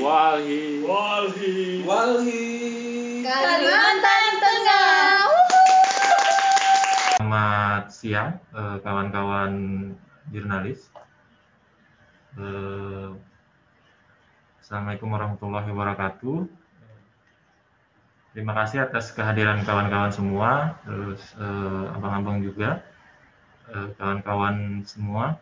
Walhi. Kalimantan Tengah. Selamat siang kawan-kawan jurnalis. Assalamualaikum warahmatullahi wabarakatuh. Terima kasih atas kehadiran kawan-kawan semua, terus abang-abang juga, kawan-kawan semua.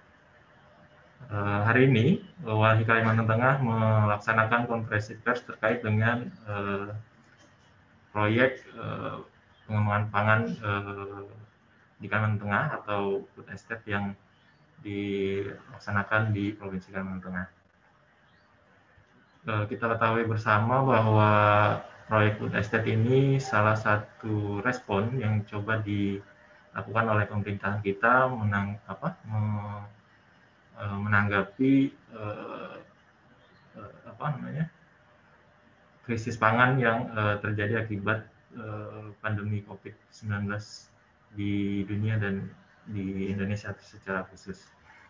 Hari ini Walhi Kalimantan Tengah melaksanakan konferensi pers terkait dengan proyek pengembangan pangan di Kalimantan Tengah atau food estate yang dilaksanakan di Provinsi Kalimantan Tengah. Kita ketahui bersama bahwa proyek food estate ini salah satu respon yang coba dilakukan oleh pemerintahan kita menanggapi krisis pangan yang terjadi akibat pandemi COVID-19 di dunia dan di Indonesia secara khusus.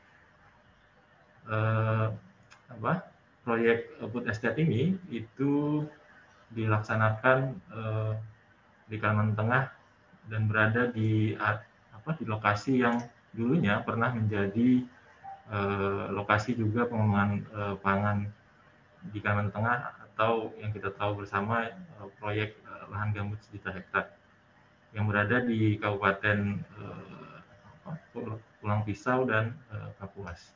Proyek food estate ini itu dilaksanakan di Kalimantan Tengah dan berada di lokasi yang dulunya pernah menjadi lokasi juga pengembangan pangan di Kalimantan Tengah, atau yang kita tahu bersama proyek lahan gambut sejuta hektar yang berada di Kabupaten Pulang Pisau dan Kapuas.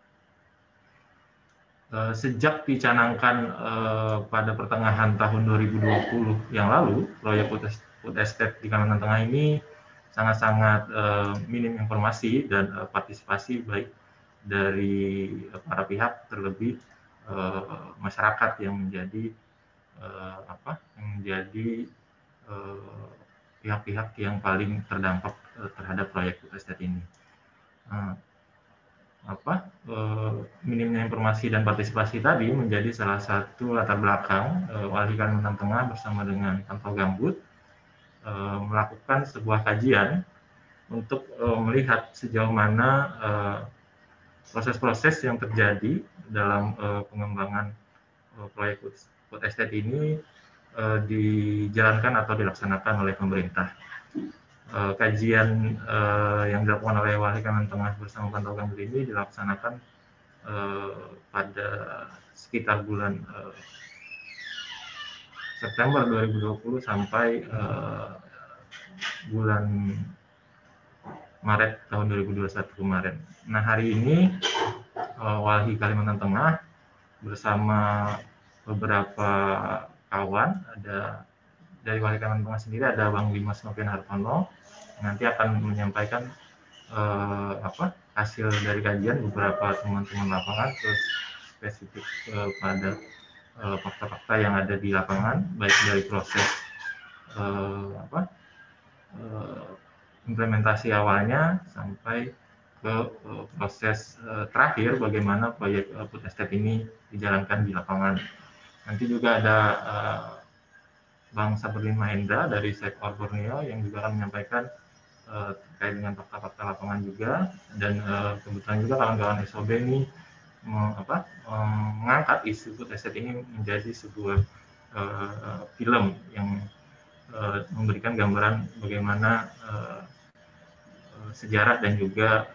Sejak dicanangkan pada pertengahan tahun 2020 yang lalu, proyek food estate di Kalimantan Tengah ini sangat-sangat minim informasi dan partisipasi baik dari para pihak, terlebih masyarakat yang menjadi pihak-pihak yang paling terdampak terhadap proyek food estate ini. Minimnya informasi dan partisipasi tadi menjadi salah satu latar belakang Walhi Kalimantan Tengah bersama dengan Pantau Gambut melakukan sebuah kajian untuk melihat sejauh mana proses-proses yang terjadi dalam pengembangan proyek food estate ini dijalankan atau dilaksanakan oleh pemerintah. Kajian yang dilakukan oleh Walhi Kalimantan Tengah bersama Pantau Gambut ini dilaksanakan pada sekitar bulan September 2020 sampai bulan Maret tahun 2021 kemarin. Nah, hari ini Walhi Kalimantan Tengah bersama beberapa kawan, ada dari Walhi Kalimantan Tengah sendiri ada Bang Dimas Novian Hartono, nanti akan menyampaikan hasil dari kajian beberapa teman-teman lapangan, terus spesifik pada fakta-fakta yang ada di lapangan, baik dari proses implementasi awalnya sampai ke proses terakhir bagaimana proyek food estate ini dijalankan di lapangan. Nanti juga ada Bang Sabrudin Mahendra dari Sekor Borneo yang juga akan menyampaikan terkait dengan fakta-fakta lapangan juga, dan kebetulan juga kawan-kawan SOB ini mengangkat isu food estate ini menjadi sebuah film yang memberikan gambaran bagaimana sejarah dan juga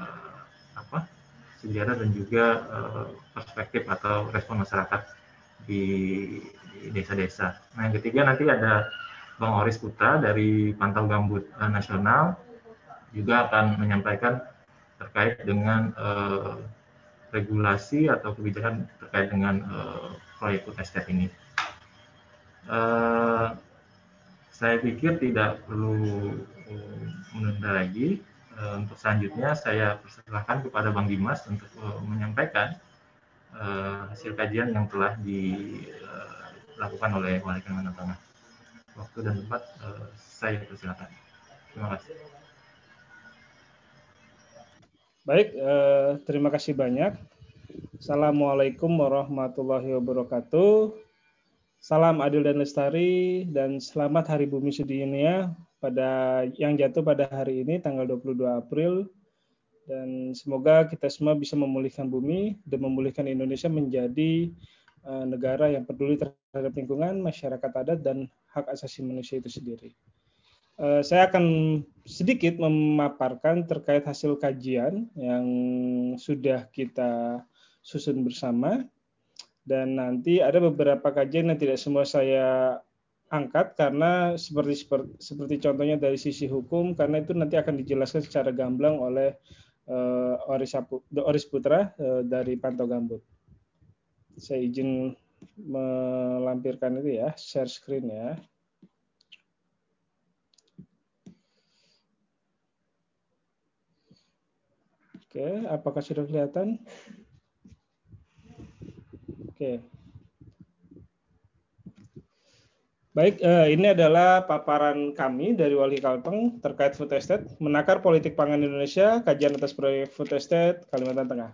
perspektif atau respon masyarakat di desa-desa. Nah, yang ketiga nanti ada Bang Oris Putra dari Pantau Gambut Nasional juga akan menyampaikan terkait dengan regulasi atau kebijakan terkait dengan proyek food estate ini. Saya pikir tidak perlu menunda lagi. Untuk selanjutnya saya persilahkan kepada Bang Dimas untuk menyampaikan hasil kajian yang telah dilakukan oleh Walhi Kalimantan Tengah. Waktu dan tempat saya persilakan. Terima kasih. Baik, terima kasih banyak. Assalamualaikum warahmatullahi wabarakatuh. Salam adil dan lestari dan selamat Hari Bumi Sedunia yang jatuh pada hari ini tanggal 22 April, dan semoga kita semua bisa memulihkan bumi dan memulihkan Indonesia menjadi negara yang peduli terhadap lingkungan, masyarakat adat, dan hak asasi manusia itu sendiri. Saya akan sedikit memaparkan terkait hasil kajian yang sudah kita susun bersama, dan nanti ada beberapa kajian yang tidak semua saya angkat karena seperti contohnya dari sisi hukum, karena itu nanti akan dijelaskan secara gamblang oleh Oris Putra dari Pantau Gambut. Saya izin melampirkan itu ya, share screen ya. Oke, apakah sudah kelihatan? Oke. Baik, ini adalah paparan kami dari Wali Kalteng terkait food estate, menakar politik pangan Indonesia, kajian atas proyek food estate Kalimantan Tengah.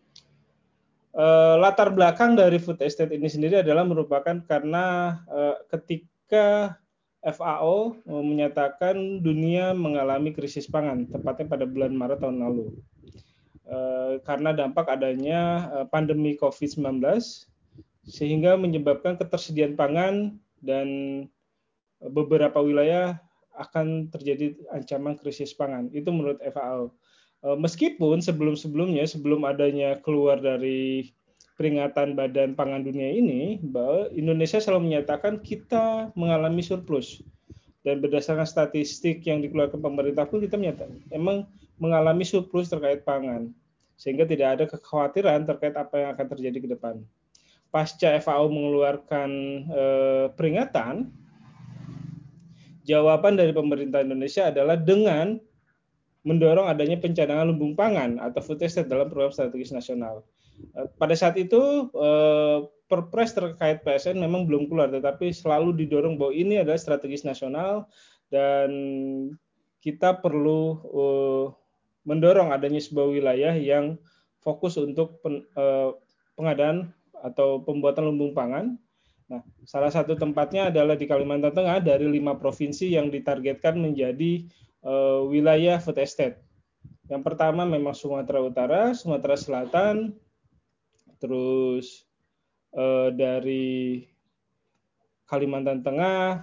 Latar belakang dari food estate ini sendiri adalah merupakan karena ketika FAO menyatakan dunia mengalami krisis pangan, tepatnya pada bulan Maret tahun lalu. Karena dampak adanya pandemi COVID-19, sehingga menyebabkan ketersediaan pangan dan beberapa wilayah akan terjadi ancaman krisis pangan. Itu menurut FAO. Meskipun sebelum-sebelumnya, sebelum adanya keluar dari peringatan Badan Pangan Dunia ini, bahwa Indonesia selalu menyatakan kita mengalami surplus. Dan berdasarkan statistik yang dikeluarkan pemerintah pun kita menyatakan emang mengalami surplus terkait pangan. Sehingga tidak ada kekhawatiran terkait apa yang akan terjadi ke depan. Pasca FAO mengeluarkan peringatan, jawaban dari pemerintah Indonesia adalah dengan mendorong adanya pencadangan lumbung pangan atau food estate dalam program strategis nasional. Pada saat itu Perpres terkait PSN memang belum keluar, tetapi selalu didorong bahwa ini adalah strategis nasional dan kita perlu mendorong adanya sebuah wilayah yang fokus untuk pengadaan atau pembuatan lumbung pangan. Nah, salah satu tempatnya adalah di Kalimantan Tengah dari 5 provinsi yang ditargetkan menjadi wilayah food estate. Yang pertama memang Sumatera Utara, Sumatera Selatan, terus dari Kalimantan Tengah,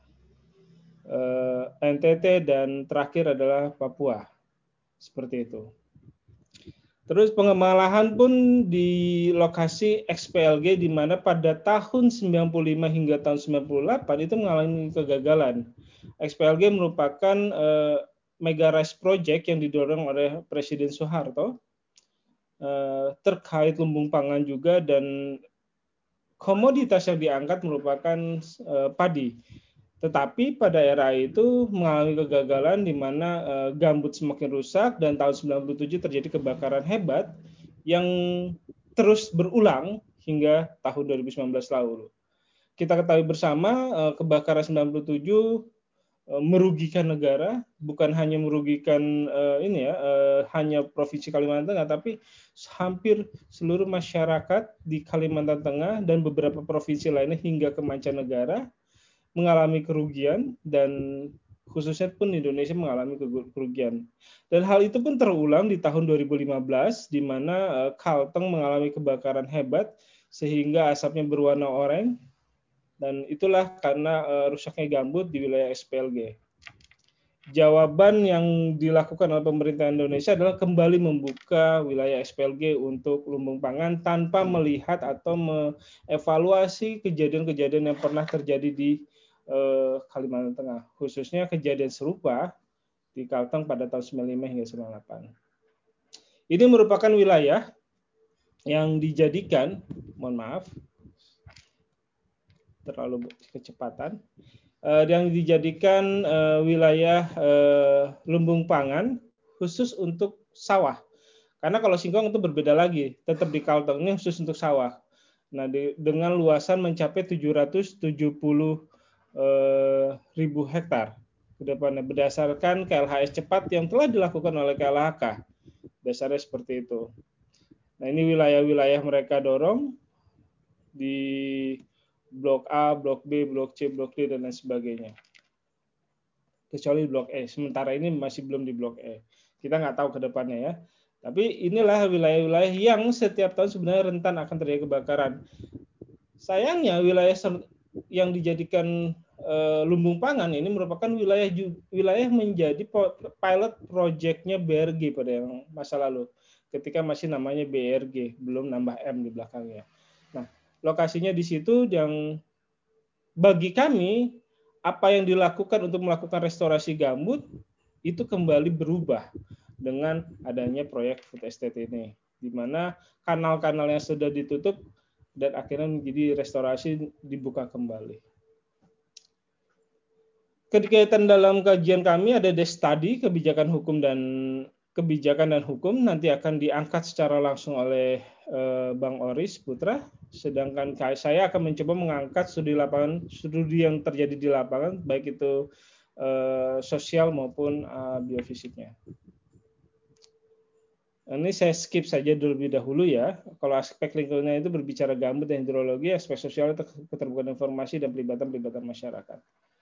NTT, dan terakhir adalah Papua. Seperti itu. Terus pengembangan lahan pun di lokasi XPLG di mana pada tahun 95 hingga tahun 98 itu mengalami kegagalan. XPLG merupakan mega rice project yang didorong oleh Presiden Soeharto terkait lumbung pangan juga, dan komoditas yang diangkat merupakan padi. Tetapi pada era itu mengalami kegagalan di mana gambut semakin rusak dan tahun 97 terjadi kebakaran hebat yang terus berulang hingga tahun 2019 lalu. Kita ketahui bersama kebakaran 97 merugikan negara, bukan hanya merugikan hanya Provinsi Kalimantan Tengah, tapi hampir seluruh masyarakat di Kalimantan Tengah dan beberapa provinsi lainnya hingga ke mancanegara mengalami kerugian, dan khususnya pun Indonesia mengalami kerugian. Dan hal itu pun terulang di tahun 2015 di mana Kalteng mengalami kebakaran hebat sehingga asapnya berwarna oranye, dan itulah karena rusaknya gambut di wilayah SPLG. Jawaban yang dilakukan oleh pemerintah Indonesia adalah kembali membuka wilayah SPLG untuk lumbung pangan tanpa melihat atau mengevaluasi kejadian-kejadian yang pernah terjadi di Kalimantan Tengah, khususnya kejadian serupa di Kalteng pada tahun 95 hingga 98. Ini merupakan wilayah yang dijadikan, mohon maaf, terlalu kecepatan, yang dijadikan wilayah lumbung pangan khusus untuk sawah. Karena kalau singkong itu berbeda lagi, tetap di Kalteng ini khusus untuk sawah. Nah, dengan luasan mencapai 770.000 hektar ke depannya berdasarkan KLHS cepat yang telah dilakukan oleh KLHK. Dasarnya seperti itu. Nah, ini wilayah-wilayah mereka dorong di Blok A, Blok B, Blok C, Blok D, dan lain sebagainya. Kecuali Blok E. Sementara ini masih belum di Blok E. Kita nggak tahu ke depannya ya. Tapi inilah wilayah-wilayah yang setiap tahun sebenarnya rentan akan terjadi kebakaran. Sayangnya wilayah yang dijadikan lumbung pangan ini merupakan wilayah menjadi pilot project-nya BRG pada yang masa lalu, ketika masih namanya BRG, belum nambah M di belakangnya. Nah, lokasinya di situ yang bagi kami apa yang dilakukan untuk melakukan restorasi gambut itu kembali berubah dengan adanya proyek food estate ini, di mana kanal-kanal yang sudah ditutup dan akhirnya menjadi restorasi dibuka kembali. Kegiatan dalam kajian kami ada desk study kebijakan dan hukum nanti akan diangkat secara langsung oleh Bang Oris Putra, sedangkan saya akan mencoba mengangkat studi yang terjadi di lapangan, baik itu sosial maupun biofisiknya. Ini saya skip saja terlebih dahulu ya. Kalau aspek lingkungannya itu berbicara gambut dan hidrologi, aspek sosial itu keterbukaan informasi dan pelibatan masyarakat.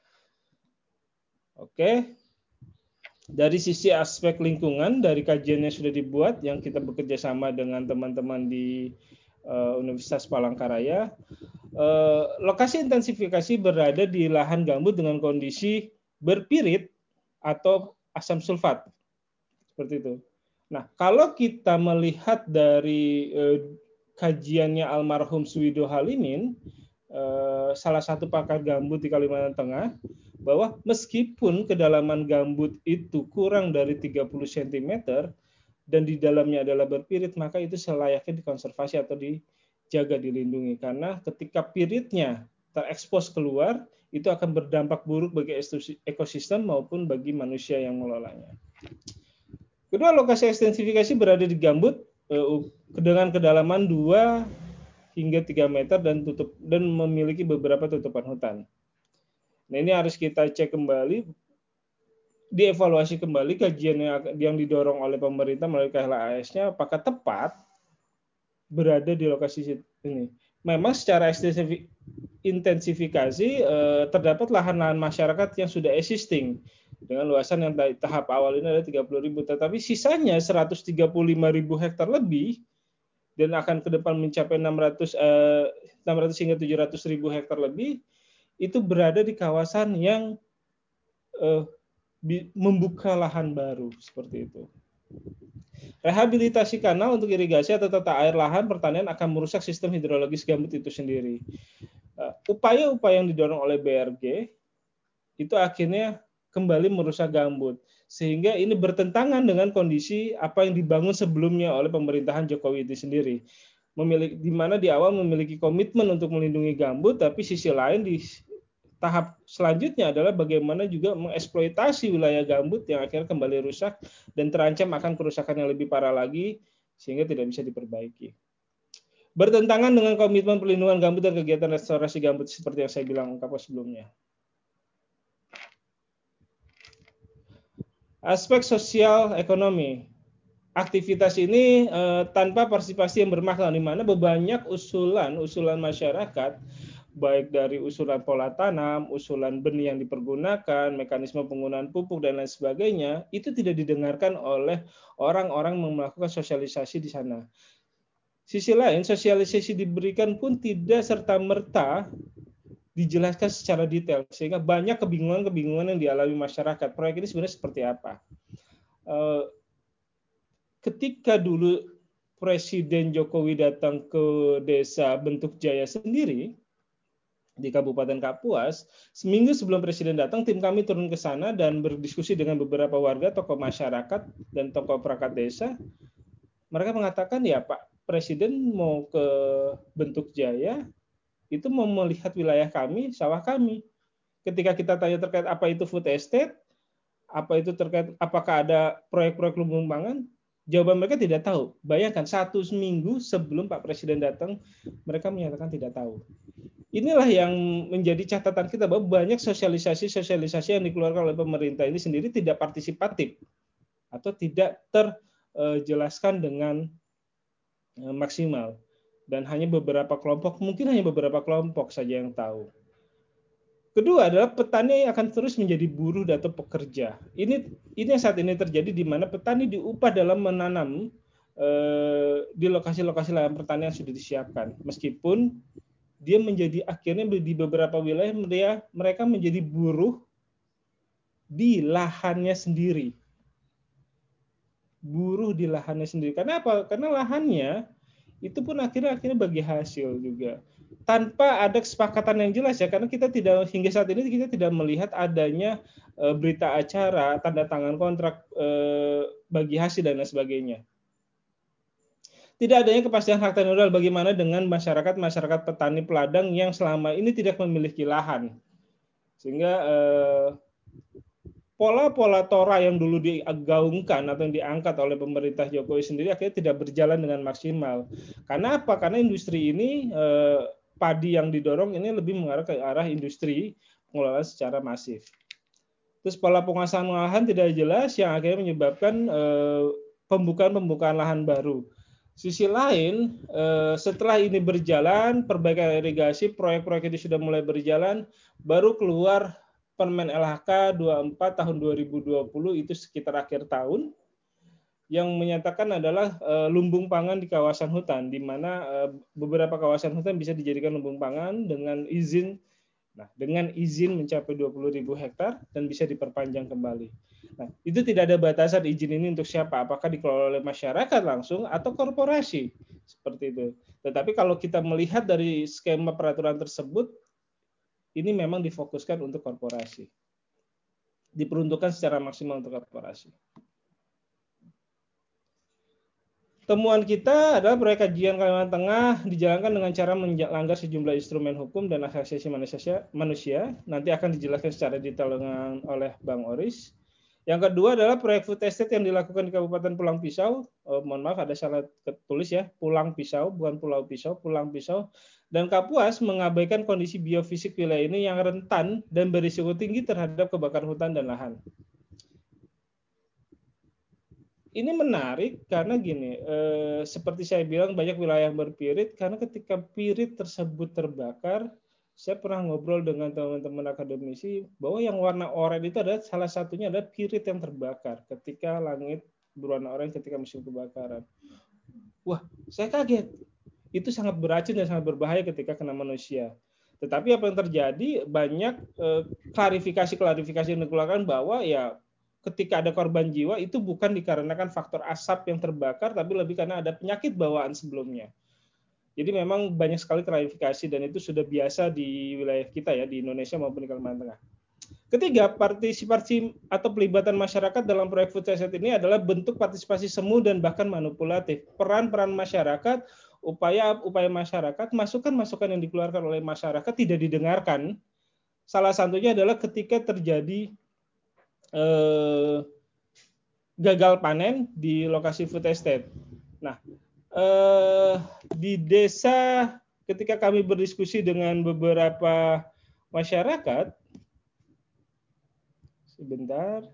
Oke. Dari sisi aspek lingkungan, dari kajian yang sudah dibuat, yang kita bekerja sama dengan teman-teman di Universitas Palangkaraya, lokasi intensifikasi berada di lahan gambut dengan kondisi berpirit atau asam sulfat. Seperti itu. Nah, kalau kita melihat dari kajiannya almarhum Suwido Halimin, salah satu pakar gambut di Kalimantan Tengah, bahwa meskipun kedalaman gambut itu kurang dari 30 cm dan di dalamnya adalah berpirit, maka itu selayaknya dikonservasi atau dijaga, dilindungi. Karena ketika piritnya terekspos keluar, itu akan berdampak buruk bagi ekosistem maupun bagi manusia yang mengelolanya. Kedua, lokasi ekstensifikasi berada di gambut dengan kedalaman 2 hingga 3 meter dan memiliki beberapa tutupan hutan. Nah, ini harus kita cek kembali, dievaluasi kembali kajian yang didorong oleh pemerintah melalui KLAS-nya apakah tepat berada di lokasi ini. Memang secara intensifikasi terdapat lahan-lahan masyarakat yang sudah existing dengan luasan yang tahap awal ini ada 30.000, tetapi sisanya 135.000 hektar lebih dan akan ke depan mencapai 600 hingga 700.000 hektar lebih, itu berada di kawasan yang membuka lahan baru seperti itu. Rehabilitasi kanal untuk irigasi atau tata air lahan pertanian akan merusak sistem hidrologis gambut itu sendiri. Upaya-upaya yang didorong oleh BRG itu akhirnya kembali merusak gambut, sehingga ini bertentangan dengan kondisi apa yang dibangun sebelumnya oleh pemerintahan Jokowi itu sendiri, di mana di awal memiliki komitmen untuk melindungi gambut, tapi sisi lain di tahap selanjutnya adalah bagaimana juga mengeksploitasi wilayah gambut yang akhirnya kembali rusak dan terancam akan kerusakan yang lebih parah lagi sehingga tidak bisa diperbaiki. Bertentangan dengan komitmen perlindungan gambut dan kegiatan restorasi gambut seperti yang saya bilang sebelumnya. Aspek sosial ekonomi. Aktivitas ini tanpa partisipasi yang bermakna, di mana banyak usulan masyarakat, baik dari usulan pola tanam, usulan benih yang dipergunakan, mekanisme penggunaan pupuk dan lain sebagainya, itu tidak didengarkan oleh orang-orang yang melakukan sosialisasi di sana. Sisi lain, sosialisasi diberikan pun tidak serta-merta dijelaskan secara detail, sehingga banyak kebingungan yang dialami masyarakat. Proyek ini sebenarnya seperti apa? Ketika dulu Presiden Jokowi datang ke desa Bentuk Jaya sendiri di Kabupaten Kapuas, seminggu sebelum Presiden datang, tim kami turun ke sana dan berdiskusi dengan beberapa warga, tokoh masyarakat, dan tokoh perangkat desa. Mereka mengatakan, ya Pak Presiden mau ke Bentuk Jaya, itu mau melihat wilayah kami, sawah kami. Ketika kita tanya terkait apa itu food estate, apa itu terkait apakah ada proyek-proyek lumbung pangan, jawaban mereka tidak tahu. Bayangkan 1 minggu sebelum Pak Presiden datang, mereka menyatakan tidak tahu. Inilah yang menjadi catatan kita, bahwa banyak sosialisasi yang dikeluarkan oleh pemerintah ini sendiri tidak partisipatif atau tidak terjelaskan dengan maksimal. Dan hanya beberapa kelompok, mungkin hanya beberapa kelompok saja yang tahu. Kedua adalah petani akan terus menjadi buruh atau pekerja. Ini yang saat ini terjadi, di mana petani diupah dalam menanam di lokasi-lokasi lahan pertanian yang sudah disiapkan. Meskipun dia menjadi akhirnya di beberapa wilayah mereka menjadi buruh di lahannya sendiri. Buruh di lahannya sendiri. Karena apa? Karena lahannya itu pun akhirnya bagi hasil juga. Tanpa ada kesepakatan yang jelas ya, karena kita tidak hingga saat ini kita tidak melihat adanya berita acara, tanda tangan kontrak bagi hasil dan lain sebagainya. Tidak adanya kepastian hak tenurial bagaimana dengan masyarakat petani peladang yang selama ini tidak memiliki lahan. Sehingga pola-pola Tora yang dulu digaungkan atau yang diangkat oleh pemerintah Jokowi sendiri akhirnya tidak berjalan dengan maksimal. Karena apa? Karena industri ini padi yang didorong ini lebih mengarah ke arah industri pengelolaan secara masif. Terus pola penguasaan lahan tidak jelas yang akhirnya menyebabkan pembukaan lahan baru. Sisi lain, setelah ini berjalan, perbaikan irigasi, proyek-proyek ini sudah mulai berjalan, baru keluar Permen LHK 24 tahun 2020 itu sekitar akhir tahun yang menyatakan adalah lumbung pangan di kawasan hutan, di mana beberapa kawasan hutan bisa dijadikan lumbung pangan dengan izin mencapai 20.000 hektar dan bisa diperpanjang kembali. Nah, itu tidak ada batasan izin ini untuk siapa, apakah dikelola oleh masyarakat langsung atau korporasi, seperti itu. Tetapi kalau kita melihat dari skema peraturan tersebut, ini memang difokuskan untuk korporasi. Diperuntukkan secara maksimal untuk korporasi. Temuan kita adalah proyek kajian Kalimantan Tengah dijalankan dengan cara melanggar sejumlah instrumen hukum dan hak asasi manusia. Nanti akan dijelaskan secara detail oleh Bang Oris. Yang kedua adalah proyek food estate yang dilakukan di Kabupaten Pulang Pisau. Mohon maaf ada salah tulis ya, Pulang Pisau, bukan Pulau Pisau, Pulang Pisau. Dan Kapuas mengabaikan kondisi biofisik wilayah ini yang rentan dan berisiko tinggi terhadap kebakaran hutan dan lahan. Ini menarik karena gini, seperti saya bilang banyak wilayah yang berpirit karena ketika pirit tersebut terbakar, saya pernah ngobrol dengan teman-teman akademisi bahwa yang warna oranye itu adalah salah satunya adalah pirit yang terbakar ketika langit berwarna oranye ketika musim kebakaran. Wah, saya kaget. Itu sangat beracun dan sangat berbahaya ketika kena manusia. Tetapi apa yang terjadi banyak klarifikasi yang dikeluarkan bahwa ya ketika ada korban jiwa itu bukan dikarenakan faktor asap yang terbakar, tapi lebih karena ada penyakit bawaan sebelumnya. Jadi memang banyak sekali klarifikasi dan itu sudah biasa di wilayah kita ya, di Indonesia maupun di Kalimantan Tengah. Ketiga, partisipasi atau pelibatan masyarakat dalam proyek food estate ini adalah bentuk partisipasi semu dan bahkan manipulatif. Peran-peran masyarakat, upaya masyarakat, masukan-masukan yang dikeluarkan oleh masyarakat tidak didengarkan. Salah satunya adalah ketika terjadi gagal panen di lokasi food estate. Nah, di desa ketika kami berdiskusi dengan beberapa masyarakat, sebentar.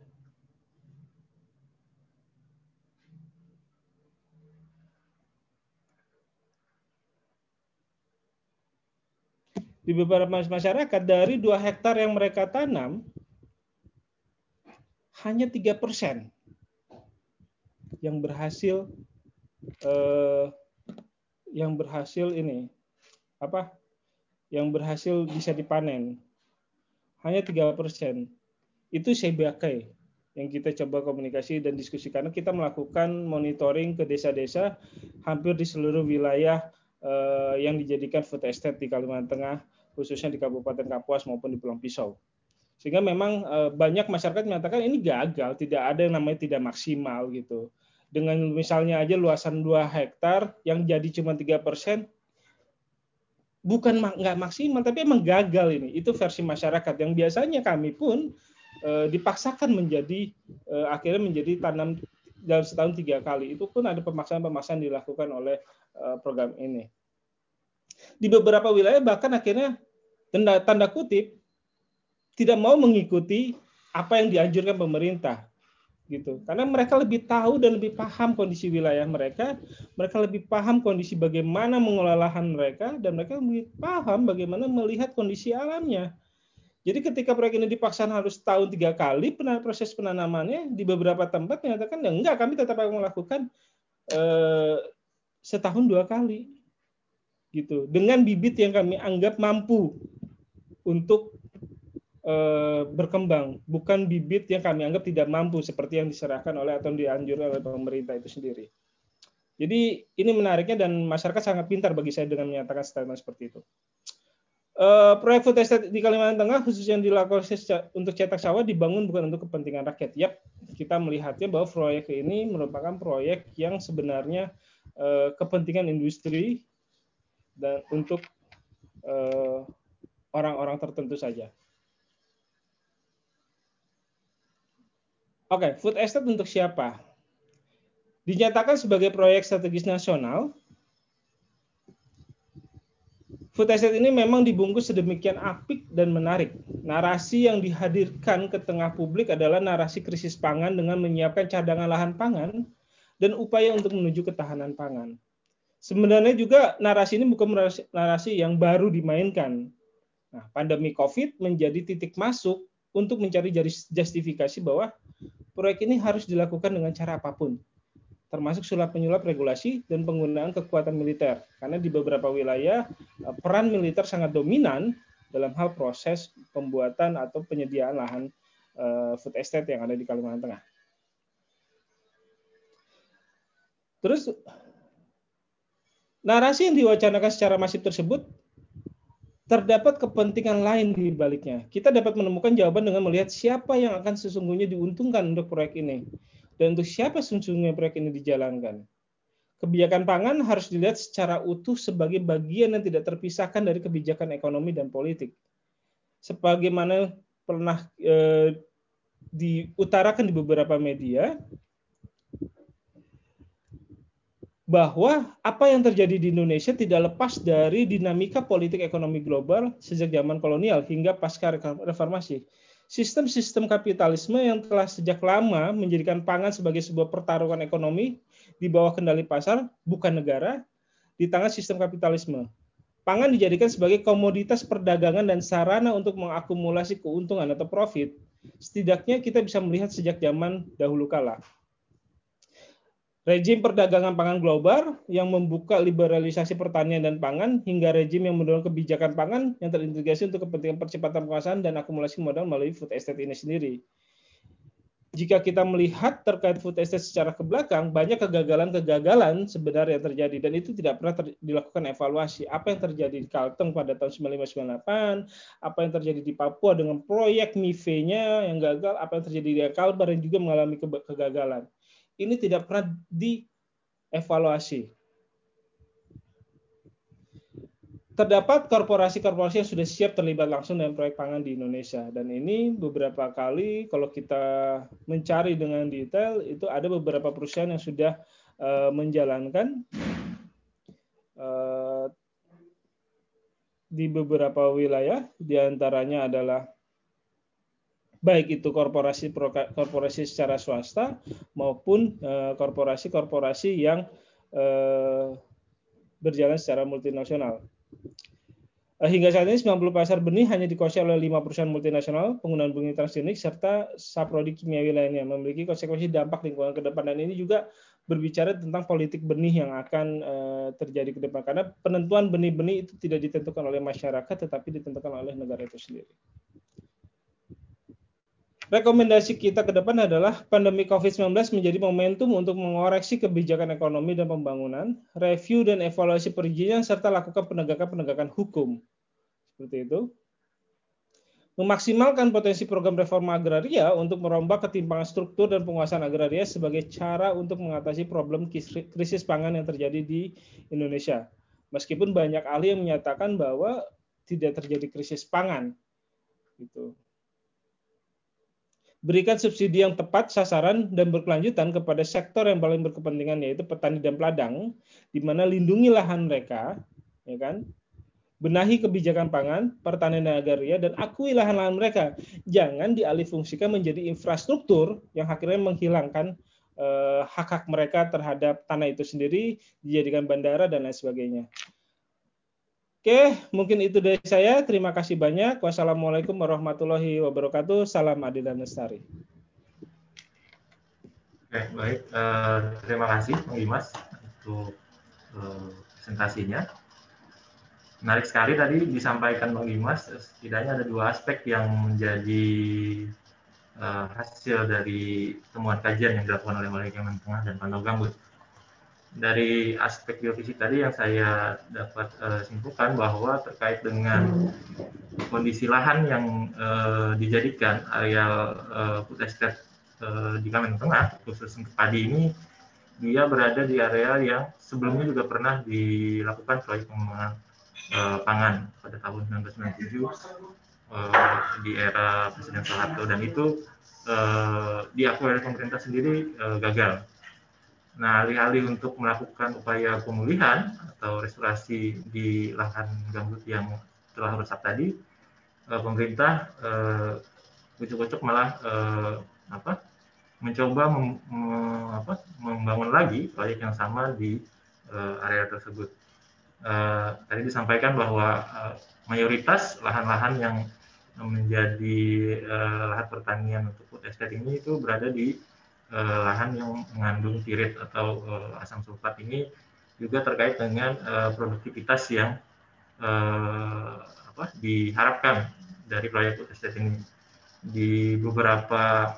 Di beberapa masyarakat dari 2 hektar yang mereka tanam hanya 3% yang berhasil bisa dipanen. Hanya 3%. Itu sebagai yang kita coba komunikasi dan diskusi karena kita melakukan monitoring ke desa-desa hampir di seluruh wilayah yang dijadikan food estate di Kalimantan Tengah, khususnya di Kabupaten Kapuas maupun di Pulang Pisau. Sehingga memang banyak masyarakat mengatakan ini gagal, tidak ada yang namanya tidak maksimal gitu. Dengan misalnya aja luasan 2 hektar yang jadi cuma 3%, bukan nggak maksimal, tapi emang gagal ini. Itu versi masyarakat yang biasanya kami pun dipaksakan akhirnya menjadi tanam dalam setahun 3 kali. Itu pun ada pemaksaan dilakukan oleh program ini. Di beberapa wilayah bahkan akhirnya tanda kutip tidak mau mengikuti apa yang dianjurkan pemerintah gitu. Karena mereka lebih tahu dan lebih paham kondisi wilayah mereka lebih paham kondisi bagaimana mengelola lahan mereka, dan mereka lebih paham bagaimana melihat kondisi alamnya. Jadi ketika proyek ini dipaksa harus tahun 3 kali proses penanamannya, di beberapa tempat menyatakan ya enggak, kami tetap akan melakukan setahun 2 kali. gitu, dengan bibit yang kami anggap mampu untuk berkembang, bukan bibit yang kami anggap tidak mampu seperti yang diserahkan oleh atau dianjurkan oleh pemerintah itu sendiri. Jadi ini menariknya dan masyarakat sangat pintar bagi saya dengan menyatakan statement seperti itu. Proyek food estate di Kalimantan Tengah khususnya yang dilakukan untuk cetak sawah dibangun bukan untuk kepentingan rakyat. Yap, kita melihatnya bahwa proyek ini merupakan proyek yang sebenarnya kepentingan industri dan untuk orang-orang tertentu saja. Oke, food estate untuk siapa? Dinyatakan sebagai proyek strategis nasional. Food estate ini memang dibungkus sedemikian apik dan menarik. Narasi yang dihadirkan ke tengah publik adalah narasi krisis pangan dengan menyiapkan cadangan lahan pangan dan upaya untuk menuju ketahanan pangan. Sebenarnya juga narasi ini bukan narasi yang baru dimainkan. Nah, pandemi COVID menjadi titik masuk untuk mencari justifikasi bahwa proyek ini harus dilakukan dengan cara apapun, termasuk sulap penyulap regulasi dan penggunaan kekuatan militer. Karena di beberapa wilayah peran militer sangat dominan dalam hal proses pembuatan atau penyediaan lahan food estate yang ada di Kalimantan Tengah. Terus narasi yang diwacanakan secara masif tersebut terdapat kepentingan lain di baliknya. Kita dapat menemukan jawaban dengan melihat siapa yang akan sesungguhnya diuntungkan untuk proyek ini dan untuk siapa sesungguhnya proyek ini dijalankan. Kebijakan pangan harus dilihat secara utuh sebagai bagian yang tidak terpisahkan dari kebijakan ekonomi dan politik. Sebagaimana pernah diutarakan di beberapa media, bahwa apa yang terjadi di Indonesia tidak lepas dari dinamika politik ekonomi global sejak zaman kolonial hingga pasca reformasi. Sistem-sistem kapitalisme yang telah sejak lama menjadikan pangan sebagai sebuah pertarungan ekonomi di bawah kendali pasar, bukan negara, di tengah sistem kapitalisme. Pangan dijadikan sebagai komoditas perdagangan dan sarana untuk mengakumulasi keuntungan atau profit. Setidaknya kita bisa melihat sejak zaman dahulu kala. Rejim perdagangan pangan global yang membuka liberalisasi pertanian dan pangan hingga rejim yang mendorong kebijakan pangan yang terintegrasi untuk kepentingan percepatan penguasaan dan akumulasi modal melalui food estate ini sendiri. Jika kita melihat terkait food estate secara ke belakang, banyak kegagalan-kegagalan sebenarnya terjadi dan itu tidak pernah dilakukan evaluasi. Apa yang terjadi di Kalteng pada tahun 1998, apa yang terjadi di Papua dengan proyek MIVE-nya yang gagal, apa yang terjadi di Kalbar yang juga mengalami kegagalan. Ini tidak pernah dievaluasi. Terdapat korporasi-korporasi yang sudah siap terlibat langsung dalam proyek pangan di Indonesia. Dan ini beberapa kali kalau kita mencari dengan detail, itu ada beberapa perusahaan yang sudah menjalankan di beberapa wilayah, diantaranya adalah baik itu korporasi secara swasta maupun korporasi-korporasi yang berjalan secara multinasional. Hingga saat ini 90 pasar benih hanya dikuasai oleh 5 perusahaan multinasional penggunaan benih transgenik serta saprodi kimiawi lainnya, memiliki konsekuensi dampak lingkungan ke depan. Dan ini juga berbicara tentang politik benih yang akan terjadi ke depan, karena penentuan benih-benih itu tidak ditentukan oleh masyarakat tetapi ditentukan oleh negara itu sendiri. Rekomendasi kita ke depan adalah pandemi COVID-19 menjadi momentum untuk mengoreksi kebijakan ekonomi dan pembangunan, review dan evaluasi perizinan, serta lakukan penegakan hukum. Seperti itu. Memaksimalkan potensi program reforma agraria untuk merombak ketimpangan struktur dan penguasaan agraria sebagai cara untuk mengatasi problem krisis pangan yang terjadi di Indonesia. Meskipun banyak ahli yang menyatakan bahwa tidak terjadi krisis pangan. Gitu. Berikan subsidi yang tepat sasaran dan berkelanjutan kepada sektor yang paling berkepentingan, yaitu petani dan peladang, di mana lindungi lahan mereka, ya kan? Benahi kebijakan pangan, pertanian dan agraria, dan akui lahan-lahan mereka. Jangan dialihfungsikan menjadi infrastruktur yang akhirnya menghilangkan hak-hak mereka terhadap tanah itu sendiri, dijadikan bandara dan lain sebagainya. Oke, mungkin itu dari saya. Terima kasih banyak. Wassalamualaikum warahmatullahi wabarakatuh. Salam adil dan lestari. Oke, baik. Terima kasih, Bang Dimas, untuk presentasinya. Menarik sekali tadi disampaikan Bang Dimas, setidaknya ada dua aspek yang menjadi hasil dari temuan kajian yang dilakukan oleh Balai Kementerian dan Pantau Gambut. Dari aspek geofisik tadi yang saya dapat simpulkan bahwa terkait dengan kondisi lahan yang dijadikan areal food estate di Kalimantan Tengah, khusus untuk padi ini, dia berada di area yang sebelumnya juga pernah dilakukan proyek pengembangan pangan pada tahun 1997 di era Presiden Soeharto, dan itu diakui oleh pemerintah sendiri gagal. Nah, alih-alih untuk melakukan upaya pemulihan atau restorasi di lahan gambut yang telah rusak tadi, pemerintah ucuk-ucuk malah mencoba membangun lagi proyek yang sama di area tersebut. Tadi disampaikan bahwa mayoritas lahan-lahan yang menjadi lahan pertanian untuk food estate ini itu berada di lahan yang mengandung pirit atau asam sulfat. Ini juga terkait dengan produktivitas yang diharapkan dari proyek food estate ini. Di beberapa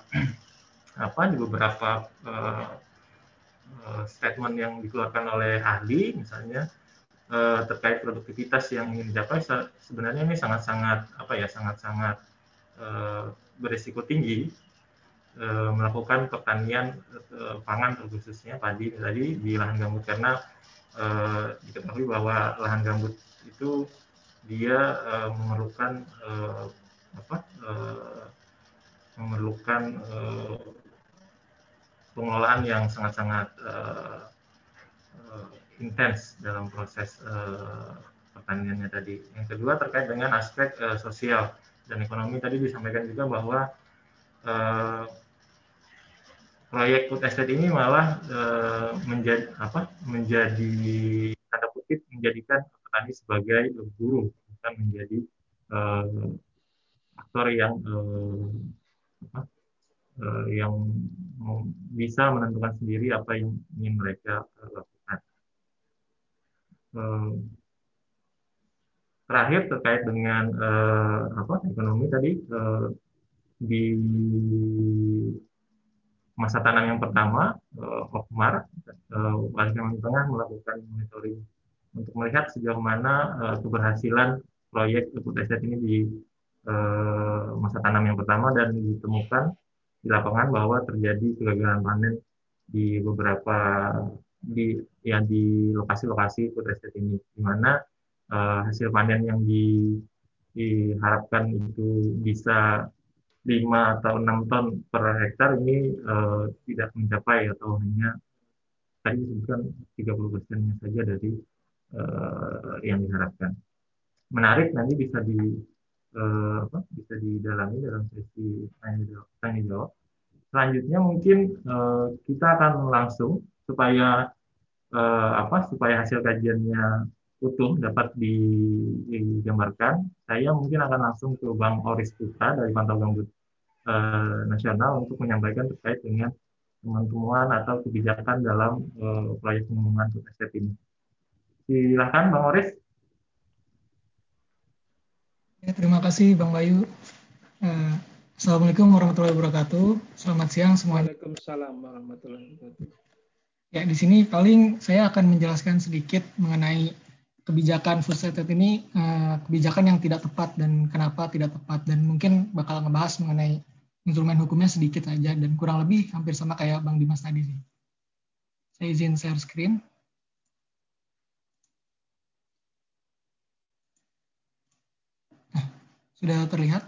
statement yang dikeluarkan oleh ahli, misalnya terkait produktivitas yang ingin dicapai, sebenarnya ini sangat-sangat berisiko tinggi melakukan pertanian pangan, khususnya padi tadi di lahan gambut, karena diketahui bahwa lahan gambut itu dia memerlukan pengelolaan yang sangat-sangat intens dalam proses pertaniannya tadi. Yang kedua terkait dengan aspek sosial dan ekonomi, tadi disampaikan juga bahwa proyek food estate ini malah menjadi tanda kutip menjadikan petani sebagai buruh, bukan menjadi aktor yang bisa menentukan sendiri apa yang ingin mereka lakukan. Terakhir terkait dengan ekonomi tadi, di masa tanam yang pertama, Okmar, Wali Kalimantan Tengah melakukan monitoring untuk melihat sejauh mana keberhasilan proyek food estate ini di masa tanam yang pertama, dan ditemukan di lapangan bahwa terjadi kegagalan panen di beberapa di lokasi-lokasi food estate ini, di mana hasil panen yang diharapkan itu bisa 5 atau 6 ton per hektar ini tidak mencapai, atau hanya tadi disebutkan 30%-nya saja dari yang diharapkan. Menarik, nanti bisa didalami dalam sesi tanya jawab. Selanjutnya mungkin kita akan langsung supaya hasil kajiannya utuh dapat digambarkan. Saya mungkin akan langsung ke Bang Oris Putra dari Pantau Gambut Nasional untuk menyampaikan terkait dengan temuan-temuan atau kebijakan dalam proyek pengembangan food estate ini. Silakan Bang Oris. Ya, terima kasih Bang Bayu. Assalamualaikum warahmatullahi wabarakatuh. Selamat siang semuanya. Waalaikumsalam warahmatullahi wabarakatuh. Ya, di sini paling saya akan menjelaskan sedikit mengenai kebijakan food estate ini, kebijakan yang tidak tepat dan kenapa tidak tepat, dan mungkin bakal ngebahas mengenai instrumen hukumnya sedikit saja, dan kurang lebih hampir sama kayak Bang Dimas tadi sih. Saya izin share screen. Nah, sudah terlihat?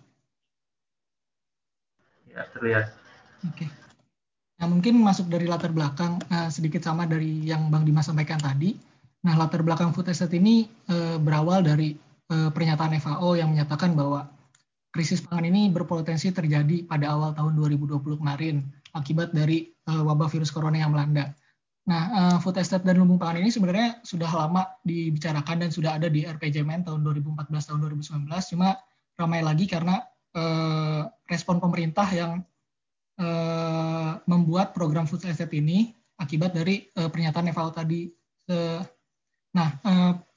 Ya, terlihat. Oke. Nah, mungkin masuk dari latar belakang sedikit sama dari yang Bang Dimas sampaikan tadi. Nah, latar belakang food estate ini berawal dari pernyataan FAO yang menyatakan bahwa krisis pangan ini berpotensi terjadi pada awal tahun 2020 kemarin akibat dari wabah virus corona yang melanda. Nah, food estate dan lumbung pangan ini sebenarnya sudah lama dibicarakan dan sudah ada di RPJMN tahun 2014 tahun 2019, cuma ramai lagi karena respon pemerintah yang membuat program food estate ini akibat dari pernyataan FAO tadi. Nah,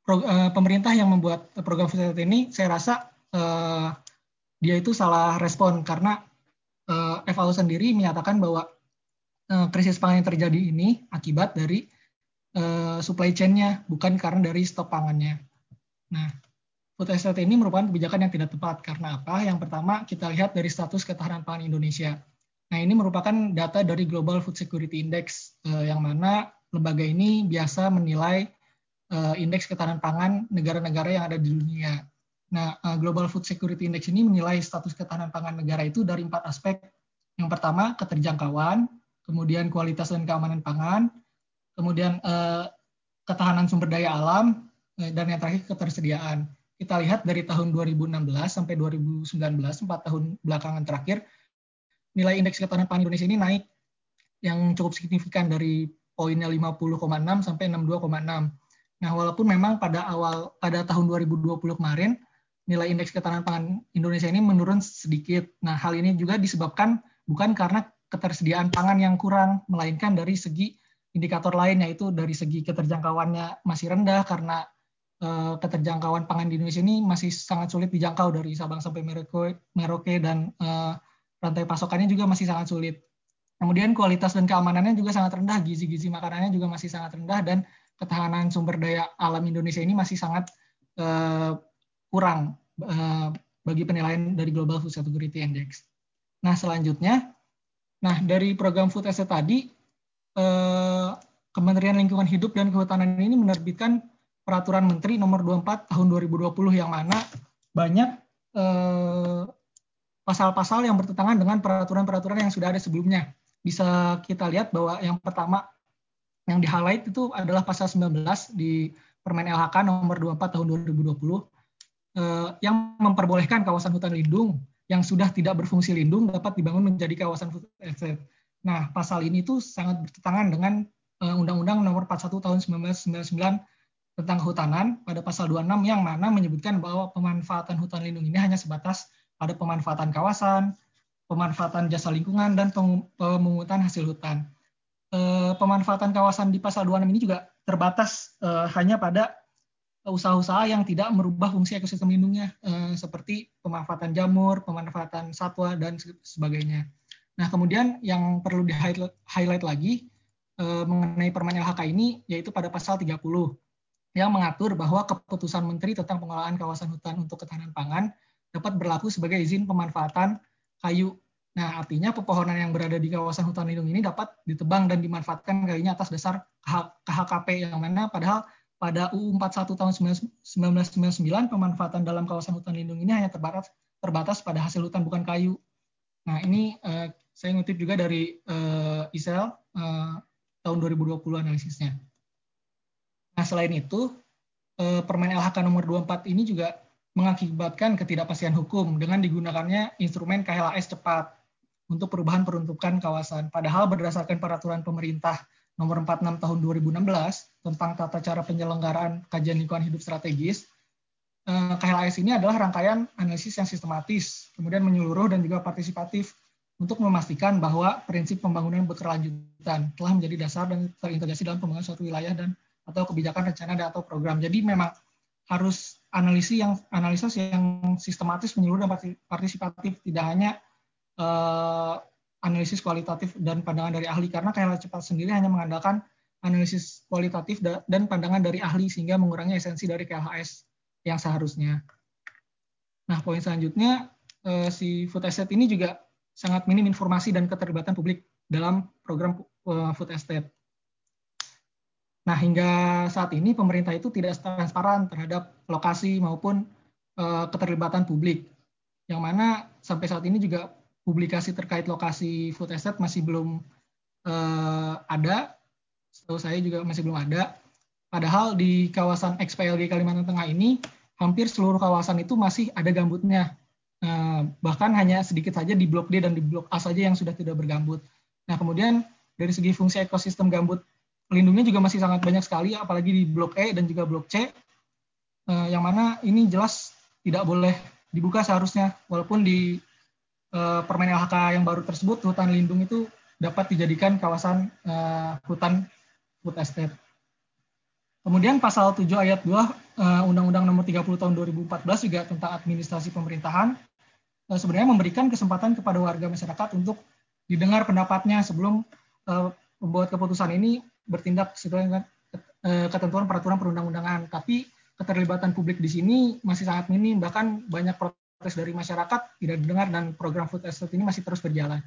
pemerintah yang membuat program food estate ini, saya rasa dia itu salah respon karena FAO sendiri menyatakan bahwa krisis pangan yang terjadi ini akibat dari supply chain-nya, bukan karena dari stok pangannya. Nah, food estate ini merupakan kebijakan yang tidak tepat. Karena apa? Yang pertama, kita lihat dari status ketahanan pangan Indonesia. Nah, ini merupakan data dari Global Food Security Index, yang mana lembaga ini biasa menilai indeks ketahanan pangan negara-negara yang ada di dunia. Nah, Global Food Security Index ini menilai status ketahanan pangan negara itu dari 4 aspek. Yang pertama, keterjangkauan, kemudian kualitas dan keamanan pangan, kemudian ketahanan sumber daya alam, dan yang terakhir ketersediaan. Kita lihat dari tahun 2016 sampai 2019, 4 tahun belakangan terakhir, nilai indeks ketahanan pangan Indonesia ini naik yang cukup signifikan dari poinnya 50,6 sampai 62,6. Nah, walaupun memang pada tahun 2020 kemarin, nilai indeks ketahanan pangan Indonesia ini menurun sedikit. Nah, hal ini juga disebabkan bukan karena ketersediaan pangan yang kurang, melainkan dari segi indikator lain, yaitu dari segi keterjangkauannya masih rendah karena keterjangkauan pangan di Indonesia ini masih sangat sulit dijangkau dari Sabang sampai Merauke dan rantai pasokannya juga masih sangat sulit. Kemudian kualitas dan keamanannya juga sangat rendah, gizi-gizi makanannya juga masih sangat rendah, dan ketahanan sumber daya alam Indonesia ini masih sangat kurang bagi penilaian dari Global Food Security Index. Nah, selanjutnya, dari program Food Estate tadi, Kementerian Lingkungan Hidup dan Kehutanan ini menerbitkan Peraturan Menteri Nomor 24 Tahun 2020 yang mana banyak pasal-pasal yang bertentangan dengan peraturan-peraturan yang sudah ada sebelumnya. Bisa kita lihat bahwa yang pertama yang di-highlight itu adalah pasal 19 di Permen LHK Nomor 24 Tahun 2020 yang memperbolehkan kawasan hutan lindung yang sudah tidak berfungsi lindung dapat dibangun menjadi kawasan food estate. Nah, pasal ini tuh sangat bertentangan dengan Undang-Undang Nomor 41 Tahun 1999 tentang kehutanan pada pasal 26 yang mana menyebutkan bahwa pemanfaatan hutan lindung ini hanya sebatas pada pemanfaatan kawasan, pemanfaatan jasa lingkungan, dan pemungutan hasil hutan. Pemanfaatan kawasan di pasal 26 ini juga terbatas hanya pada usaha-usaha yang tidak merubah fungsi ekosistem lindungnya, seperti pemanfaatan jamur, pemanfaatan satwa, dan sebagainya. Nah, kemudian yang perlu di-highlight lagi mengenai Permen LHK ini, yaitu pada pasal 30, yang mengatur bahwa keputusan Menteri tentang pengelolaan kawasan hutan untuk ketahanan pangan dapat berlaku sebagai izin pemanfaatan kayu. Nah, artinya pepohonan yang berada di kawasan hutan lindung ini dapat ditebang dan dimanfaatkan kayunya atas dasar KHKP, yang mana padahal pada UU 41 tahun 1999 pemanfaatan dalam kawasan hutan lindung ini hanya terbatas pada hasil hutan, bukan kayu. Nah, ini saya ngutip juga dari ISEL tahun 2020 analisisnya. Nah, selain itu, Permen LHK nomor 24 ini juga mengakibatkan ketidakpastian hukum dengan digunakannya instrumen KLHS cepat untuk perubahan peruntukan kawasan. Padahal berdasarkan peraturan pemerintah nomor 46 tahun 2016 tentang tata cara penyelenggaraan kajian lingkungan hidup strategis, KLHS ini adalah rangkaian analisis yang sistematis, kemudian menyeluruh dan juga partisipatif untuk memastikan bahwa prinsip pembangunan berkelanjutan telah menjadi dasar dan terintegrasi dalam pembangunan suatu wilayah dan atau kebijakan rencana dan atau program. Jadi memang harus analisis yang sistematis, menyeluruh dan partisipatif, tidak hanya analisis kualitatif dan pandangan dari ahli, karena KLHS cepat sendiri hanya mengandalkan analisis kualitatif dan pandangan dari ahli sehingga mengurangi esensi dari KLHS yang seharusnya. Nah, poin selanjutnya, si food estate ini juga sangat minim informasi dan keterlibatan publik dalam program food estate. Nah, hingga saat ini pemerintah itu tidak transparan terhadap lokasi maupun keterlibatan publik, yang mana sampai saat ini juga publikasi terkait lokasi food estate masih belum ada, setahu saya juga masih belum ada. Padahal di kawasan XPLG Kalimantan Tengah ini, hampir seluruh kawasan itu masih ada gambutnya. Bahkan hanya sedikit saja di Blok D dan di Blok A saja yang sudah tidak bergambut. Nah, kemudian dari segi fungsi ekosistem gambut lindungnya juga masih sangat banyak sekali, apalagi di Blok E dan juga Blok C, yang mana ini jelas tidak boleh dibuka seharusnya, walaupun di Permen LHK yang baru tersebut, hutan lindung itu dapat dijadikan kawasan hutan food estate. Kemudian pasal 7 ayat 2 Undang-Undang Nomor 30 Tahun 2014 juga tentang administrasi pemerintahan sebenarnya memberikan kesempatan kepada warga masyarakat untuk didengar pendapatnya sebelum pembuat keputusan ini bertindak sesuai dengan ketentuan peraturan perundang-undangan. Tapi keterlibatan publik di sini masih sangat minim, bahkan banyak protes dari masyarakat tidak didengar dan program food estate ini masih terus berjalan.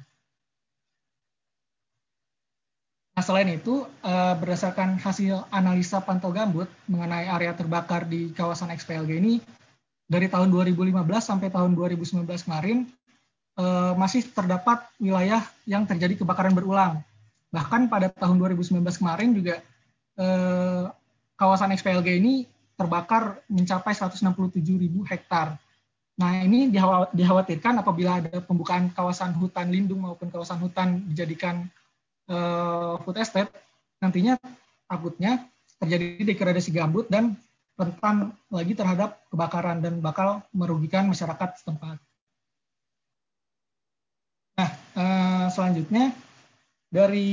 Nah, selain itu, berdasarkan hasil analisa pantau gambut mengenai area terbakar di kawasan XPLG ini, dari tahun 2015 sampai tahun 2019 kemarin, masih terdapat wilayah yang terjadi kebakaran berulang. Bahkan pada tahun 2019 kemarin juga kawasan XPLG ini terbakar mencapai 167.000 hektar. Nah, ini dikhawatirkan apabila ada pembukaan kawasan hutan lindung maupun kawasan hutan dijadikan food estate, nantinya takutnya terjadi degradasi gambut dan rentan lagi terhadap kebakaran dan bakal merugikan masyarakat setempat. Nah, selanjutnya dari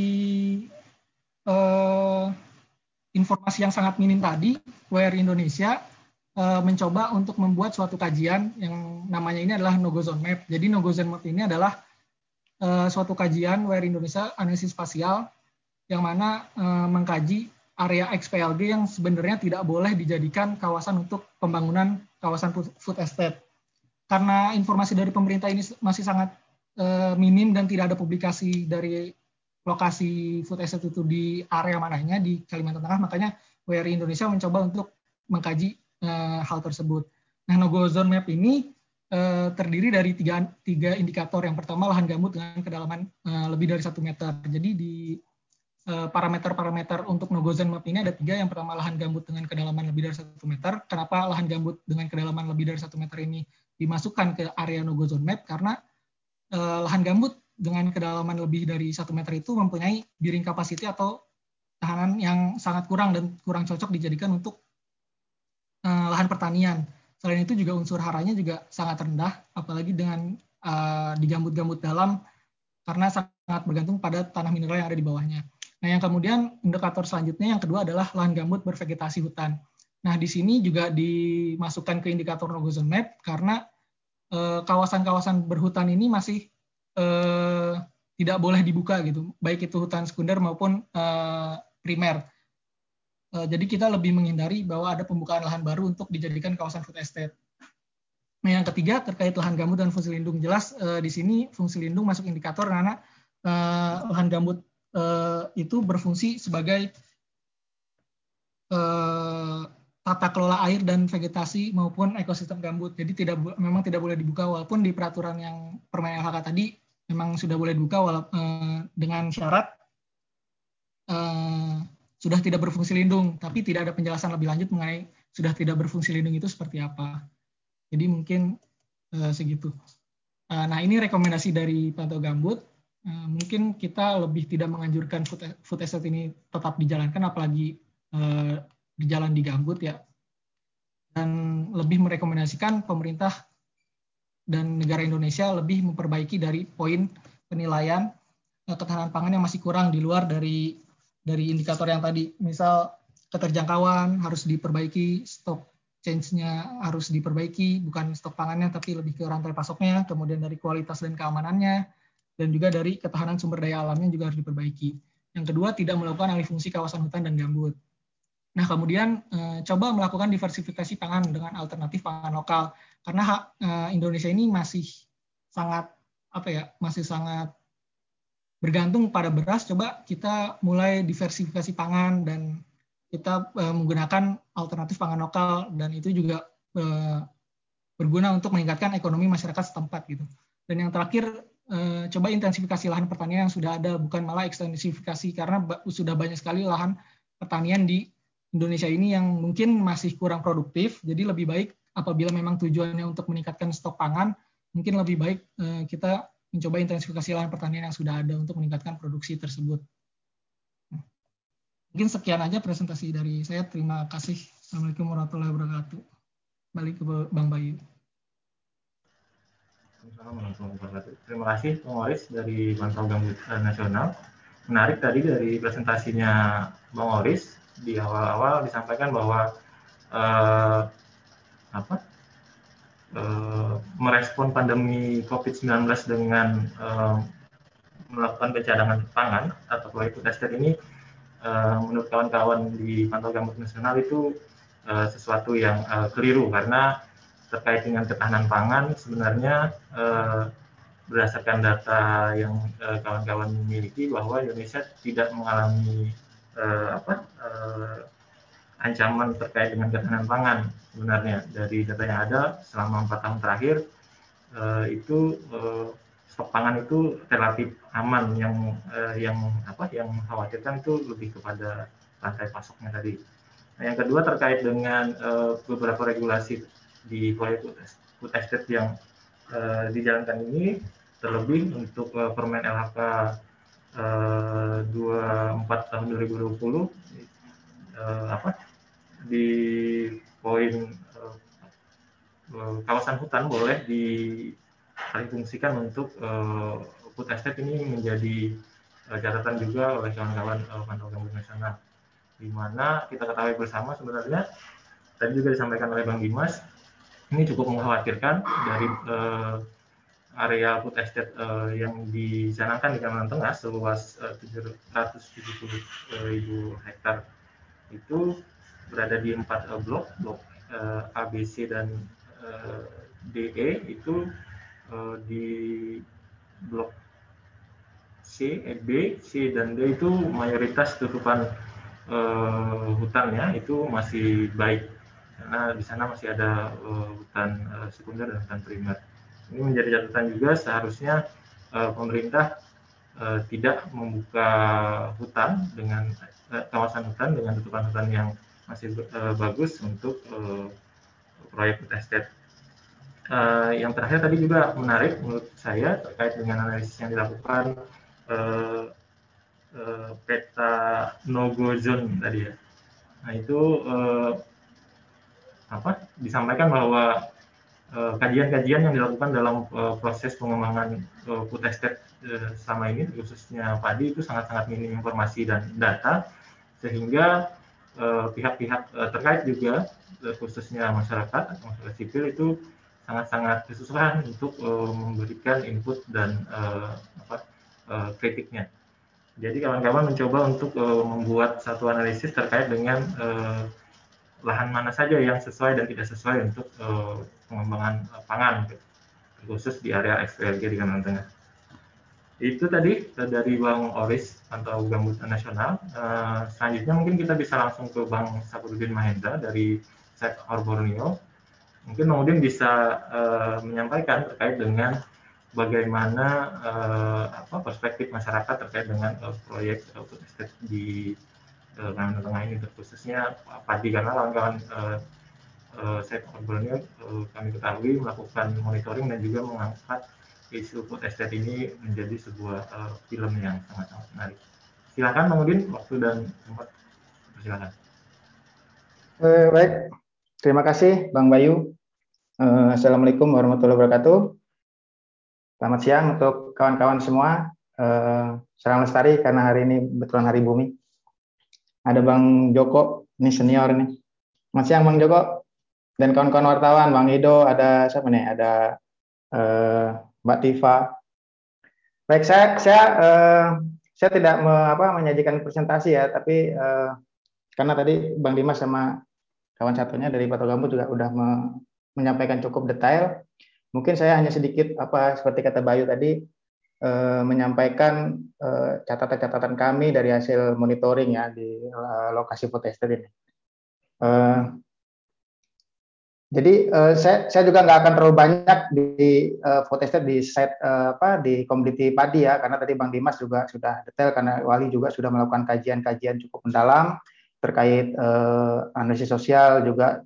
informasi yang sangat minim tadi, WRI Indonesia mencoba untuk membuat suatu kajian yang namanya ini adalah No Go Zone Map. Jadi No Go Zone Map ini adalah suatu kajian WRI Indonesia analisis spasial yang mana mengkaji area XPLG yang sebenarnya tidak boleh dijadikan kawasan untuk pembangunan kawasan food estate. Karena informasi dari pemerintah ini masih sangat minim dan tidak ada publikasi dari lokasi food estate itu di area mananya di Kalimantan Tengah, makanya WRI Indonesia mencoba untuk mengkaji hal tersebut. Nah, No Go Zone Map ini terdiri dari tiga indikator. Yang pertama lahan gambut dengan kedalaman lebih dari 1 meter. Jadi di parameter-parameter untuk No Go Zone Map ini ada 3. Yang pertama lahan gambut dengan kedalaman lebih dari 1 meter. Kenapa lahan gambut dengan kedalaman lebih dari 1 meter ini dimasukkan ke area No Go Zone Map? Karena lahan gambut dengan kedalaman lebih dari 1 meter itu mempunyai bearing capacity atau tahanan yang sangat kurang dan kurang cocok dijadikan untuk lahan pertanian. Selain itu juga unsur haranya juga sangat rendah, apalagi dengan di gambut-gambut dalam karena sangat bergantung pada tanah mineral yang ada di bawahnya. Nah, yang kemudian indikator selanjutnya yang kedua adalah lahan gambut bervegetasi hutan. Nah, di sini juga dimasukkan ke indikator No Go Zone Map karena kawasan-kawasan berhutan ini masih tidak boleh dibuka gitu, baik itu hutan sekunder maupun primer. Jadi kita lebih menghindari bahwa ada pembukaan lahan baru untuk dijadikan kawasan food estate. Nah, yang ketiga terkait lahan gambut dan fungsi lindung. Jelas di sini fungsi lindung masuk indikator karena lahan gambut itu berfungsi sebagai tata kelola air dan vegetasi maupun ekosistem gambut. Jadi memang tidak boleh dibuka, walaupun di peraturan yang Permen LHK tadi memang sudah boleh dibuka dengan syarat sudah tidak berfungsi lindung, tapi tidak ada penjelasan lebih lanjut mengenai sudah tidak berfungsi lindung itu seperti apa. Jadi mungkin segitu. Nah, ini rekomendasi dari Pantau Gambut. Mungkin kita lebih tidak menganjurkan food estate ini tetap dijalankan, apalagi di jalan di gambut ya. Dan lebih merekomendasikan pemerintah dan negara Indonesia lebih memperbaiki dari poin penilaian ketahanan pangan yang masih kurang di luar dari indikator yang tadi. Misal keterjangkauan harus diperbaiki, stok change-nya harus diperbaiki, bukan stok pangannya tapi lebih ke rantai pasoknya, kemudian dari kualitas dan keamanannya, dan juga dari ketahanan sumber daya alamnya juga harus diperbaiki. Yang kedua, tidak melakukan alih fungsi kawasan hutan dan gambut. Nah, kemudian coba melakukan diversifikasi pangan dengan alternatif pangan lokal, karena Indonesia ini masih sangat masih sangat bergantung pada beras. Coba kita mulai diversifikasi pangan dan kita menggunakan alternatif pangan lokal, dan itu juga berguna untuk meningkatkan ekonomi masyarakat setempat gitu. Dan yang terakhir, coba intensifikasi lahan pertanian yang sudah ada, bukan malah ekstensifikasi, karena sudah banyak sekali lahan pertanian di Indonesia ini yang mungkin masih kurang produktif. Jadi lebih baik apabila memang tujuannya untuk meningkatkan stok pangan, mungkin lebih baik kita mencoba intensifikasi lahan pertanian yang sudah ada untuk meningkatkan produksi tersebut. Mungkin sekian aja presentasi dari saya. Terima kasih. Assalamualaikum warahmatullahi wabarakatuh. Balik ke Bang Bayu. Terima kasih Bang Oris dari Pantau Gambut Nasional. Menarik tadi dari presentasinya Bang Oris di awal-awal disampaikan bahwa merespon pandemi COVID-19 dengan melakukan pencadangan pangan atau proyek food estate ini, menurut kawan-kawan di Pantau Gambut Nasional itu sesuatu yang keliru, karena terkait dengan ketahanan pangan sebenarnya berdasarkan data yang kawan-kawan miliki bahwa Indonesia tidak mengalami ancaman terkait dengan ketahanan pangan. Sebenarnya dari data yang ada selama 4 tahun terakhir itu stok pangan itu relatif aman. Yang mengkhawatirkan itu lebih kepada rantai pasoknya tadi. Nah, yang kedua terkait dengan beberapa regulasi di proyek food estate yang dijalankan ini, terlebih untuk Permen LHK 24 tahun 2020 di poin kawasan hutan boleh dialihfungsikan untuk food estate ini menjadi catatan juga oleh kawan-kawan Pantau Gambut Nasional, di mana kita ketahui bersama sebenarnya tadi juga disampaikan oleh Bang Dimas, ini cukup mengkhawatirkan dari area food estate yang dicanangkan di Kalimantan Tengah seluas 770.000 hektar itu berada di 4 blok A, B, C, dan D, E. Itu di blok C, B, C, dan D itu mayoritas tutupan hutannya itu masih baik, karena di sana masih ada hutan sekunder dan hutan primer. Ini menjadi catatan juga, seharusnya pemerintah tidak membuka hutan dengan kawasan hutan dengan tutupan hutan yang masih bagus untuk proyek food estate. Yang terakhir tadi juga menarik menurut saya terkait dengan analisis yang dilakukan peta no-go zone tadi ya. Nah itu disampaikan bahwa kajian-kajian yang dilakukan dalam proses pengembangan food estate selama ini, khususnya padi, itu sangat-sangat minim informasi dan data, sehingga pihak-pihak terkait juga, khususnya masyarakat atau masyarakat sipil, itu sangat-sangat kesusahan untuk memberikan input dan kritiknya. Jadi kawan-kawan mencoba untuk membuat satu analisis terkait dengan lahan mana saja yang sesuai dan tidak sesuai untuk pengembangan pangan, khusus di area XPLG di Kalimantan Tengah. Itu tadi dari Bang Oris, Pantau Gambut Nasional. Selanjutnya mungkin kita bisa langsung ke Bang Sapurudin Mahendra dari Site Or Borneo. Mungkin Bang Udin bisa menyampaikan terkait dengan bagaimana perspektif masyarakat terkait dengan proyek food estate di Kalimantan Tengah ini, khususnya padi, karena kawan-kawan Site Or Borneo kami ketahui melakukan monitoring dan juga mengangkat isu food estate ini menjadi sebuah film yang sangat-sangat menarik. Silakan Bang Udin, waktu dan tempat, silakan. Baik, terima kasih Bang Bayu. Assalamualaikum warahmatullahi wabarakatuh. Selamat siang untuk kawan-kawan semua. Salam lestari, karena hari ini betulan hari bumi. Ada Bang Joko, ini senior nih. Selamat siang Bang Joko. Dan kawan-kawan wartawan, Bang Ido, ada siapa nih? Ada Mbak Tifa. Baik, saya tidak menyajikan presentasi ya, tapi karena tadi Bang Dimas sama kawan satunya dari Pantau Gambut juga udah menyampaikan cukup detail. Mungkin saya hanya sedikit seperti kata Bayu tadi, menyampaikan catatan-catatan kami dari hasil monitoring ya di lokasi food estate ini. Jadi saya juga nggak akan terlalu banyak di food estate di site di komoditi padi ya, karena tadi Bang Dimas juga sudah detail, karena Wali juga sudah melakukan kajian-kajian cukup mendalam terkait analisis sosial juga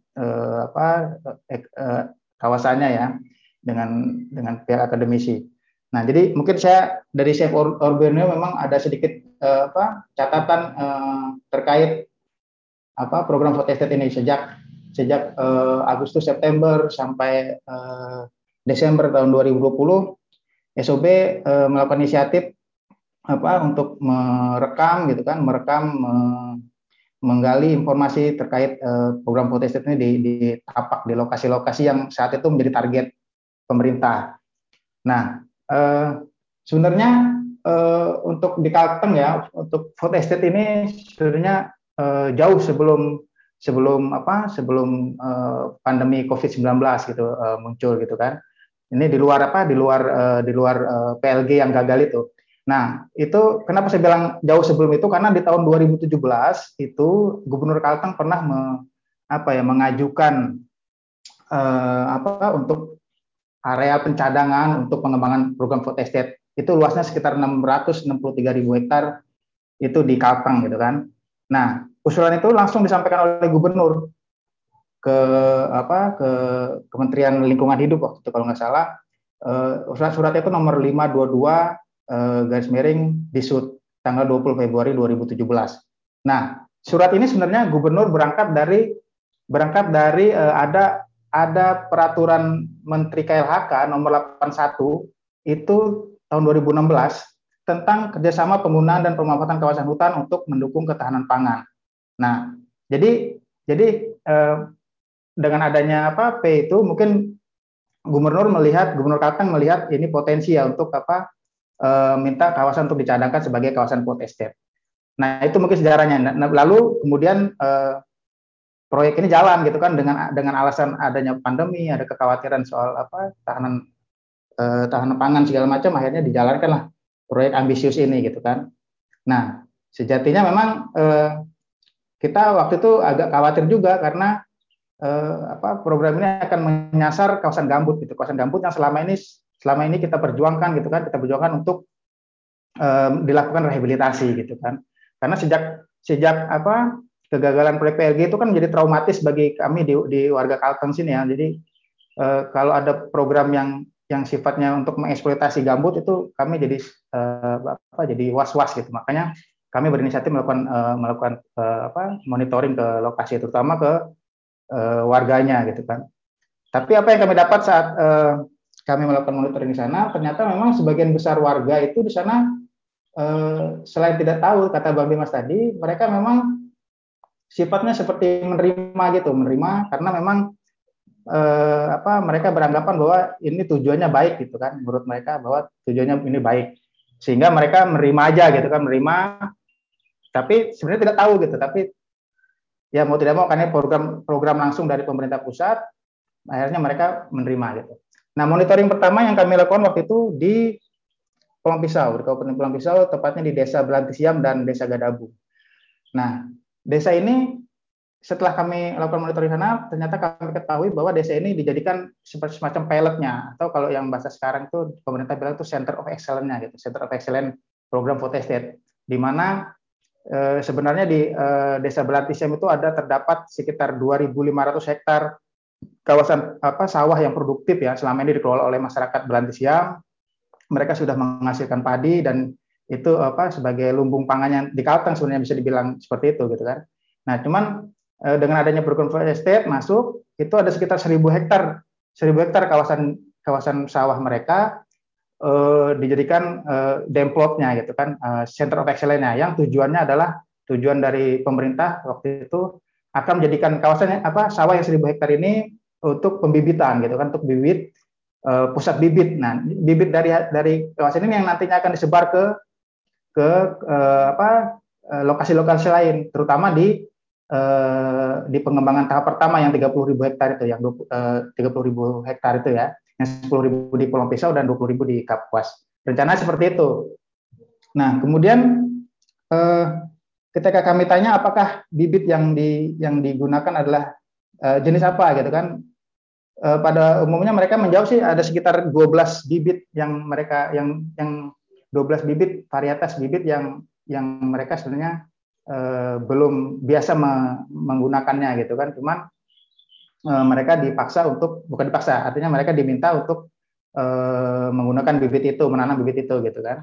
kawasannya ya dengan pihak akademisi. Nah, jadi mungkin saya dari Site Or Borneo memang ada sedikit catatan terkait program food estate ini sejak Agustus September sampai Desember tahun 2020. SOB melakukan inisiatif untuk merekam menggali informasi terkait program food estate ini di tapak di lokasi-lokasi yang saat itu menjadi target pemerintah. Nah, sebenarnya untuk di Kalteng ya, untuk food estate ini sebenarnya jauh sebelum pandemi COVID-19 gitu muncul gitu kan. Ini di luar PLG yang gagal itu. Nah, itu kenapa saya bilang jauh sebelum itu, karena di tahun 2017 itu Gubernur Kalteng pernah mengajukan untuk area pencadangan untuk pengembangan program food estate. Itu luasnya sekitar 663.000 hektar itu di Kalteng gitu kan. Nah, usulan itu langsung disampaikan oleh Gubernur ke Kementerian Lingkungan Hidup waktu itu kalau nggak salah. Surat itu nomor 522 /Disut tanggal 20 Februari 2017. Nah, surat ini sebenarnya Gubernur berangkat dari ada peraturan Menteri KLHK nomor 81 itu tahun 2016 tentang kerjasama penggunaan dan pemanfaatan kawasan hutan untuk mendukung ketahanan pangan. Nah, jadi dengan adanya P itu mungkin Gubernur Kalteng melihat ini potensi ya untuk minta kawasan untuk dicadangkan sebagai kawasan food estate. Nah, itu mungkin sejarahnya. Nah, lalu kemudian proyek ini jalan gitu kan dengan alasan adanya pandemi, ada kekhawatiran soal tahanan pangan segala macam, akhirnya dijalankanlah proyek ambisius ini gitu kan. Nah, sejatinya memang kita waktu itu agak khawatir juga karena program ini akan menyasar kawasan gambut gitu, kawasan gambut yang selama ini kita perjuangkan gitu kan, untuk dilakukan rehabilitasi gitu kan. Karena sejak kegagalan proyek PLG itu kan menjadi traumatis bagi kami di warga Kalteng sini ya. Jadi kalau ada program yang sifatnya untuk mengeksploitasi gambut itu kami jadi was-was gitu. Makanya kami berinisiatif melakukan monitoring ke lokasi, terutama ke warganya gitu kan. Tapi apa yang kami dapat saat kami melakukan monitoring di sana, ternyata memang sebagian besar warga itu di sana selain tidak tahu, kata Bang Dimas tadi, mereka memang sifatnya seperti menerima karena memang mereka beranggapan bahwa ini tujuannya baik gitu kan, menurut mereka bahwa tujuannya ini baik, sehingga mereka menerima aja gitu kan, tapi sebenarnya tidak tahu gitu, tapi ya mau tidak mau karena program langsung dari pemerintah pusat, akhirnya mereka menerima gitu. Nah, monitoring pertama yang kami lakukan waktu itu di Pulang Pisau, di Kabupaten Pulang Pisau, tepatnya di Desa Belantisiam dan Desa Gadabu. Nah, desa ini setelah kami lakukan monitoring sana, ternyata kami ketahui bahwa desa ini dijadikan seperti semacam pilotnya, atau kalau yang bahasa sekarang itu pemerintah bilang itu Center of Excellence-nya gitu, Center of Excellence program food estate, di mana sebenarnya di Desa Belantisiam itu terdapat sekitar 2.500 hektar kawasan sawah yang produktif ya, selama ini dikelola oleh masyarakat Belantisiam. Mereka sudah menghasilkan padi dan itu sebagai lumbung pangannya di Kalteng, sebenarnya bisa dibilang seperti itu gitu kan. Nah, cuman dengan adanya program food estate masuk, itu ada sekitar 1.000 hektar kawasan sawah mereka dijadikan demplotnya gitu kan, Center of Excellence-nya, yang tujuan dari pemerintah waktu itu akan menjadikan kawasan sawah yang 1.000 hektar ini untuk pembibitan gitu kan, untuk bibit, pusat bibit. Nah, bibit dari kawasan ini yang nantinya akan disebar ke lokasi-lokasi lain, terutama di pengembangan tahap pertama yang 30.000 hektar itu, yang 30.000 hektar itu ya, yang 10.000 di Pulau Pisau dan 20.000 di Kapuas. Rencana seperti itu. Nah, kemudian ketika kami tanya apakah bibit yang digunakan adalah jenis apa gitu kan, pada umumnya mereka menjawab sih ada sekitar 12 bibit yang 12 bibit varietas bibit yang mereka sebenarnya belum biasa menggunakannya gitu kan, cuman mereka bukan dipaksa, artinya mereka diminta untuk menggunakan bibit itu, menanam bibit itu gitu kan.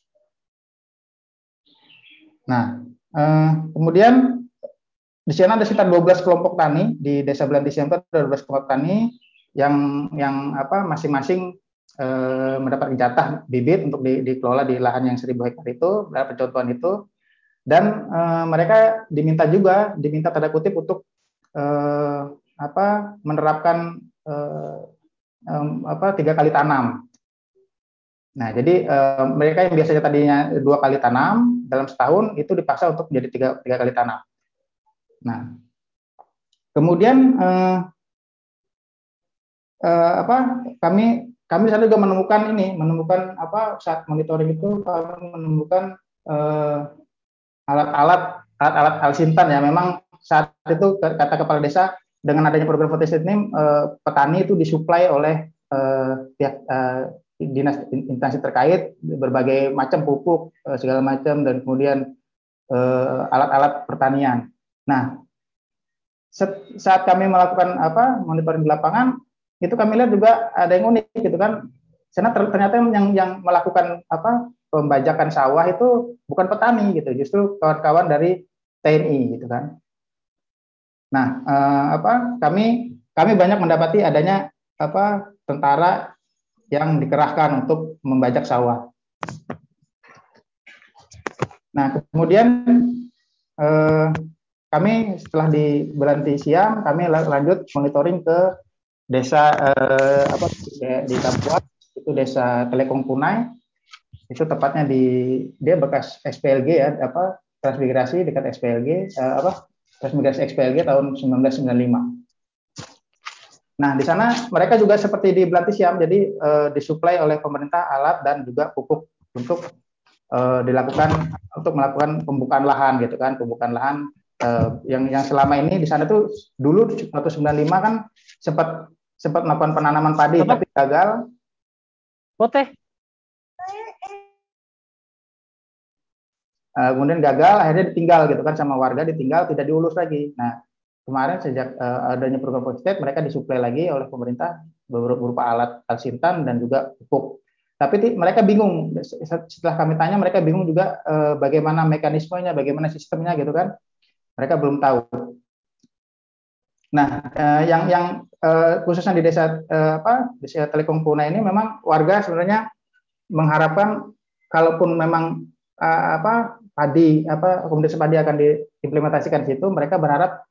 Nah, kemudian di sana ada sekitar 12 kelompok tani di Desa Belantisiam, itu ada 12 kelompok tani yang masing-masing mendapat jatah bibit untuk dikelola di lahan yang 1.000 hektar itu, mendapat contohan itu. dan mereka diminta tanda kutip untuk menerapkan 3 kali tanam. Nah, jadi mereka yang biasanya tadinya 2 kali tanam dalam setahun itu dipaksa untuk menjadi 3 kali tanam. Nah, kemudian kami di sana juga menemukan saat monitoring itu kami menemukan alat-alat alsintan ya. Memang saat itu kata kepala desa, dengan adanya program fotoestet ini petani itu disuplai oleh pihak dinas instansi terkait berbagai macam pupuk segala macam, dan kemudian alat-alat pertanian. Nah, saat kami melakukan monitoring di lapangan, itu kami lihat juga ada yang unik gitu kan. Ternyata yang melakukan pembajakan sawah itu bukan petani gitu, justru kawan-kawan dari TNI gitu kan. Nah, kami banyak mendapati adanya tentara yang dikerahkan untuk membajak sawah. Nah, kemudian kami setelah berhenti siang, kami lanjut monitoring ke desa di Kapuas, itu desa Telekong Punai. Itu tepatnya dia bekas SPLG ya, transmigrasi dekat SPLG, transmigrasi SPLG tahun 1995. Nah, di sana mereka juga seperti di Belantisiam, jadi disuplai oleh pemerintah alat dan juga pupuk untuk melakukan pembukaan lahan gitu kan, pembukaan lahan yang selama ini di sana tuh dulu 1995 kan sempat melakukan penanaman padi tapi gagal. Kemudian gagal, akhirnya ditinggal gitu kan sama warga, ditinggal, tidak diurus lagi. Nah, kemarin sejak adanya program fotoestet, mereka disuplai lagi oleh pemerintah berupa alat alsintan dan juga pupuk. Tapi mereka bingung, setelah kami tanya mereka bingung juga bagaimana mekanismenya, bagaimana sistemnya gitu kan. Mereka belum tahu. Nah, yang khususnya di desa Telekong Punai ini memang warga sebenarnya mengharapkan kalaupun memang komoditas padi akan diimplementasikan di situ, mereka berharap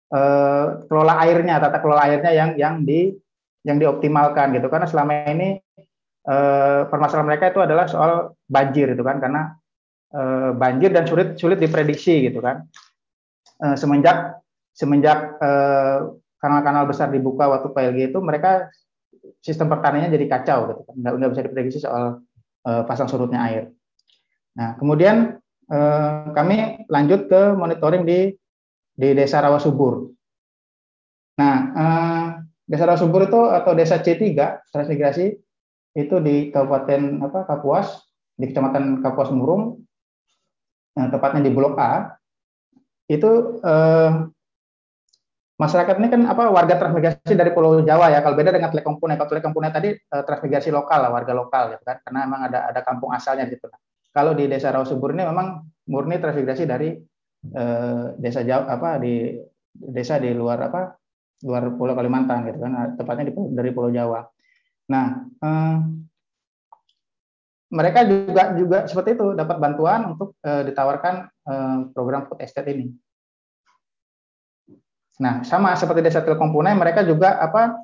tata kelola airnya yang dioptimalkan gitu, karena selama ini permasalahan mereka itu adalah soal banjir itu kan, karena banjir dan sulit diprediksi gitu kan. Semenjak kanal-kanal besar dibuka waktu PLG itu, mereka sistem pertaniannya jadi kacau gitu kan, nggak bisa diprediksi soal pasang surutnya air. Nah, kemudian kami lanjut ke monitoring di Desa Rawasubur. Nah, Desa Rawasubur itu atau Desa C3 transmigrasi itu di Kabupaten Kapuas, di Kecamatan Kapuas Murung, tepatnya di Blok A. Itu masyarakat ini kan warga transmigrasi dari Pulau Jawa ya. Kalau beda dengan Telekong Punai. Kalau Telekong Punai tadi transmigrasi lokal lah, warga lokal gitu kan, karena memang ada kampung asalnya gitu. Kalau di Desa Rawasubur ini memang murni transmigrasi dari desa Jawa, di desa di luar Pulau Kalimantan gitu kan, tepatnya dari Pulau Jawa. Nah, mereka juga seperti itu dapat bantuan untuk ditawarkan program food estate ini. Nah, sama seperti Desa Telekong Punai, mereka juga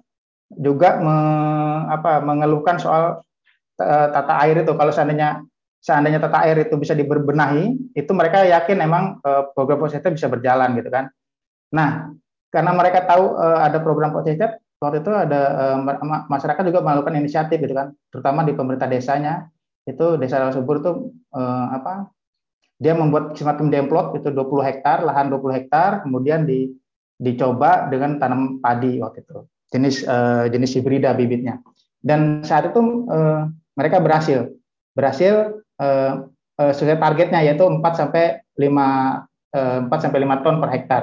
mengeluhkan soal tata air itu. Kalau seandainya tata air itu bisa dibenahi, itu mereka yakin memang program food estate bisa berjalan gitu kan. Nah, karena mereka tahu ada program food estate, waktu itu ada masyarakat juga melakukan inisiatif gitu kan, terutama di pemerintah desanya. Itu Desa Rawasubur itu dia membuat semacam demplot itu 20 hektar, lahan 20 hektar, kemudian dicoba dengan tanam padi waktu itu. Jenis hibrida bibitnya. Dan saat itu mereka berhasil sesuai targetnya, yaitu 4 sampai 5 ton per hektar.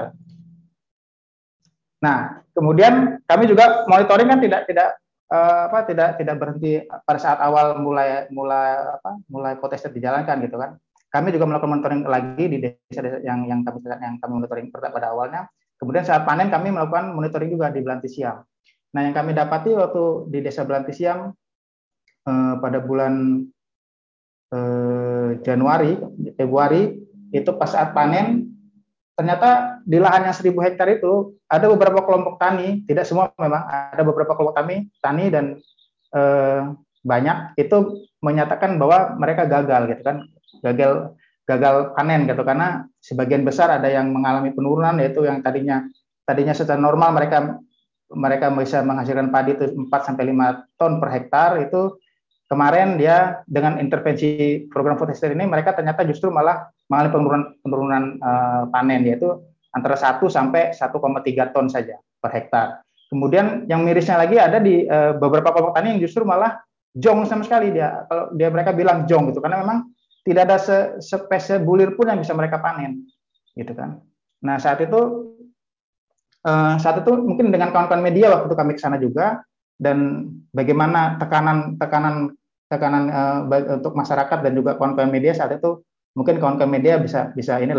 Nah, kemudian kami juga monitoring kan tidak berhenti pada saat awal mulai fotoestet dijalankan gitu kan. Kami juga melakukan monitoring lagi di desa-desa yang kami monitoring pada awalnya. Kemudian saat panen kami melakukan monitoring juga di Belantisiam. Nah, yang kami dapati waktu di Desa Belantisiam pada bulan Februari itu pas saat panen ternyata di lahan yang 1.000 hektar itu ada beberapa kelompok tani, tidak semua memang, ada beberapa kelompok tani dan banyak itu menyatakan bahwa mereka gagal gitu kan, gagal panen gitu, karena sebagian besar ada yang mengalami penurunan, yaitu yang tadinya secara normal mereka bisa menghasilkan padi itu 4 sampai 5 ton per hektar, itu kemarin dia dengan intervensi program food estate ini mereka ternyata justru malah mengalami penurunan panen, yaitu antara 1 sampai 1,3 ton saja per hektar. Kemudian yang mirisnya lagi ada di beberapa kelompok tani yang justru malah jong sama sekali, kalau mereka bilang jong gitu, karena memang tidak ada spesies bulir pun yang bisa mereka panen gitu kan. Nah saat itu mungkin dengan kawan-kawan media waktu itu kami ke sana juga, dan bagaimana tekanan untuk masyarakat dan juga kawan-kawan media saat itu, mungkin kawan-kawan media bisa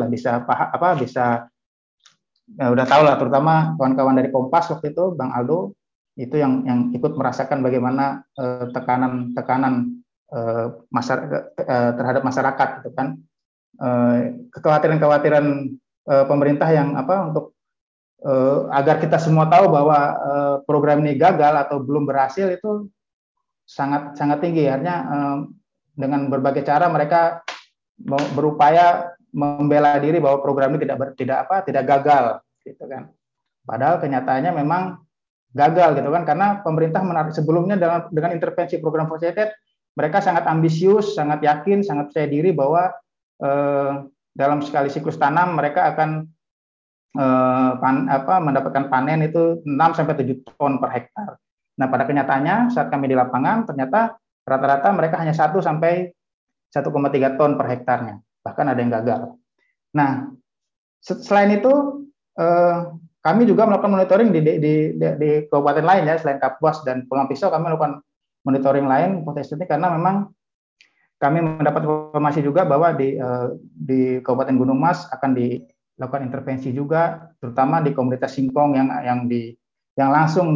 udah tahu lah, terutama kawan-kawan dari Kompas waktu itu, Bang Aldo itu yang ikut merasakan bagaimana tekanan terhadap masyarakat gitu kan, kekhawatiran pemerintah yang untuk agar kita semua tahu bahwa program ini gagal atau belum berhasil itu sangat tinggi. Artinya dengan berbagai cara mereka berupaya membela diri bahwa program ini tidak gagal gitu kan. Padahal kenyataannya memang gagal gitu kan, karena pemerintah sebelumnya dengan intervensi program food estate mereka sangat ambisius, sangat yakin, sangat percaya diri bahwa dalam sekali siklus tanam mereka akan mendapatkan panen itu 6 sampai 7 ton per hektar. Nah, pada kenyataannya saat kami di lapangan ternyata rata-rata mereka hanya 1 sampai 1,3 ton per hektarnya. Bahkan ada yang gagal. Nah, selain itu kami juga melakukan monitoring di kabupaten lain ya, selain Kapuas dan Pulau Pisau, kami melakukan monitoring lain potensi ini, karena memang kami mendapat informasi juga bahwa di Kabupaten Gunung Mas akan dilakukan intervensi juga, terutama di komunitas singkong yang langsung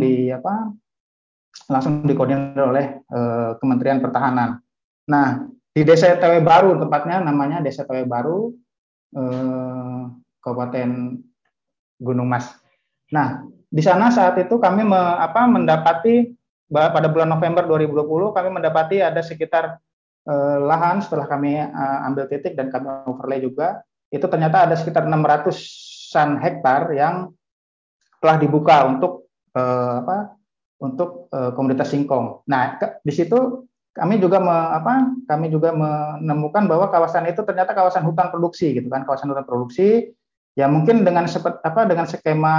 dikoordinir oleh Kementerian Pertahanan. Nah, di Desa Tewe Baru, tempatnya namanya Desa Tewe Baru, Kabupaten Gunung Mas. Nah, di sana saat itu kami mendapati pada bulan November 2020 kami mendapati ada sekitar lahan, setelah kami ambil titik dan kami overlay juga, itu ternyata ada sekitar 600-an hektar yang telah dibuka untuk komunitas singkong. Nah, di situ kami juga menemukan bahwa kawasan itu ternyata kawasan hutan produksi gitu kan, kawasan hutan produksi ya, mungkin dengan skema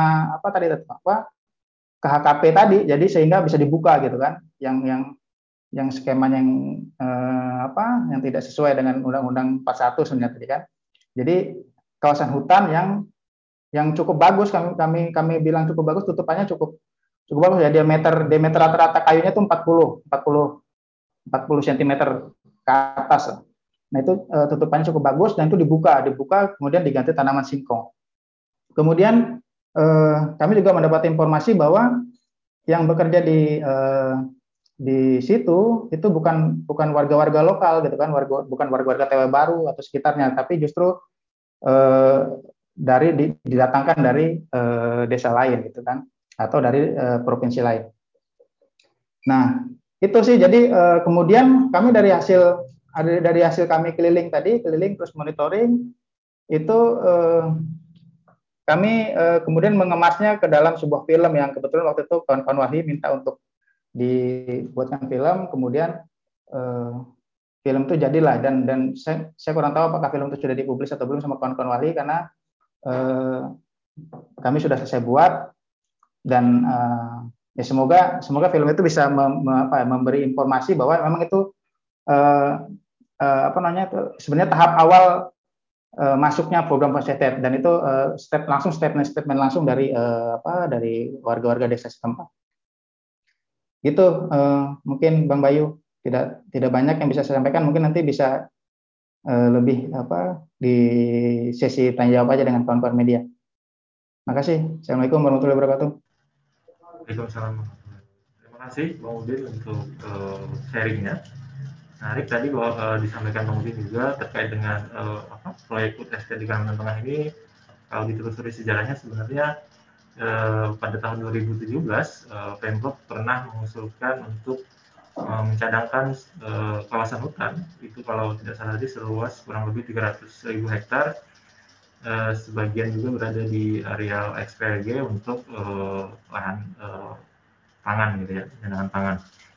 KHKP tadi, jadi sehingga bisa dibuka gitu kan, yang skemanya yang tidak sesuai dengan Undang-Undang 41 sebenarnya tadi kan. Jadi kawasan hutan yang cukup bagus, kami bilang cukup bagus, tutupannya cukup bagus ya, diameter rata-rata kayunya itu 40 cm ke atas. Nah, itu tutupannya cukup bagus dan itu dibuka kemudian diganti tanaman singkong. Kemudian kami juga mendapat informasi bahwa yang bekerja di situ itu bukan warga-warga lokal gitu kan, bukan warga-warga Tewe Baru atau sekitarnya, tapi justru didatangkan dari desa lain gitu kan, atau dari provinsi lain. Nah, itu sih. Jadi kemudian kami dari hasil kami keliling terus monitoring itu, kami kemudian mengemasnya ke dalam sebuah film yang kebetulan waktu itu kawan-kawan Wahyu minta untuk dibuatkan film, kemudian film itu jadilah, dan saya kurang tahu apakah film itu sudah dipublis atau belum sama kawan-kawan Wali, karena kami sudah selesai buat, dan ya semoga film itu bisa memberi informasi bahwa memang itu sebenarnya tahap awal masuknya program food estate, dan itu statement langsung dari warga-warga desa setempat. Gitu, mungkin Bang Bayu, tidak banyak yang bisa saya sampaikan, mungkin nanti bisa lebih di sesi tanya jawab aja dengan kawan-kawan media. Makasih. Assalamualaikum warahmatullahi wabarakatuh. Waalaikumsalam. Terima kasih Bang Udin untuk sharingnya. menarik tadi bahwa disampaikan Bang Udin juga terkait dengan proyek food estate di Kalimantan Tengah ini. Kalau ditelusuri sejarahnya sebenarnya pada tahun 2017 Pemprov pernah mengusulkan untuk mencadangkan kawasan hutan itu kalau tidak salah tadi seluas kurang lebih 300.000 hektar, sebagian juga berada di areal XPLG untuk lahan pangan gitu ya, cadangan pangan.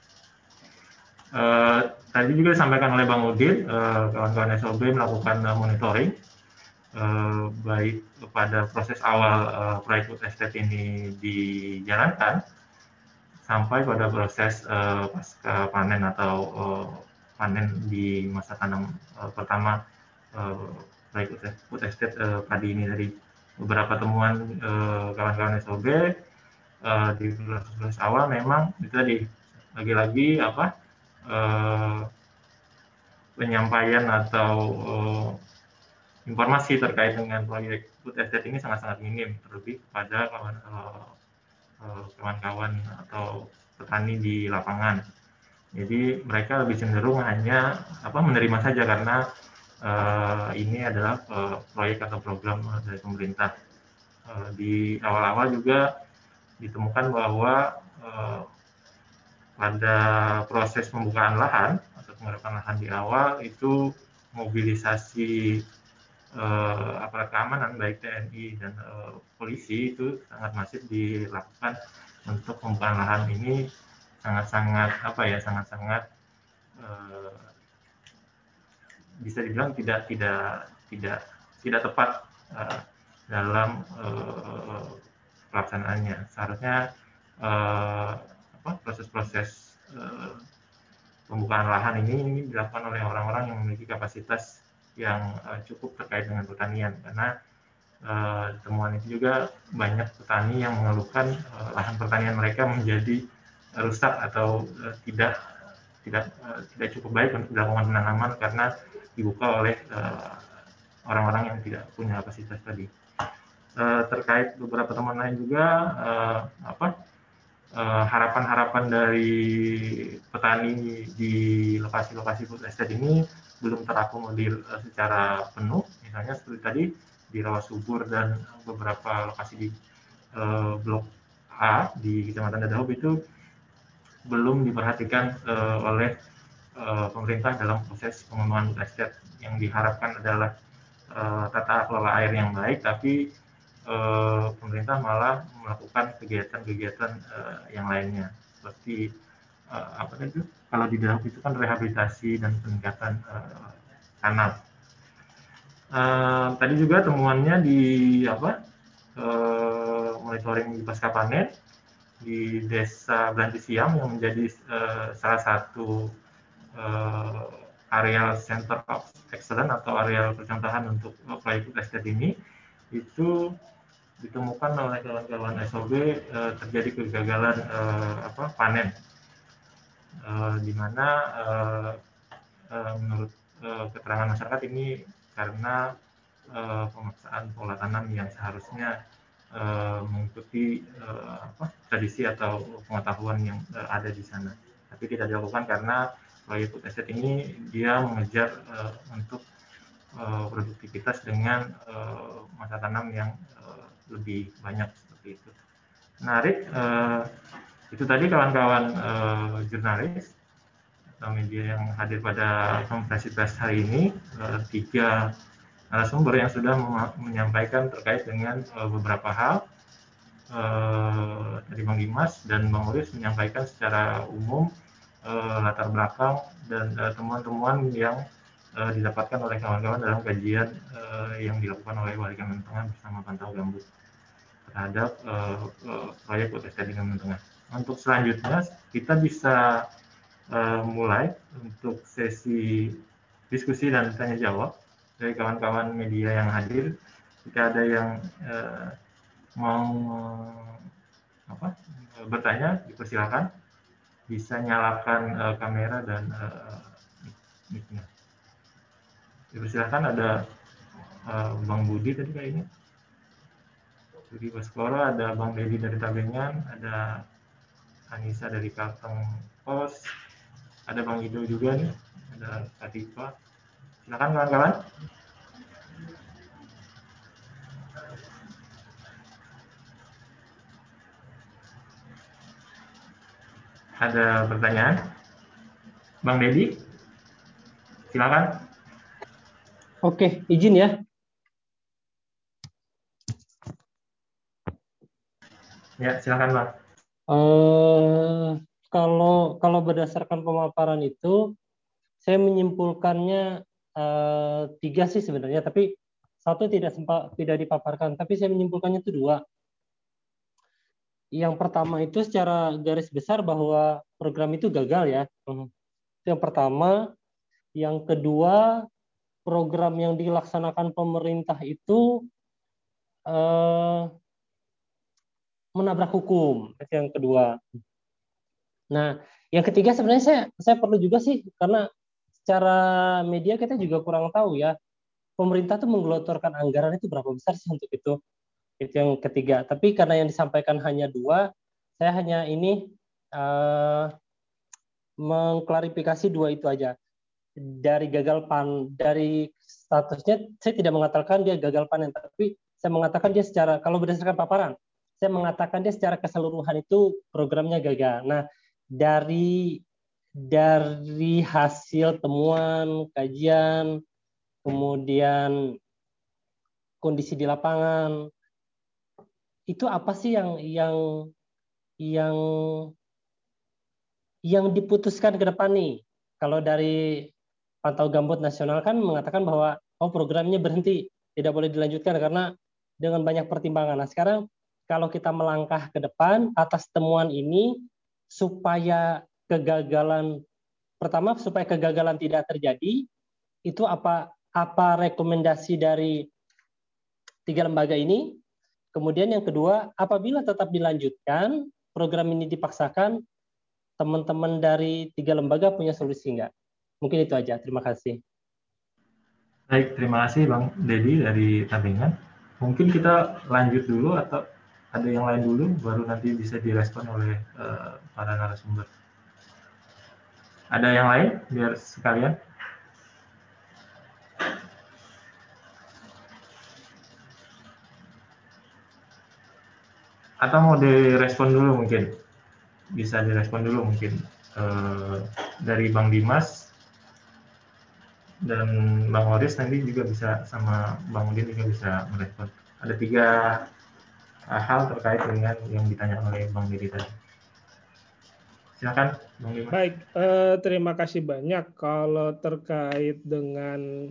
Tadi juga disampaikan oleh Bang Udin, kawan-kawan SOB melakukan monitoring baik pada proses awal proyek food estate ini dijalankan sampai pada proses pasca panen atau panen di masa tanam pertama proyek food estate padi ini. Dari beberapa temuan kawan-kawan SOB di proses awal memang itu tadi lagi-lagi penyampaian atau informasi terkait dengan proyek food estate ini sangat-sangat minim, terlebih pada kawan-kawan atau petani di lapangan. Jadi mereka lebih cenderung hanya menerima saja karena ini adalah proyek atau program dari pemerintah. Di awal-awal juga ditemukan bahwa pada proses pembukaan lahan atau pengerukan lahan di awal itu mobilisasi aparat keamanan baik TNI dan polisi itu sangat masif dilakukan untuk pembukaan lahan ini. Sangat-sangat bisa dibilang tidak tepat dalam pelaksanaannya. Seharusnya proses-proses pembukaan lahan ini dilakukan oleh orang-orang yang memiliki kapasitas yang cukup terkait dengan pertanian, karena temuan itu juga banyak petani yang mengeluhkan lahan pertanian mereka menjadi rusak atau tidak cukup baik untuk dilakukan penanaman karena dibuka oleh orang-orang yang tidak punya kapasitas tadi. Terkait beberapa teman lain juga harapan-harapan dari petani di lokasi-lokasi food estate ini belum terakomodir secara penuh. Misalnya seperti tadi di Rawa Subur dan beberapa lokasi di Blok A di Kecamatan Dadahub itu belum diperhatikan oleh pemerintah dalam proses pengembangan food estate. Yang diharapkan adalah tata kelola air yang baik, tapi pemerintah malah melakukan kegiatan-kegiatan yang lainnya seperti kalau di dalam itu kan rehabilitasi dan peningkatan tanam. Tadi juga temuannya di monitoring pasca panen di Desa Belanti Siam yang menjadi salah satu areal center of excellence atau areal percontohan untuk proyek food estate ini, itu ditemukan oleh kawan-kawan SOB terjadi kegagalan panen, di mana menurut keterangan masyarakat ini karena pemaksaan pola tanam yang seharusnya mengikuti tradisi atau pengetahuan yang ada di sana, tapi tidak dilakukan karena proyek food estate ini dia mengejar untuk produktivitas dengan masa tanam yang lebih banyak seperti itu. Menarik, itu tadi kawan-kawan jurnalis atau media yang hadir pada konferensi pers hari ini, 3 narasumber yang sudah menyampaikan terkait dengan beberapa hal. Dari Bang Dimas dan Bang Uris menyampaikan secara umum latar belakang dan temuan-temuan yang didapatkan oleh kawan-kawan dalam kajian yang dilakukan oleh Wali Kalimantan Tengah bersama Pantau Gambut terhadap proyek food estate di Kalimantan Tengah. Untuk selanjutnya kita bisa mulai untuk sesi diskusi dan tanya jawab dari kawan-kawan media yang hadir. Jika ada yang mau bertanya, dipersilakan, bisa nyalakan kamera dan mic-nya. Dipersilakan. Ada Bang Budi tadi kayaknya, Budi Baskoro, ada Bang Dedi dari Tabengan, ada Anissa dari Kalteng Pos, ada Bang Ido juga nih ada Katifa. Silakan kawan-kawan. Ada pertanyaan? Bang Dedi, silakan. Oke, izin ya. Ya, silakan Bang. Kalau berdasarkan pemaparan itu, saya menyimpulkannya tiga sih sebenarnya, tapi satu tidak dipaparkan, tapi saya menyimpulkannya itu dua. Yang pertama itu secara garis besar bahwa program itu gagal ya. Itu yang pertama. Yang kedua, program yang dilaksanakan pemerintah itu menabrak hukum. Itu yang kedua. Nah, yang ketiga sebenarnya saya perlu juga sih, karena secara media kita juga kurang tahu ya, pemerintah tuh menggelontorkan anggaran itu berapa besar sih untuk itu. Itu yang ketiga. Tapi karena yang disampaikan hanya dua, saya hanya ini mengklarifikasi dua itu aja. Dari statusnya saya tidak mengatakan dia gagal panen, tapi saya mengatakan dia kalau berdasarkan paparan, saya mengatakan dia secara keseluruhan itu programnya gagal. Nah, dari hasil temuan, kajian, kemudian kondisi di lapangan, itu apa sih yang diputuskan ke depan nih? Kalau dari Pantau Gambut Nasional kan mengatakan bahwa programnya berhenti, tidak boleh dilanjutkan karena dengan banyak pertimbangan. Nah, sekarang kalau kita melangkah ke depan atas temuan ini supaya kegagalan tidak terjadi, itu apa rekomendasi dari tiga lembaga ini? Kemudian yang kedua, apabila tetap dilanjutkan, program ini dipaksakan, teman-teman dari tiga lembaga punya solusi nggak? Mungkin itu aja. Terima kasih. Baik, terima kasih Bang Dedi dari Tabengan. Mungkin kita lanjut dulu atau ada yang lain dulu, baru nanti bisa direspon oleh para narasumber. Ada yang lain biar sekalian? Atau mau direspon dulu mungkin? Bisa direspon dulu mungkin dari Bang Dimas dan Bang Horis, nanti juga bisa sama Bang Udin juga bisa merespon. Ada tiga hal terkait dengan yang ditanya oleh Bang Dedi tadi. Silakan Bang Dimas. Baik, terima kasih banyak. Kalau terkait dengan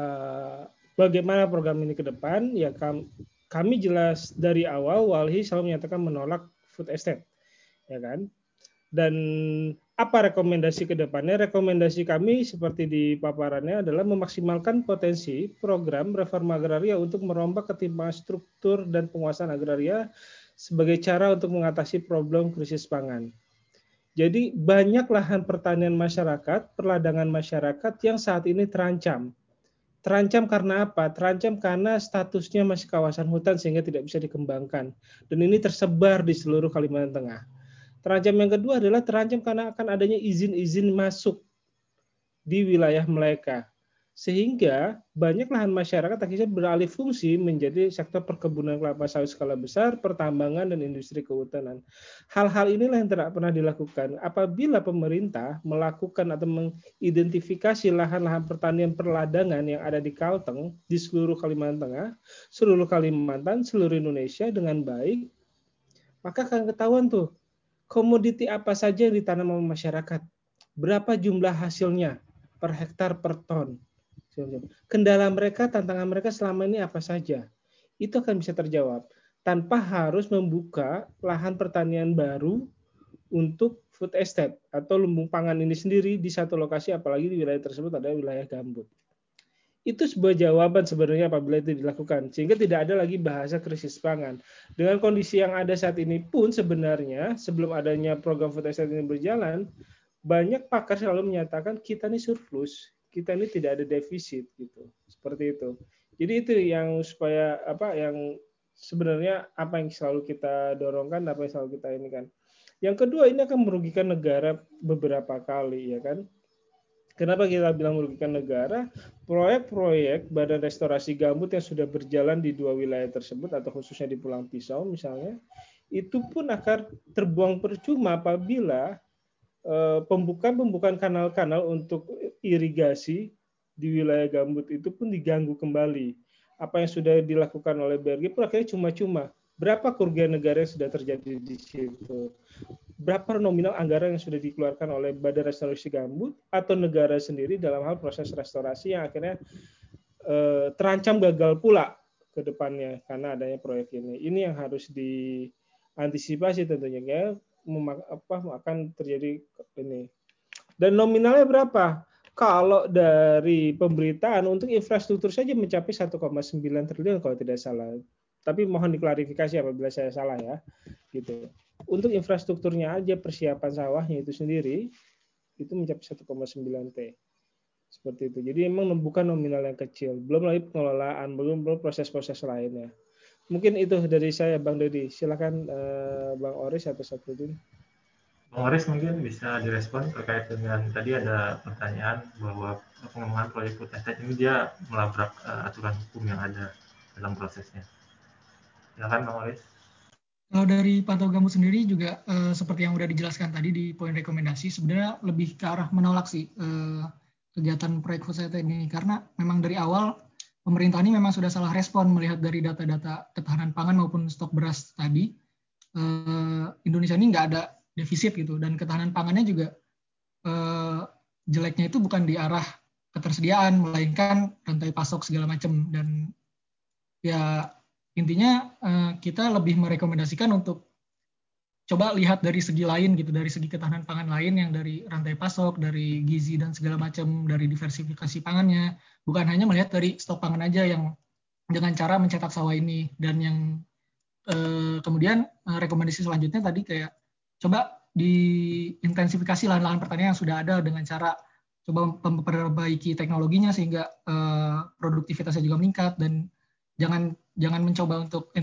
bagaimana program ini ke depan, ya kami jelas dari awal Walhi selalu menyatakan menolak food estate, ya kan? Dan apa rekomendasi ke depannya? Rekomendasi kami seperti di paparannya adalah memaksimalkan potensi program reforma agraria untuk merombak ketimpangan struktur dan penguasaan agraria sebagai cara untuk mengatasi problem krisis pangan. Jadi banyak lahan pertanian masyarakat, perladangan masyarakat yang saat ini terancam. Terancam karena apa? Terancam karena statusnya masih kawasan hutan sehingga tidak bisa dikembangkan. Dan ini tersebar di seluruh Kalimantan Tengah. Terancam yang kedua adalah terancam karena akan adanya izin-izin masuk di wilayah mereka. Sehingga banyak lahan masyarakat akhirnya beralih fungsi menjadi sektor perkebunan kelapa sawit skala besar, pertambangan, dan industri kehutanan. Hal-hal inilah yang tidak pernah dilakukan. Apabila pemerintah melakukan atau mengidentifikasi lahan-lahan pertanian perladangan yang ada di Kalteng, di seluruh Kalimantan Tengah, seluruh Kalimantan, seluruh Indonesia dengan baik, maka akan ketahuan tuh komoditi apa saja yang ditanam oleh masyarakat, berapa jumlah hasilnya per hektar per ton. Kendala mereka, tantangan mereka selama ini apa saja. Itu akan bisa terjawab tanpa harus membuka lahan pertanian baru untuk food estate atau lumbung pangan ini sendiri di satu lokasi, apalagi di wilayah tersebut ada wilayah gambut. Itu sebuah jawaban sebenarnya apabila itu dilakukan, sehingga tidak ada lagi bahasa krisis pangan. Dengan kondisi yang ada saat ini pun sebenarnya sebelum adanya program food estate ini berjalan, banyak pakar selalu menyatakan kita ini surplus, kita ini tidak ada defisit gitu, seperti itu. Jadi itu yang supaya yang sebenarnya apa yang selalu kita dorongkan, apa yang selalu kita ini kan. Yang kedua, ini akan merugikan negara beberapa kali, ya kan. Kenapa kita bilang merugikan negara? Proyek-proyek badan restorasi gambut yang sudah berjalan di 2 wilayah tersebut atau khususnya di Pulang Pisau misalnya, itu pun akan terbuang percuma apabila pembukaan kanal-kanal untuk irigasi di wilayah gambut itu pun diganggu kembali. Apa yang sudah dilakukan oleh BRG pun akhirnya cuma-cuma. Berapa kerugian negara yang sudah terjadi di situ? Berapa nominal anggaran yang sudah dikeluarkan oleh Badan Restorasi Gambut atau negara sendiri dalam hal proses restorasi yang akhirnya terancam gagal pula ke depannya karena adanya proyek ini. Ini yang harus diantisipasi tentunya ya, akan terjadi ini. Dan nominalnya berapa? Kalau dari pemberitaan untuk infrastruktur saja mencapai 1,9 triliun kalau tidak salah. Tapi mohon diklarifikasi apabila saya salah ya. Gitu. Untuk infrastrukturnya aja persiapan sawahnya itu sendiri itu mencapai 1,9 T. Seperti itu. Jadi memang bukan nominal yang kecil. Belum lagi pengelolaan, belum proses-proses lainnya. Mungkin itu dari saya, Bang Dedi. Silakan Bang Oris atau Sapudin. Bang Oris mungkin bisa direspon terkait dengan tadi ada pertanyaan bahwa pengembangan proyek food estate ini dia melabrak aturan hukum yang ada dalam prosesnya. Silakan Bang Oris. Kalau dari Pantau Gambut sendiri juga seperti yang udah dijelaskan tadi di poin rekomendasi, sebenarnya lebih ke arah menolak sih kegiatan proyek food estate ini, karena memang dari awal pemerintah ini memang sudah salah respon melihat dari data-data ketahanan pangan maupun stok beras tadi. Indonesia ini nggak ada defisit gitu, dan ketahanan pangannya juga jeleknya itu bukan di arah ketersediaan, melainkan rantai pasok segala macam. Dan ya intinya kita lebih merekomendasikan untuk coba lihat dari segi lain gitu, dari segi ketahanan pangan lain yang dari rantai pasok, dari gizi dan segala macam, dari diversifikasi pangannya, bukan hanya melihat dari stok pangan aja yang dengan cara mencetak sawah ini. Dan yang kemudian rekomendasi selanjutnya tadi kayak coba diintensifikasi lahan-lahan pertanian yang sudah ada dengan cara coba memperbaiki teknologinya sehingga produktivitasnya juga meningkat, dan jangan mencoba untuk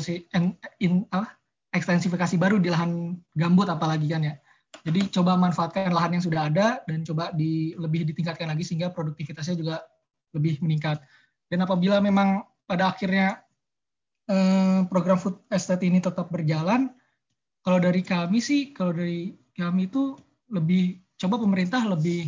ekstensifikasi baru di lahan gambut apalagi kan ya. Jadi coba manfaatkan lahan yang sudah ada dan coba lebih ditingkatkan lagi sehingga produktivitasnya juga lebih meningkat. Dan apabila memang pada akhirnya program food estate ini tetap berjalan, kalau dari kami itu lebih coba pemerintah lebih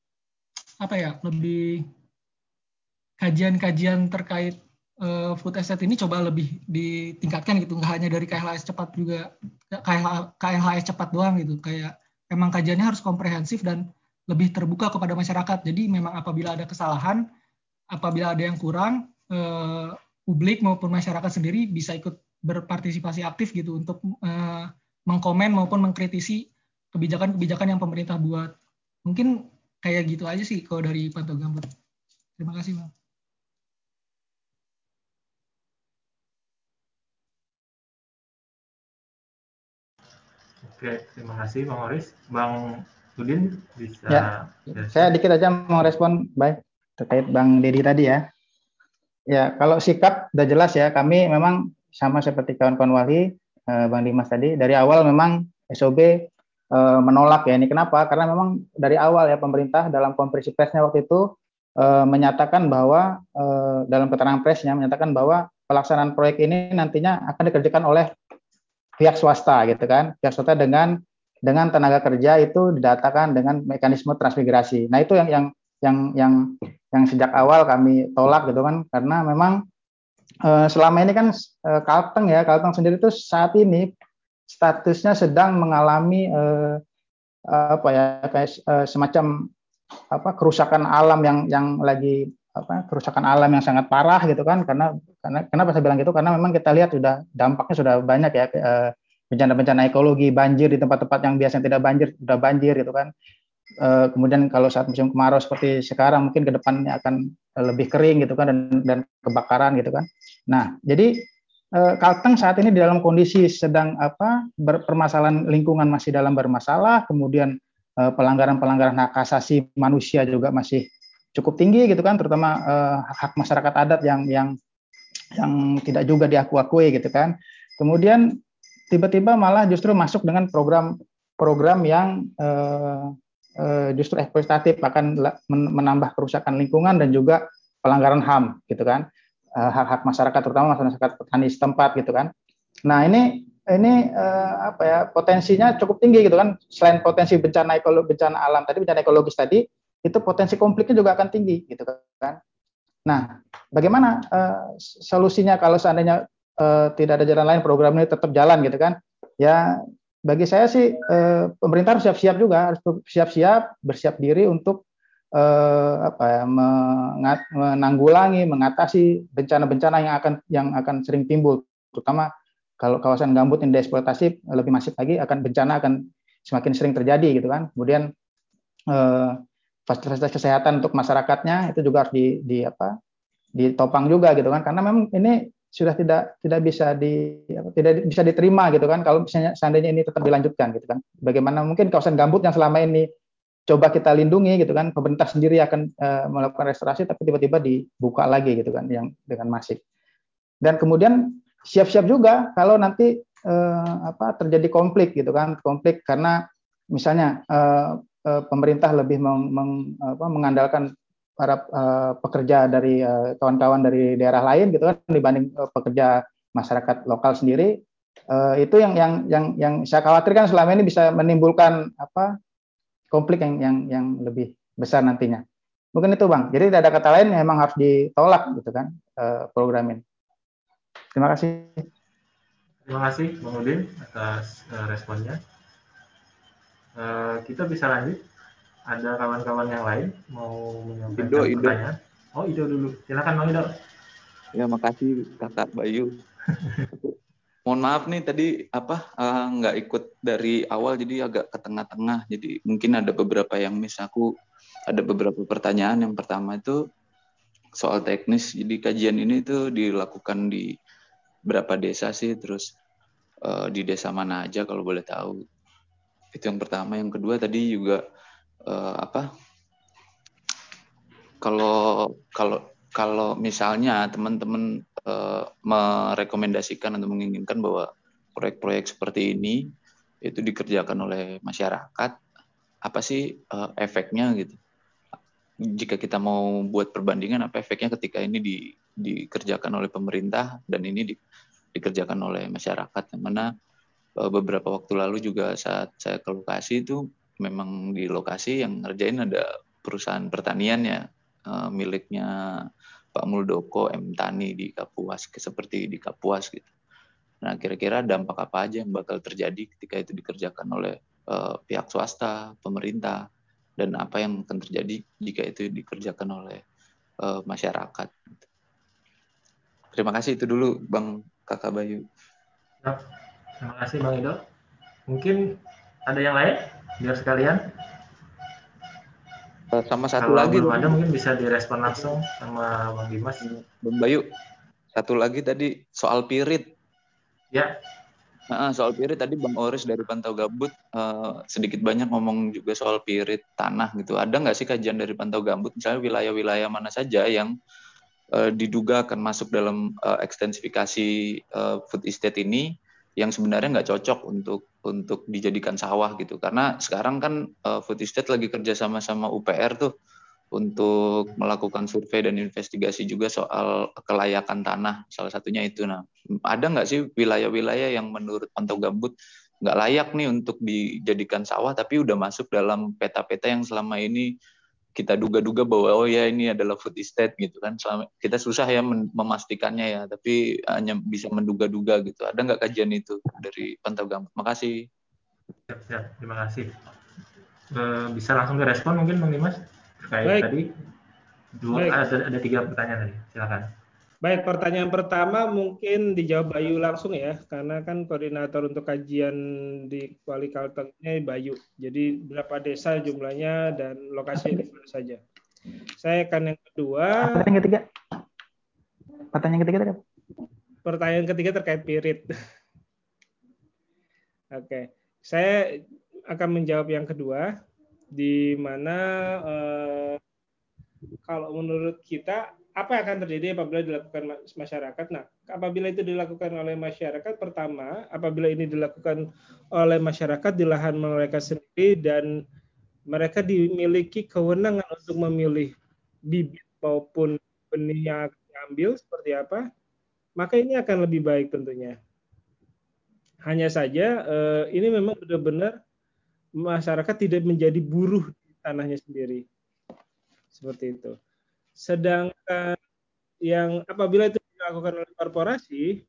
lebih kajian-kajian terkait food estate ini coba lebih ditingkatkan gitu, nggak hanya dari KLHS cepat juga, KLHS cepat doang gitu, kayak memang kajiannya harus komprehensif dan lebih terbuka kepada masyarakat. Jadi memang apabila ada kesalahan, apabila ada yang kurang, publik maupun masyarakat sendiri bisa ikut berpartisipasi aktif gitu untuk mengkomen maupun mengkritisi kebijakan-kebijakan yang pemerintah buat. Mungkin kayak gitu aja sih kalau dari Pantau Gambut. Terima kasih, Bang. Oke, terima kasih Bang Oris. Bang Udin bisa. Ya, saya dikit aja mau respon baik terkait Bang Dedi tadi ya. Ya, kalau sikap udah jelas ya, kami memang sama seperti kawan-kawan Wali, Bang Dimas tadi, dari awal memang SOB menolak ya. Ini kenapa? Karena memang dari awal ya pemerintah dalam konferensi persnya waktu itu menyatakan bahwa dalam keterangan persnya menyatakan bahwa pelaksanaan proyek ini nantinya akan dikerjakan oleh pihak swasta gitu kan, pihak swasta dengan tenaga kerja itu didatakan dengan mekanisme transmigrasi. Nah itu yang sejak awal kami tolak gitu kan, karena memang selama ini kan Kalteng sendiri itu saat ini statusnya sedang mengalami semacam kerusakan alam yang lagi kerusakan alam yang sangat parah gitu kan, karena kenapa saya bilang gitu, karena memang kita lihat dampaknya sudah banyak ya, bencana-bencana ekologi, banjir di tempat-tempat yang biasanya tidak banjir sudah banjir gitu kan. Kemudian kalau saat musim kemarau seperti sekarang mungkin ke depannya akan lebih kering gitu kan, dan kebakaran gitu kan. Nah, jadi Kalteng saat ini di dalam kondisi sedang permasalahan lingkungan masih dalam bermasalah, kemudian pelanggaran-pelanggaran hak asasi manusia juga masih cukup tinggi gitu kan, terutama hak masyarakat adat yang tidak juga diakui gitu kan. Kemudian tiba-tiba malah justru masuk dengan program yang justru eksploitatif, akan menambah kerusakan lingkungan dan juga pelanggaran HAM gitu kan, hak-hak masyarakat terutama masyarakat petani setempat gitu kan. Nah ini apa ya, potensinya cukup tinggi gitu kan. Selain potensi bencana alam tadi, bencana ekologis tadi, itu potensi konfliknya juga akan tinggi gitu kan. Nah, bagaimana solusinya kalau seandainya tidak ada jalan lain, program ini tetap jalan gitu kan? Ya, bagi saya sih pemerintah harus siap-siap juga, harus siap-siap, bersiap diri untuk apa ya, menanggulangi, mengatasi bencana-bencana yang akan sering timbul, terutama kalau kawasan gambut yang dieksploitasi lebih masif lagi, bencana akan semakin sering terjadi gitu kan. Kemudian fasilitas kesehatan untuk masyarakatnya itu juga harus ditopang juga gitu kan, karena memang ini sudah tidak bisa diterima gitu kan kalau misalnya seandainya ini tetap dilanjutkan gitu kan. Bagaimana mungkin kawasan gambut yang selama ini coba kita lindungi gitu kan, pemerintah sendiri akan melakukan restorasi tapi tiba-tiba dibuka lagi gitu kan yang dengan masif. Dan kemudian siap-siap juga kalau nanti terjadi konflik gitu kan, konflik karena misalnya pemerintah lebih mengandalkan para pekerja dari kawan-kawan dari daerah lain gitu kan dibanding pekerja masyarakat lokal sendiri. Itu yang saya khawatirkan selama ini bisa menimbulkan konflik yang lebih besar nantinya. Mungkin itu Bang. Jadi tidak ada kata lain, memang harus ditolak gitu kan program ini. Terima kasih. Terima kasih Bang Udin atas responnya. Kita bisa lanjut. Ada kawan-kawan yang lain mau menyampaikan pertanyaan? Oh, Ido dulu. Silakan Bang Ido. Ya, makasih Kakak Bayu. Mohon maaf nih tadi nggak ikut dari awal jadi agak ke tengah-tengah. Jadi mungkin ada beberapa yang miss aku. Ada beberapa pertanyaan. Yang pertama itu soal teknis. Jadi kajian ini tuh dilakukan di berapa desa sih? Terus di desa mana aja kalau boleh tahu? Itu yang pertama. Yang kedua tadi juga kalau misalnya teman-teman merekomendasikan atau menginginkan bahwa proyek-proyek seperti ini itu dikerjakan oleh masyarakat, apa sih efeknya gitu? Jika kita mau buat perbandingan, apa efeknya ketika ini dikerjakan oleh pemerintah dan ini dikerjakan oleh masyarakat? Yang mana beberapa waktu lalu juga saat saya ke lokasi itu memang di lokasi yang ngerjain ada perusahaan pertanian ya, miliknya Pak Muldoko M Tani di Kapuas, seperti di Kapuas gitu. Nah, kira-kira dampak apa aja yang bakal terjadi ketika itu dikerjakan oleh pihak swasta, pemerintah, dan apa yang akan terjadi jika itu dikerjakan oleh masyarakat. Terima kasih, itu dulu Bang Kakak Bayu. Ya, terima kasih Bang Ido. Mungkin ada yang lain biar sekalian. Sama satu kalau lagi belum ada mungkin bisa direspon langsung sama Bang Dimas. Bang Bayu, satu lagi tadi soal pirit. Ya. Soal pirit tadi Bang Oris dari Pantau Gambut sedikit banyak ngomong juga soal pirit tanah gitu. Ada nggak sih kajian dari Pantau Gambut misalnya wilayah-wilayah mana saja yang diduga akan masuk dalam ekstensifikasi food estate ini yang sebenarnya nggak cocok untuk dijadikan sawah gitu, karena sekarang kan food estate lagi kerja sama UPR tuh untuk melakukan survei dan investigasi juga soal kelayakan tanah, salah satunya itu. Nah, ada nggak sih wilayah-wilayah yang menurut Pantau Gambut nggak layak nih untuk dijadikan sawah tapi udah masuk dalam peta-peta yang selama ini kita duga-duga bahwa oh ya ini adalah food estate gitu kan. Selama kita susah ya memastikannya ya, tapi hanya bisa menduga-duga gitu. Ada nggak kajian itu dari Pantau Gambut? Makasih. Siap, terima kasih. Bisa langsung direspon mungkin Bang Dimas terkait tadi ada 3 pertanyaan tadi. Silakan. Baik, pertanyaan pertama mungkin dijawab Bayu langsung ya, karena kan koordinator untuk kajian di Wali Kaltengnya Bayu. Jadi berapa desa jumlahnya dan lokasinya di mana saja. Saya akan yang kedua. Pertanyaan ketiga terkait pirit. Oke, saya akan menjawab yang kedua, di mana kalau menurut kita apa yang akan terjadi apabila dilakukan masyarakat? Nah, apabila itu dilakukan oleh masyarakat, pertama, apabila ini dilakukan oleh masyarakat di lahan mereka sendiri dan mereka dimiliki kewenangan untuk memilih bibit maupun benih yang akan diambil seperti apa, maka ini akan lebih baik tentunya. Hanya saja ini memang benar-benar masyarakat tidak menjadi buruh di tanahnya sendiri. Seperti itu. Sedangkan yang apabila itu dilakukan oleh korporasi,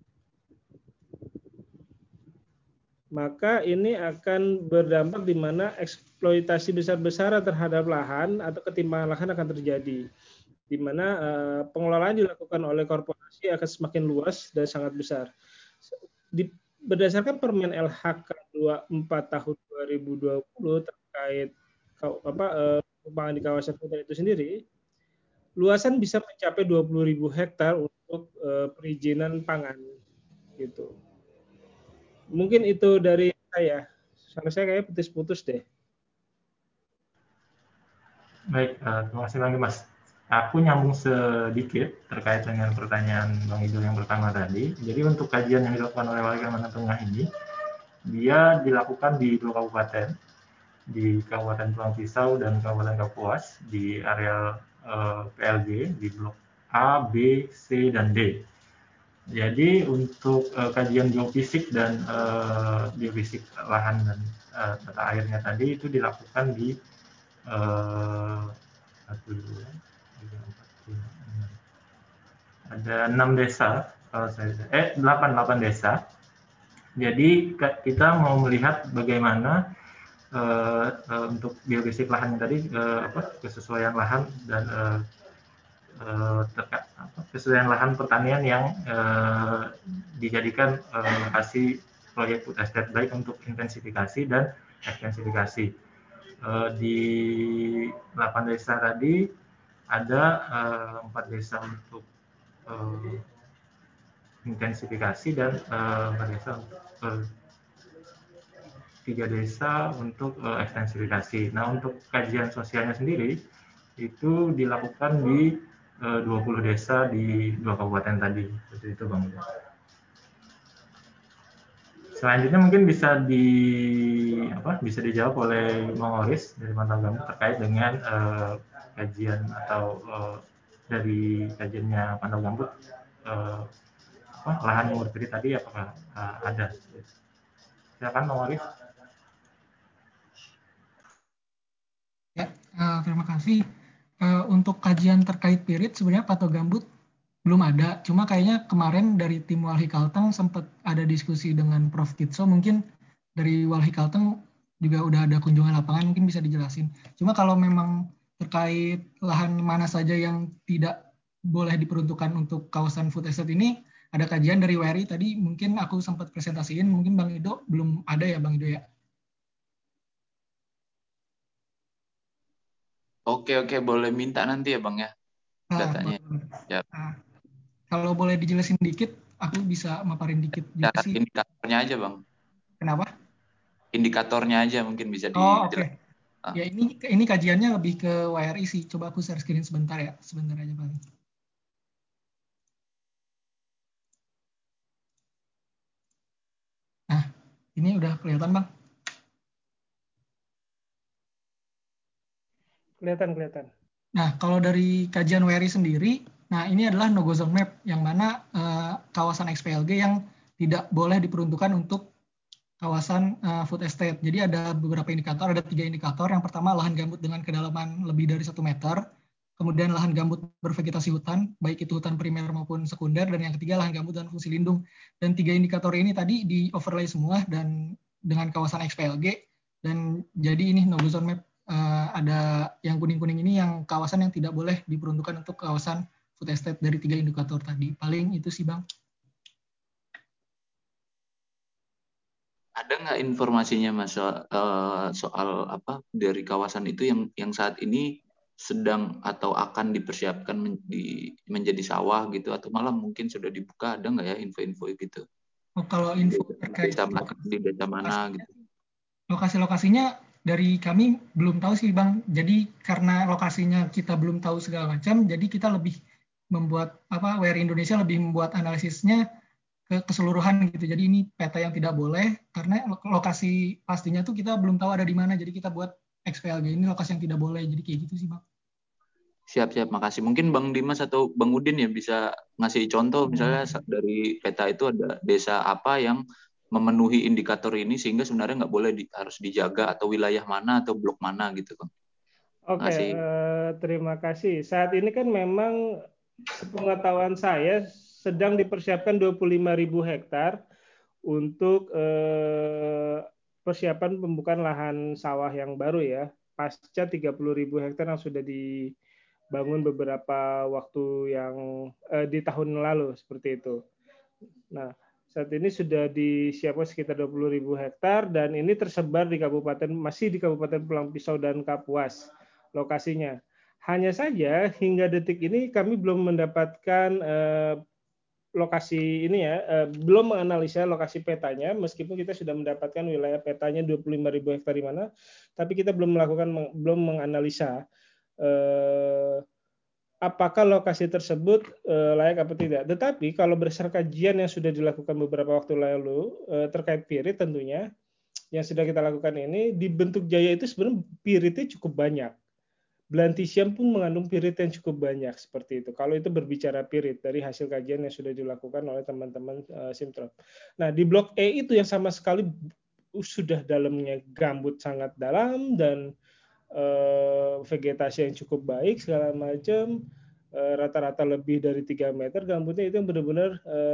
maka ini akan berdampak di mana eksploitasi besar-besaran terhadap lahan atau ketimpangan lahan akan terjadi, di mana pengelolaan dilakukan oleh korporasi akan semakin luas dan sangat besar. Berdasarkan Permen LHK 24 tahun 2020 terkait pengembangan di kawasan hutan itu sendiri, luasan bisa mencapai 20.000 hektar untuk perizinan pangan, gitu. Mungkin itu dari saya. Soalnya saya kayaknya putus-putus deh. Baik, terima kasih Bang Dimas. Aku nyambung sedikit terkait dengan pertanyaan Bang Idul yang pertama tadi. Jadi untuk kajian yang dilakukan oleh Wali Kalimantan Tengah ini, dia dilakukan di 2 kabupaten, di Kabupaten Pulang Pisau dan Kabupaten Kapuas, di area PLG, di blok A, B, C, dan D. Jadi untuk kajian geofisik dan geofisik lahan dan tata airnya tadi itu dilakukan di 6 desa, 8 desa. Jadi kita mau melihat bagaimana untuk geofisik lahan tadi kesesuaian lahan dan kesesuaian lahan pertanian yang dijadikan lokasi proyek food estate baik untuk intensifikasi dan ekstensifikasi. Di 8 desa tadi ada 4 desa untuk intensifikasi dan 4 desa untuk 3 desa untuk ekstensifikasi. Nah, untuk kajian sosialnya sendiri itu dilakukan di 20 desa di 2 kabupaten tadi. Seperti itu Bang. Selanjutnya mungkin bisa dijawab oleh Bang Oris dari Pantau Gambut terkait dengan kajian atau dari kajiannya Pantau Gambut lahan murtiri tadi apakah ada? Silakan Bang Oris. Ya, terima kasih. Untuk kajian terkait pirit sebenarnya Pantau Gambut belum ada. Cuma kayaknya kemarin dari tim Walhi Kalteng sempat ada diskusi dengan Prof. Kitso. Mungkin dari Walhi Kalteng juga udah ada kunjungan lapangan, mungkin bisa dijelasin. Cuma kalau memang terkait lahan mana saja yang tidak boleh diperuntukkan untuk kawasan food estate ini, ada kajian dari WRI tadi, mungkin aku sempat presentasiin, mungkin Bang Ido belum ada ya Bang Ido ya? Oke, boleh minta nanti ya Bang ya datanya. Ya. Kalau boleh dijelasin dikit, aku bisa maparin dikit juga sih. Indikatornya aja Bang. Kenapa? Indikatornya aja mungkin bisa dijelasin. Oke. Ya ini kajiannya lebih ke WRI sih. Coba aku share screen sebentar ya, sebentar aja paling. Nah, ini udah kelihatan Bang? Kelihatan. Nah, kalau dari kajian WRI sendiri, nah ini adalah no-go zone map, yang mana kawasan XPLG yang tidak boleh diperuntukkan untuk kawasan food estate. Jadi ada beberapa indikator, ada 3 indikator. Yang pertama lahan gambut dengan kedalaman lebih dari 1 meter. Kemudian lahan gambut bervegetasi hutan, baik itu hutan primer maupun sekunder. Dan yang ketiga lahan gambut dan fungsi lindung. Dan 3 indikator ini tadi di overlay semua dan dengan kawasan XPLG. Dan jadi ini no-go zone map. Ada yang kuning-kuning ini yang kawasan yang tidak boleh diperuntukkan untuk kawasan food estate dari 3 indikator tadi. Paling itu sih Bang. Ada nggak informasinya Mas soal apa dari kawasan itu yang saat ini sedang atau akan dipersiapkan menjadi sawah gitu, atau malah mungkin sudah dibuka? Ada nggak ya info-info gitu? Kalau info terkait di desa mana gitu? Lokasi-lokasinya dari kami belum tahu sih Bang. Jadi karena lokasinya kita belum tahu segala macam, jadi kita lebih membuat WRI Indonesia lebih membuat analisisnya ke keseluruhan gitu. Jadi ini peta yang tidak boleh karena lokasi pastinya tuh kita belum tahu ada di mana. Jadi kita buat XPLG ini lokasi yang tidak boleh. Jadi kayak gitu sih, Bang. Siap, makasih. Mungkin Bang Dimas atau Bang Udin ya bisa ngasih contoh, misalnya dari peta itu ada desa apa yang memenuhi indikator ini sehingga sebenarnya nggak boleh harus dijaga, atau wilayah mana atau blok mana gitu, Bang. Oke, Makasih. terima kasih. Saat ini kan memang sepengetahuan saya sedang dipersiapkan 25.000 hektar untuk persiapan pembukaan lahan sawah yang baru ya, pasca 30.000 hektar yang sudah dibangun beberapa waktu yang di tahun lalu seperti itu. Nah, saat ini sudah disiapkan sekitar 20.000 hektar dan ini tersebar masih di Kabupaten Pulang Pisau dan Kapuas lokasinya. Hanya saja hingga detik ini kami belum mendapatkan lokasi ini ya, belum menganalisa lokasi petanya, meskipun kita sudah mendapatkan wilayah petanya 25.000 hektar di mana, tapi kita belum menganalisa apakah lokasi tersebut layak apa tidak. Tetapi kalau berdasarkan kajian yang sudah dilakukan beberapa waktu lalu terkait pirit tentunya, yang sudah kita lakukan ini, di bentuk jaya itu sebenarnya piritnya cukup banyak. Belantisium pun mengandung pirit yang cukup banyak seperti itu. Kalau itu berbicara pirit dari hasil kajian yang sudah dilakukan oleh teman-teman Simtrop. Nah, di blok E itu yang sama sekali sudah dalamnya gambut sangat dalam dan vegetasi yang cukup baik segala macam, rata-rata lebih dari 3 meter gambutnya, itu yang benar-benar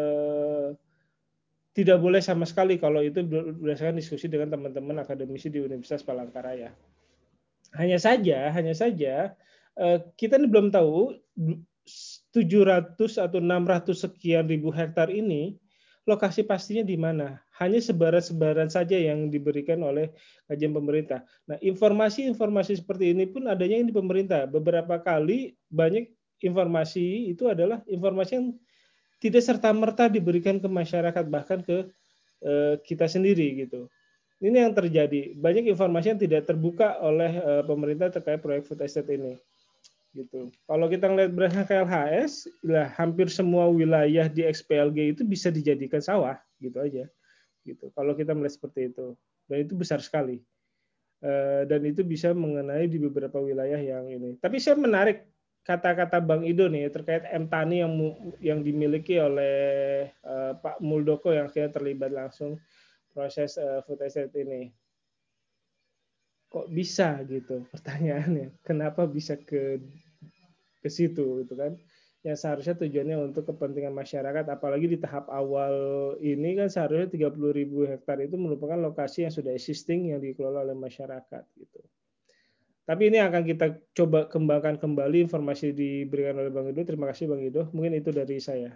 tidak boleh sama sekali kalau itu berdasarkan diskusi dengan teman-teman akademisi di Universitas Palangkaraya. Hanya saja kita ini belum tahu 700 atau 600 sekian ribu hektar ini lokasi pastinya di mana. Hanya sebaran-sebaran saja yang diberikan oleh kajian pemerintah. Nah, informasi-informasi seperti ini pun adanya di pemerintah. Beberapa kali banyak informasi itu adalah informasi yang tidak serta-merta diberikan ke masyarakat, bahkan ke kita sendiri gitu. Ini yang terjadi. Banyak informasi yang tidak terbuka oleh pemerintah terkait proyek food estate ini. Gitu. Kalau kita ngelihat berdasarkan KLHS, lah hampir semua wilayah di XPLG itu bisa dijadikan sawah, gitu aja. Gitu. Kalau kita melihat seperti itu, dan itu besar sekali. Dan itu bisa mengenai di beberapa wilayah yang ini. Tapi saya menarik kata-kata Bang Ido nih terkait M-Tani yang dimiliki oleh Pak Muldoko yang akhirnya terlibat langsung proses food estate ini. Kok bisa gitu pertanyaannya? Kenapa bisa ke situ gitu kan? Yang seharusnya tujuannya untuk kepentingan masyarakat, apalagi di tahap awal ini kan seharusnya 30.000 hektar itu merupakan lokasi yang sudah existing yang dikelola oleh masyarakat gitu. Tapi ini akan kita coba kembangkan kembali informasi diberikan oleh Bang Ido. Terima kasih Bang Ido. Mungkin itu dari saya.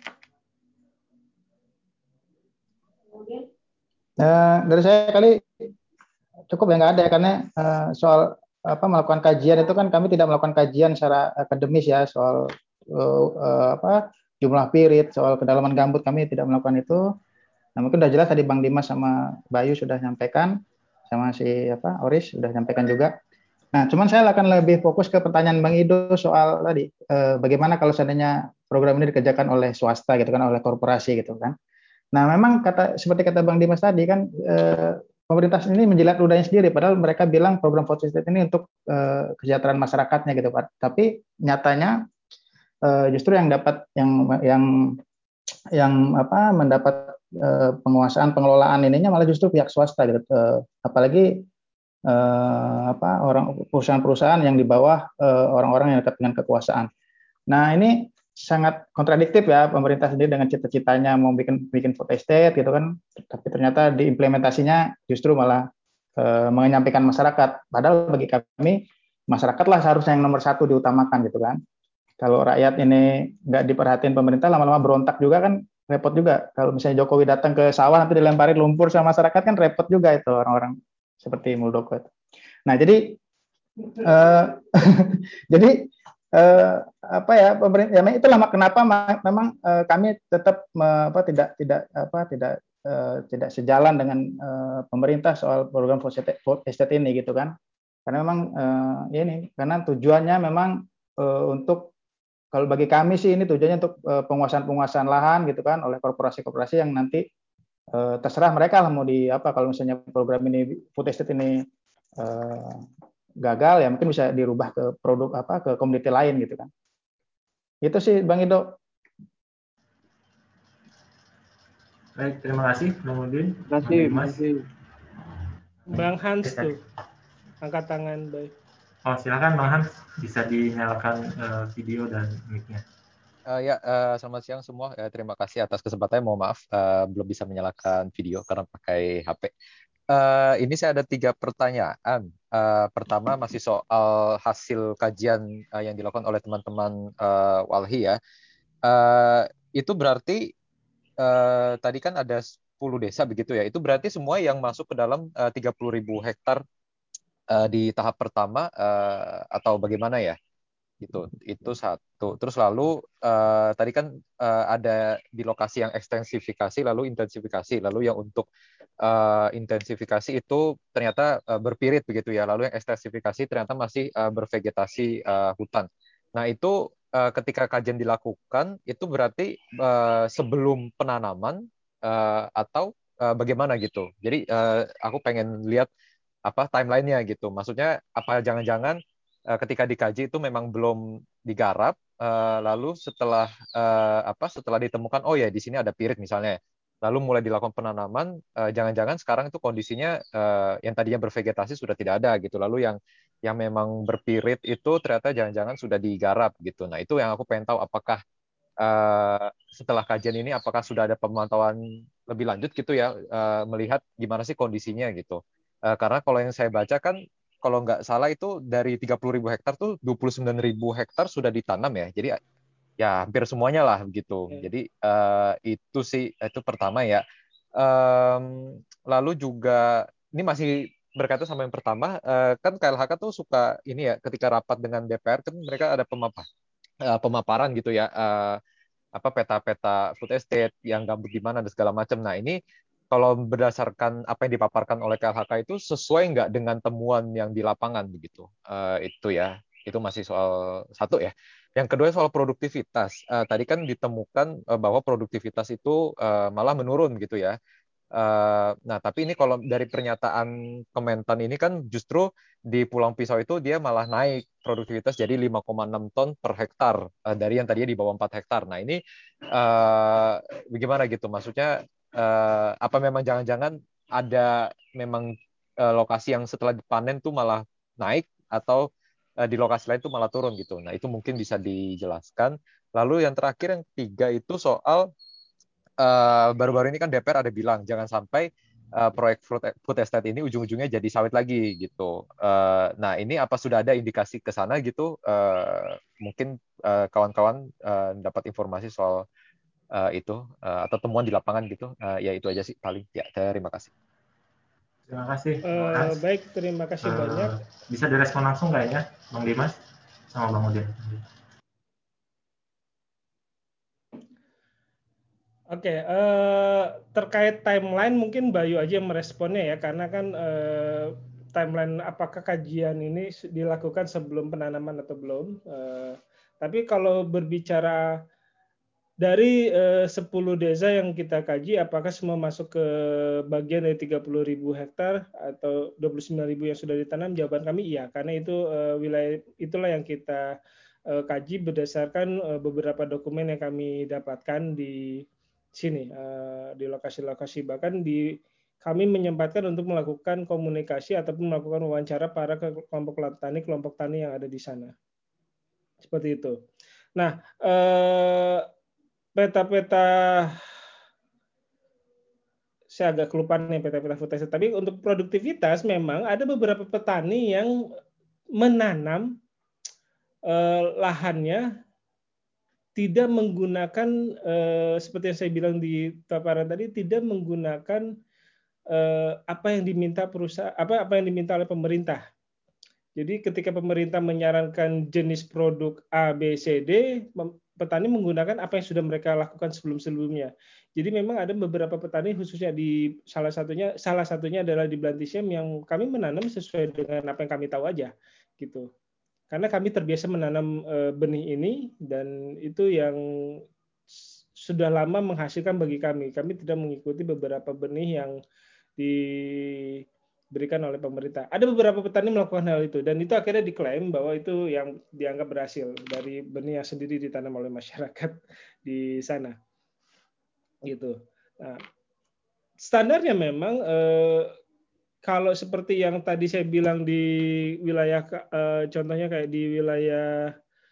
Dari saya kali cukup ya, nggak ada ya, karena soal melakukan kajian itu kan kami tidak melakukan kajian secara akademis ya, soal jumlah pirit, soal kedalaman gambut kami tidak melakukan itu. Nah, mungkin udah jelas tadi Bang Dimas sama Bayu sudah nyampaikan, sama si Oris sudah nyampaikan juga. Nah, cuman saya akan lebih fokus ke pertanyaan Bang Ido soal tadi bagaimana kalau seandainya program ini dikerjakan oleh swasta gitu kan, oleh korporasi gitu kan. Nah, memang seperti kata Bang Dimas tadi kan, pemerintah ini menjilat ludahnya sendiri, padahal mereka bilang program food estate ini untuk kesejahteraan masyarakatnya gitu Pak. Tapi nyatanya justru yang dapat mendapat penguasaan pengelolaan ininya malah justru pihak swasta gitu. Apalagi perusahaan-perusahaan yang di bawah orang-orang yang dekat dengan kekuasaan. Nah, ini sangat kontradiktif ya, pemerintah sendiri dengan cita-citanya mau bikin food estate gitu kan, tapi ternyata diimplementasinya justru malah menyampaikan masyarakat. Padahal bagi kami masyarakatlah seharusnya yang nomor satu diutamakan gitu kan. Kalau rakyat ini nggak diperhatiin pemerintah, lama-lama berontak juga kan, repot juga. Kalau misalnya Jokowi datang ke sawah nanti dilemparin lumpur sama masyarakat kan repot juga itu orang-orang seperti Muldoko. Nah, jadi jadi pemerintah ya, itulah kenapa memang kami tetap tidak sejalan dengan pemerintah soal program food estate ini gitu kan, karena memang karena tujuannya memang untuk, kalau bagi kami sih ini tujuannya untuk penguasaan lahan gitu kan oleh korporasi-korporasi yang nanti terserah mereka lah mau kalau misalnya program ini food estate ini gagal ya mungkin bisa dirubah ke produk ke komoditi lain gitu kan. Itu sih Bang Ido. Baik, terima kasih Bang Udin, Terima Bang kasih, terima Dimas. kasih. Bang Hans tuh, angkat tangan, baik. Oh, silakan Bang Hans, bisa dinyalakan video dan mic-nya. Selamat siang semua. Terima kasih atas kesempatannya. Mohon maaf, belum bisa menyalakan video karena pakai HP. Ini saya ada 3 pertanyaan. Pertama masih soal hasil kajian yang dilakukan oleh teman-teman Walhi ya. Itu berarti tadi kan ada 10 desa begitu ya. Itu berarti semua yang masuk ke dalam 30.000 hektar di tahap pertama atau bagaimana ya? Itu satu. Terus lalu tadi kan ada di lokasi yang ekstensifikasi lalu intensifikasi, lalu yang untuk intensifikasi itu ternyata berpirit begitu ya, lalu yang ekstensifikasi ternyata masih bervegetasi hutan. Nah itu ketika kajian dilakukan itu berarti sebelum penanaman atau bagaimana gitu. Jadi aku pengen lihat apa timelinenya gitu. Maksudnya apa jangan-jangan ketika dikaji itu memang belum digarap, lalu setelah ditemukan oh ya di sini ada pirit misalnya, lalu mulai dilakukan penanaman, jangan-jangan sekarang itu kondisinya yang tadinya bervegetasi sudah tidak ada gitu, lalu yang memang berpirit itu ternyata jangan-jangan sudah digarap gitu. Nah itu yang aku pengen tahu apakah setelah kajian ini apakah sudah ada pemantauan lebih lanjut gitu ya, melihat gimana sih kondisinya gitu. Karena kalau yang saya baca kan kalau nggak salah itu dari 30.000 hektar tuh 29.000 hektar sudah ditanam ya. Jadi ya hampir semuanya lah begitu. Jadi itu sih itu pertama ya. Lalu juga ini masih berkaitan sama yang pertama, kan KLHK tuh suka ini ya ketika rapat dengan DPR kan mereka ada pemaparan gitu ya, apa peta-peta food estate yang gambut di mana dan segala macam. Nah ini kalau berdasarkan apa yang dipaparkan oleh KLHK itu sesuai nggak dengan temuan yang di lapangan begitu. Itu ya, itu masih soal satu ya. Yang kedua soal produktivitas. Tadi kan ditemukan bahwa produktivitas itu malah menurun gitu ya. Nah, tapi ini kalau dari pernyataan Kementan ini kan justru di Pulang Pisau itu dia malah naik produktivitas jadi 5,6 ton per hektar dari yang tadinya di bawah 4 hektar. Nah, ini bagaimana gitu? Maksudnya apa memang jangan-jangan ada memang lokasi yang setelah dipanen tuh malah naik atau di lokasi lain tuh malah turun gitu. Nah, itu mungkin bisa dijelaskan. Lalu yang terakhir yang ketiga itu soal baru-baru ini kan DPR ada bilang jangan sampai proyek food estate ini ujung-ujungnya jadi sawit lagi gitu. Nah ini apa sudah ada indikasi ke sana gitu? Mungkin kawan-kawan dapat informasi soal itu atau temuan di lapangan gitu. Ya itu aja sih paling. Ya terima kasih. Terima kasih Bang Hans. Baik, terima kasih banyak. Bisa direspon langsung nggak ya Bang Dimas sama Bang Udin? Oke, terkait timeline mungkin Bayu aja yang meresponnya ya, karena kan timeline apakah kajian ini dilakukan sebelum penanaman atau belum. Tapi kalau berbicara dari 10 desa yang kita kaji, apakah semua masuk ke bagian dari 30.000 hektar atau 29.000 yang sudah ditanam? Jawaban kami iya, karena itu wilayah itulah yang kita kaji berdasarkan beberapa dokumen yang kami dapatkan di sini, di lokasi-lokasi. Bahkan kami menyempatkan untuk melakukan komunikasi ataupun melakukan wawancara para kelompok tani yang ada di sana. Seperti itu. Nah, peta-peta saya agak kelupaan nih peta-peta food estate. Tapi untuk produktivitas memang ada beberapa petani yang menanam lahannya tidak menggunakan seperti yang saya bilang di paparan tadi, tidak menggunakan apa yang diminta perusahaan, apa yang diminta oleh pemerintah. Jadi ketika pemerintah menyarankan jenis produk A, B, C, D, petani menggunakan apa yang sudah mereka lakukan sebelum-sebelumnya. Jadi memang ada beberapa petani khususnya di salah satunya adalah di Blantisiem yang kami menanam sesuai dengan apa yang kami tahu aja gitu. Karena kami terbiasa menanam benih ini dan itu yang sudah lama menghasilkan bagi kami. Kami tidak mengikuti beberapa benih yang diberikan oleh pemerintah. Ada beberapa petani melakukan hal itu dan itu akhirnya diklaim bahwa itu yang dianggap berhasil dari benih yang sendiri ditanam oleh masyarakat di sana. Gitu. Nah, standarnya memang kalau seperti yang tadi saya bilang di wilayah contohnya kayak di wilayah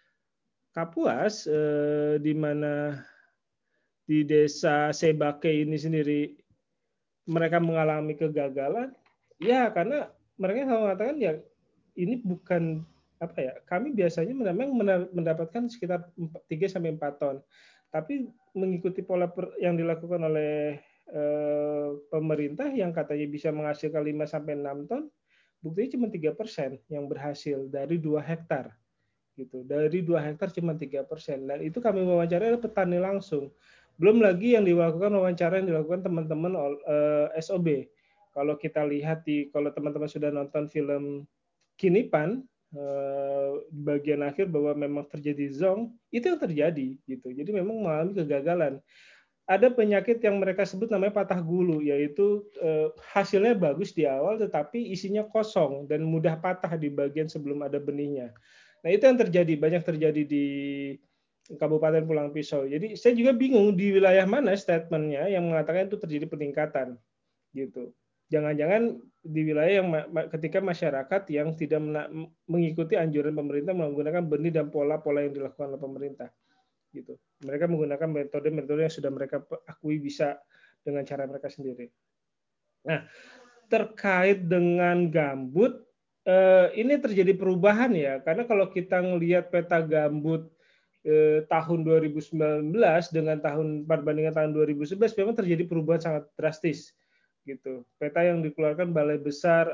Kapuas di mana di desa Sebake ini sendiri mereka mengalami kegagalan, ya karena mereka mengatakan ya ini bukan apa ya, kami biasanya memang mendapatkan sekitar 3-4 ton, tapi mengikuti pola yang dilakukan oleh pemerintah yang katanya bisa menghasilkan 5-6 ton, buktinya cuma 3% yang berhasil dari 2 hektar. Gitu. Dari 2 hektar cuma 3%. Dan itu kami wawancara adalah petani langsung. Belum lagi yang dilakukan wawancara yang dilakukan teman-teman SOB. Kalau kita lihat kalau teman-teman sudah nonton film Kinipan, di bagian akhir bahwa memang terjadi zong, itu yang terjadi gitu. Jadi memang mengalami kegagalan. Ada penyakit yang mereka sebut namanya patah gulu, yaitu hasilnya bagus di awal tetapi isinya kosong dan mudah patah di bagian sebelum ada benihnya. Nah itu yang terjadi, banyak terjadi di Kabupaten Pulang Pisau. Jadi saya juga bingung di wilayah mana statementnya yang mengatakan itu terjadi peningkatan, gitu. Jangan-jangan di wilayah yang ketika masyarakat yang tidak mengikuti anjuran pemerintah menggunakan benih dan pola-pola yang dilakukan oleh pemerintah, gitu. Mereka menggunakan metode-metode yang sudah mereka akui bisa dengan cara mereka sendiri. Nah, terkait dengan gambut, ini terjadi perubahan ya, karena kalau kita ngelihat peta gambut tahun 2019 dengan perbandingan tahun 2011 memang terjadi perubahan sangat drastis gitu. Peta yang dikeluarkan Balai Besar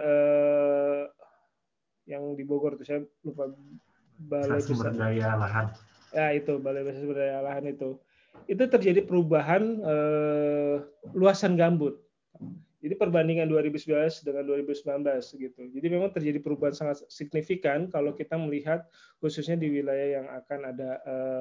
yang di Bogor itu saya lupa, Balai Sumber Besar Daya Lahan. Ya itu Balai Besar Sumber Daya Lahan itu terjadi perubahan luasan gambut. Jadi perbandingan 2019 dengan 2019 gitu. Jadi memang terjadi perubahan sangat signifikan kalau kita melihat khususnya di wilayah yang akan ada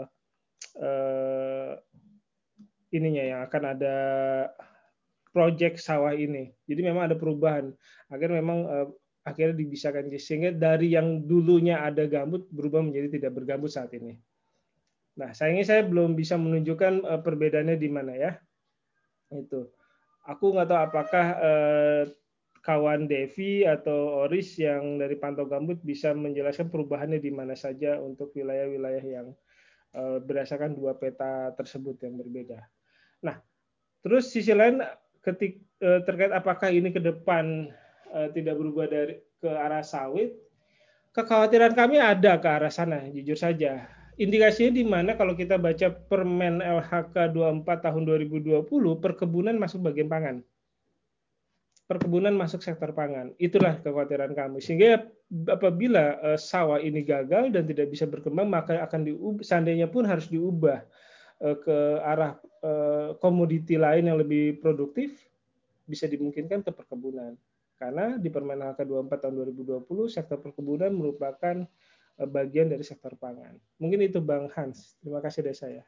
yang akan ada proyek sawah ini. Jadi memang ada perubahan. Akhirnya memang akhirnya dibisakan sehingga dari yang dulunya ada gambut berubah menjadi tidak bergambut saat ini. Nah, sayangnya saya belum bisa menunjukkan perbedaannya di mana ya. Itu. Aku nggak tahu apakah kawan Devi atau Oris yang dari Pantau Gambut bisa menjelaskan perubahannya di mana saja untuk wilayah-wilayah yang berdasarkan dua peta tersebut yang berbeda. Nah, terus sisi lain terkait apakah ini ke depan tidak berubah dari ke arah sawit, kekhawatiran kami ada ke arah sana, jujur saja. Indikasinya di mana kalau kita baca Permen LHK 24 tahun 2020, perkebunan masuk bagian pangan. Perkebunan masuk sektor pangan. Itulah kekhawatiran kami. Sehingga apabila sawah ini gagal dan tidak bisa berkembang, maka akan diubah, seandainya pun harus diubah ke arah komoditi lain yang lebih produktif, bisa dimungkinkan ke perkebunan. Karena di Permen LHK 24 tahun 2020, sektor perkebunan merupakan bagian dari sektor pangan. Mungkin itu Bang Hans. Terima kasih dari saya.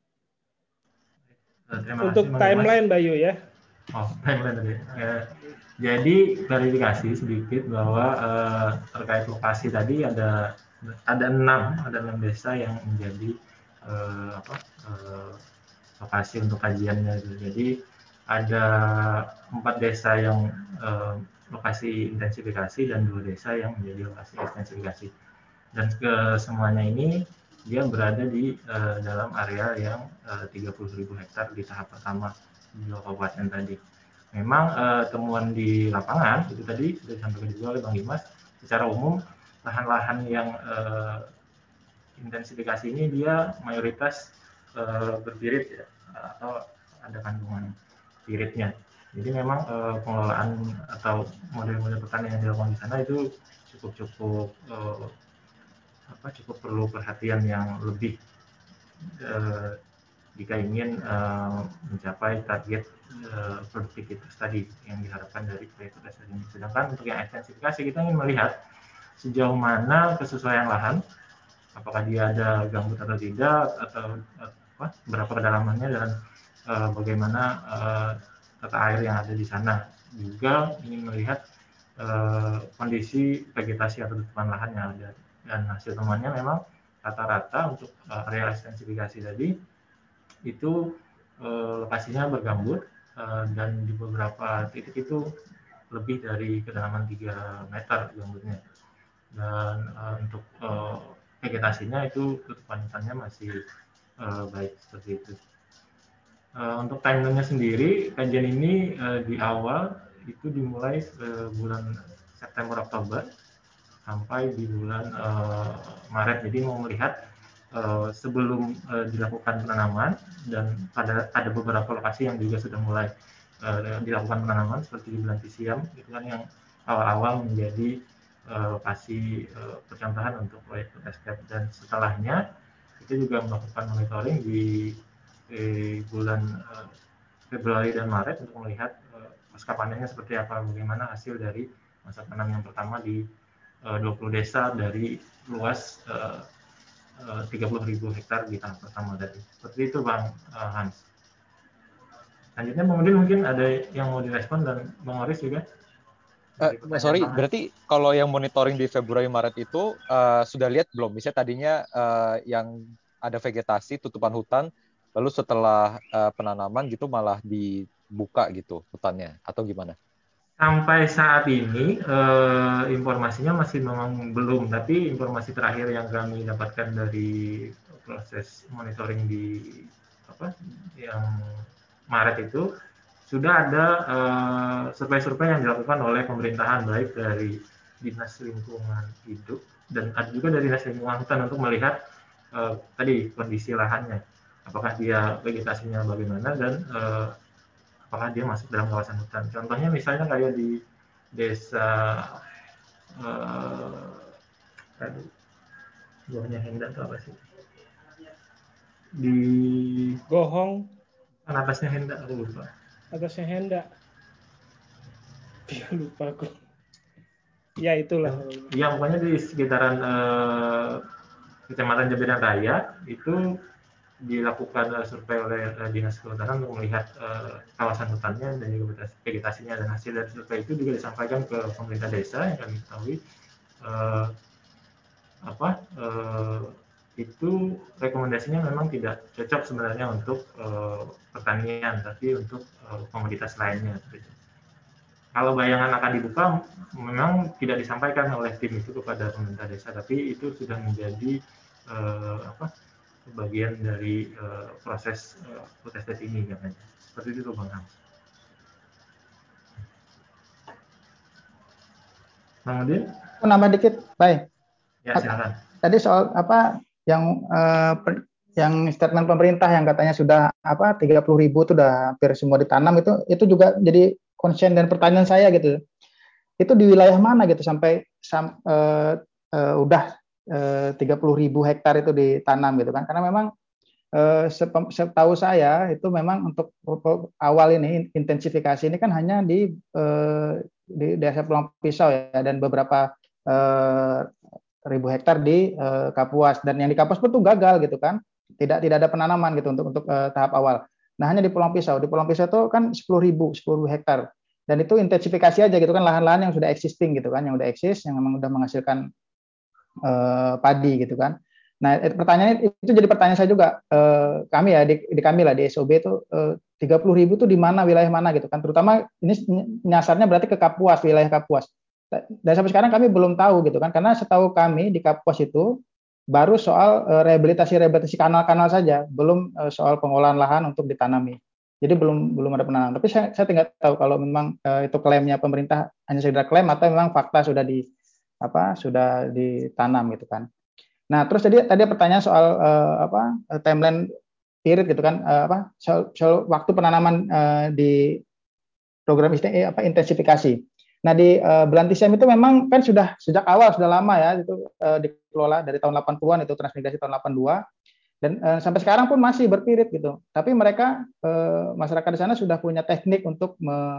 Untuk timeline Bayu ya. Oh, timeline tadi. Jadi klarifikasi sedikit bahwa terkait lokasi tadi ada 6 desa yang menjadi lokasi untuk kajiannya. Jadi ada 4 desa yang lokasi intensifikasi dan 2 desa yang menjadi lokasi ekstensifikasi. Dan kesemuanya ini dia berada di dalam area yang 30.000 hektar di tahap pertama di kabupaten tadi. Memang temuan di lapangan itu tadi sudah disampaikan juga oleh Bang Dimas, secara umum lahan-lahan yang intensifikasi ini dia mayoritas berpirit ya, atau ada kandungan piritnya. Jadi memang pengelolaan atau model-model pertanian yang dilakukan di sana itu cukup perlu perhatian yang lebih jika ingin mencapai target produktivitas tadi yang diharapkan dari proyek ini. Sedangkan untuk yang ekstensifikasi kita ingin melihat sejauh mana kesesuaian lahan, apakah dia ada gambut atau tidak, atau berapa kedalamannya, dan bagaimana tata air yang ada di sana. Juga ingin melihat kondisi vegetasi atau tutupan lahan yang ada. Dan hasil temuannya memang rata-rata untuk area ekstensifikasi tadi itu lokasinya bergambut dan di beberapa titik itu lebih dari kedalaman 3 meter gambutnya. Dan untuk vegetasinya itu tutupan hutannya masih baik seperti itu. Untuk timeline-nya sendiri, kajian ini di awal itu dimulai bulan September Oktober sampai di bulan Maret. Jadi mau melihat sebelum dilakukan penanaman, dan ada beberapa lokasi yang juga sudah mulai dilakukan penanaman seperti di bulan Siam, itu kan yang awal-awal menjadi lokasi percontohan untuk proyek escape. Dan setelahnya kita juga melakukan monitoring di bulan Februari dan Maret untuk melihat pasca panennya seperti apa, bagaimana hasil dari masa tanam yang pertama di 20 desa dari luas 30.000 hektar di tahap pertama tadi. Seperti itu Bang Hans. Selanjutnya Bang Udin mungkin ada yang mau direspon, dan Bang Oris juga. Sorry, berarti kalau yang monitoring di Februari Maret itu sudah lihat belum? Misalnya tadinya yang ada vegetasi tutupan hutan, lalu setelah penanaman gitu malah dibuka gitu hutannya, atau gimana? Sampai saat ini informasinya masih memang belum, tapi informasi terakhir yang kami dapatkan dari proses monitoring di yang Maret itu sudah ada survei-survei yang dilakukan oleh pemerintahan, baik dari Dinas Lingkungan Hidup dan ada juga dari Dinas Lingkungan Hutan untuk melihat tadi kondisi lahannya, apakah dia vegetasinya bagaimana dan apakah dia masuk dalam kawasan hutan. Contohnya misalnya kayak di desa buahnya Henda itu apa sih? Di Gohong. Kan atasnya Henda, aku lupa. Atasnya Henda. Lupa aku. Ya itulah. Ya pokoknya di sekitaran Kecamatan Jabiran Raya itu dilakukan survei oleh Dinas Kehutanan untuk melihat kawasan hutannya dan juga vegetasinya, dan hasil dari survei itu juga disampaikan ke pemerintah desa yang kami ketahui itu rekomendasinya memang tidak cocok sebenarnya untuk pertanian, tapi untuk komoditas lainnya. Kalau bayangan akan dibuka memang tidak disampaikan oleh tim itu kepada pemerintah desa, tapi itu sudah menjadi bagian dari proses food estate ini katanya. Seperti itu Bang Hans. Bang Udin? Aku nambah dikit, baik. Ya silakan. Tadi soal yang statement pemerintah yang katanya sudah 30.000 itu udah hampir semua ditanam, itu juga jadi concern dan pertanyaan saya gitu. Itu di wilayah mana gitu sampai udah 30.000 hektar itu ditanam gitu kan? Karena memang setahu saya itu memang untuk awal ini intensifikasi ini kan hanya di desa Pulang Pisau ya, dan beberapa ribu hektar di Kapuas, dan yang di Kapuas pun tuh gagal gitu kan, tidak ada penanaman gitu untuk tahap awal. Nah hanya di Pulang Pisau itu kan 10.000 hektar, dan itu intensifikasi aja gitu kan, lahan-lahan yang sudah existing gitu kan, yang udah eksis, yang memang udah menghasilkan padi gitu kan. Nah pertanyaannya itu jadi pertanyaan saya juga, kami ya di kami lah di SOB itu 30.000 itu di mana, wilayah mana gitu kan, terutama ini nyasarnya berarti ke Kapuas, wilayah Kapuas. Dan sampai sekarang kami belum tahu gitu kan, karena setahu kami di Kapuas itu baru soal rehabilitasi kanal-kanal saja, belum soal pengolahan lahan untuk ditanami. Jadi belum ada penanaman. Tapi saya tidak tahu kalau memang itu klaimnya pemerintah hanya sekedar klaim atau memang fakta sudah ditanam gitu kan. Nah terus tadi pertanyaan soal timeline period gitu kan, soal waktu penanaman di program intensifikasi. Nah di Belantisiam itu memang kan sudah sejak awal, sudah lama ya itu dikelola dari tahun 80-an, itu transmigrasi tahun 82, dan sampai sekarang pun masih berpirit gitu. Tapi mereka masyarakat di sana sudah punya teknik untuk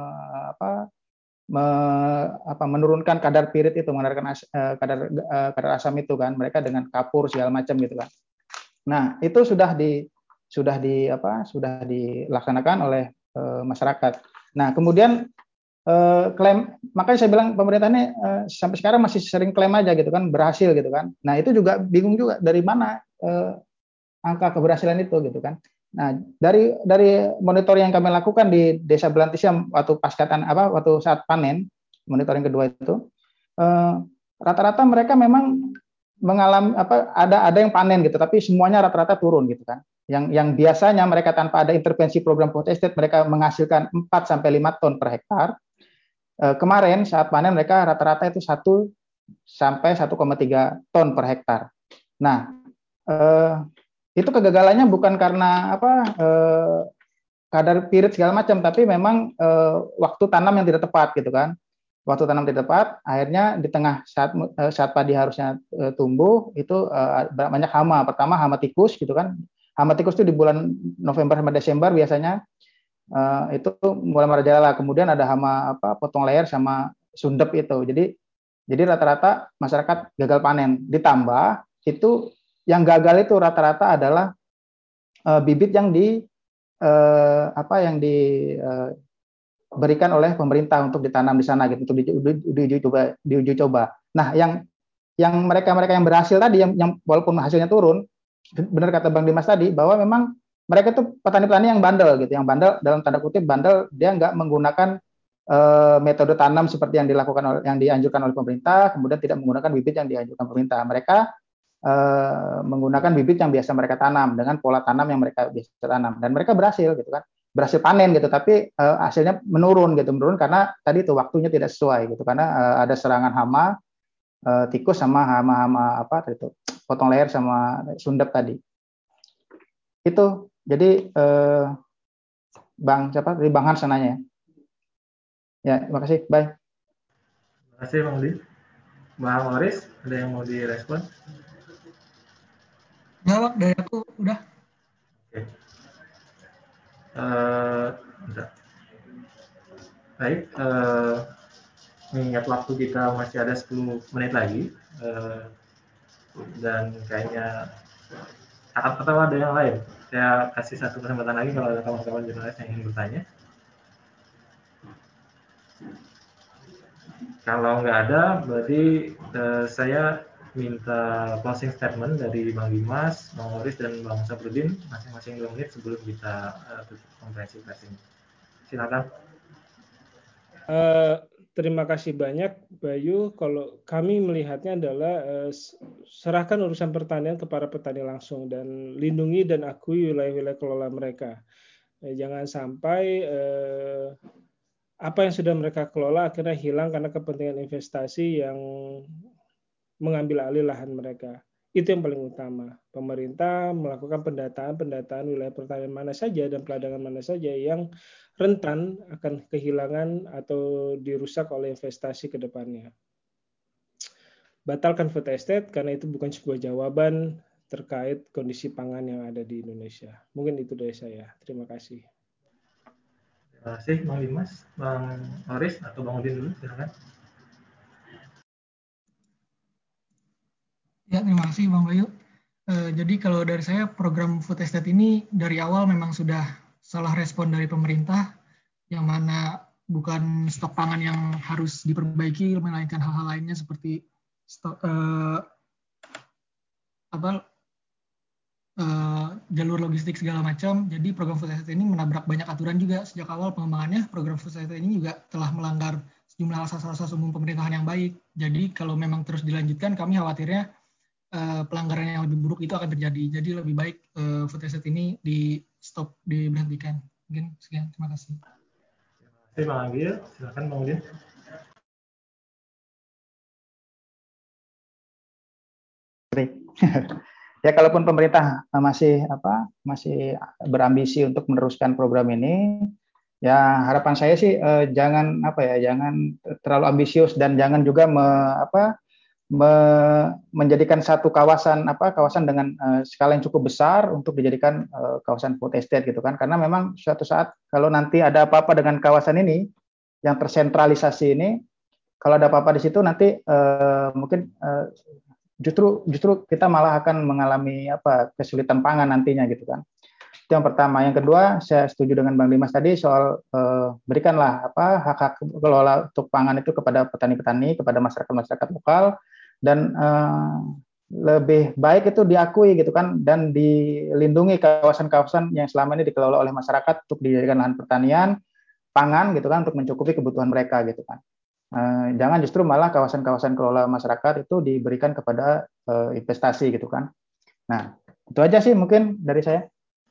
menurunkan kadar pirit itu, menurunkan kadar asam itu kan, mereka dengan kapur segala macam gitu kan. Nah itu sudah dilaksanakan oleh masyarakat. Nah kemudian klaim, makanya saya bilang pemerintah ini sampai sekarang masih sering klaim aja gitu kan, berhasil gitu kan. Nah itu juga bingung juga dari mana angka keberhasilan itu gitu kan. Nah dari monitoring yang kami lakukan di Desa Belantisia waktu waktu saat panen, monitoring kedua itu rata-rata mereka memang mengalami ada yang panen gitu, tapi semuanya rata-rata turun gitu kan. Yang biasanya mereka tanpa ada intervensi program food estate mereka menghasilkan 4 sampai 5 ton per hektar. Kemarin saat panen mereka rata-rata itu 1 sampai 1,3 ton per hektar. Nah, itu kegagalannya bukan karena kadar pirit segala macam, tapi memang waktu tanam yang tidak tepat gitu kan. Waktu tanam tidak tepat, akhirnya di tengah saat padi harusnya tumbuh itu banyak hama. Pertama hama tikus gitu kan. Hama tikus itu di bulan November sampai Desember biasanya. Itu mulai merajalela. Kemudian ada hama potong leher sama sundep itu. Jadi rata-rata masyarakat gagal panen. Ditambah itu yang gagal itu rata-rata adalah bibit yang diberikan oleh pemerintah untuk ditanam di sana gitu, untuk diuji coba. Nah, yang mereka yang berhasil tadi, yang walaupun hasilnya turun, benar kata Bang Dimas tadi bahwa memang mereka itu petani-petani yang bandel gitu, yang bandel dalam tanda kutip bandel, dia nggak menggunakan metode tanam seperti yang dianjurkan oleh pemerintah, kemudian tidak menggunakan bibit yang dianjurkan pemerintah. Mereka menggunakan bibit yang biasa mereka tanam dengan pola tanam yang mereka biasa tanam, dan mereka berhasil gitu kan, berhasil panen gitu, tapi hasilnya menurun karena tadi itu waktunya tidak sesuai gitu, karena ada serangan hama tikus sama hama itu potong leher sama sundep tadi. Itu jadi Bang Hans nanya. Ya, terima kasih. Bye. Terima kasih Bang Udin. Bang Oris, ada yang mau direspon? Jawab dari aku udah. Oke. Bentar. Baik, mengingat waktu kita masih ada 10 menit lagi, dan kayaknya atau ada yang lain, saya kasih satu kesempatan lagi kalau ada kawan-kawan jurnalis yang ingin bertanya. Kalau nggak ada, berarti saya minta closing statement dari Bang Dimas, Bang Oris, dan Bang Saprudin masing-masing 2 menit sebelum kita tutup konferensi pers ini. Silakan. Terima kasih banyak Bayu. Kalau kami melihatnya adalah serahkan urusan pertanian kepada petani langsung dan lindungi dan akui wilayah-wilayah kelola mereka. Jangan sampai apa yang sudah mereka kelola akhirnya hilang karena kepentingan investasi yang mengambil alih lahan mereka. Itu yang paling utama. Pemerintah melakukan pendataan wilayah pertanian mana saja dan peladangan mana saja yang rentan akan kehilangan atau dirusak oleh investasi ke depannya. Batalkan food estate karena itu bukan sebuah jawaban terkait kondisi pangan yang ada di Indonesia. Mungkin itu dari saya. Terima kasih. Terima kasih Bang Dimas, Bang Oris atau Bang Udin dulu, silakan. Ya, terima kasih Bang Bayu. Jadi kalau dari saya, program food estate ini dari awal memang sudah salah respon dari pemerintah, yang mana bukan stok pangan yang harus diperbaiki, melainkan hal-hal lainnya seperti stok, jalur logistik segala macam. Jadi program food estate ini menabrak banyak aturan juga. Sejak awal pengembangannya, program food estate ini juga telah melanggar sejumlah asas-asas umum pemerintahan yang baik. Jadi kalau memang terus dilanjutkan, kami khawatirnya pelanggaran yang lebih buruk itu akan terjadi. Jadi lebih baik food estate ini di stop, diberhentikan. Mungkin sekian, terima kasih. Terima kasih Bang Agil, silakan Bang Udin. Ya, kalaupun pemerintah masih berambisi untuk meneruskan program ini, ya harapan saya sih jangan terlalu ambisius, dan jangan juga menjadikan satu kawasan dengan skala yang cukup besar untuk dijadikan kawasan food estate gitu kan, karena memang suatu saat kalau nanti ada apa-apa dengan kawasan ini yang tersentralisasi ini, kalau ada apa-apa di situ nanti mungkin justru kita malah akan mengalami kesulitan pangan nantinya gitu kan. Itu yang pertama. Yang kedua, saya setuju dengan Bang Dimas tadi soal berikanlah hak-hak kelola untuk pangan itu kepada petani-petani, kepada masyarakat-masyarakat lokal, dan lebih baik itu diakui gitu kan, dan dilindungi kawasan-kawasan yang selama ini dikelola oleh masyarakat untuk dijadikan lahan pertanian, pangan gitu kan, untuk mencukupi kebutuhan mereka gitu kan. Jangan justru malah kawasan-kawasan kelola masyarakat itu diberikan kepada investasi gitu kan. Nah, itu aja sih mungkin dari saya.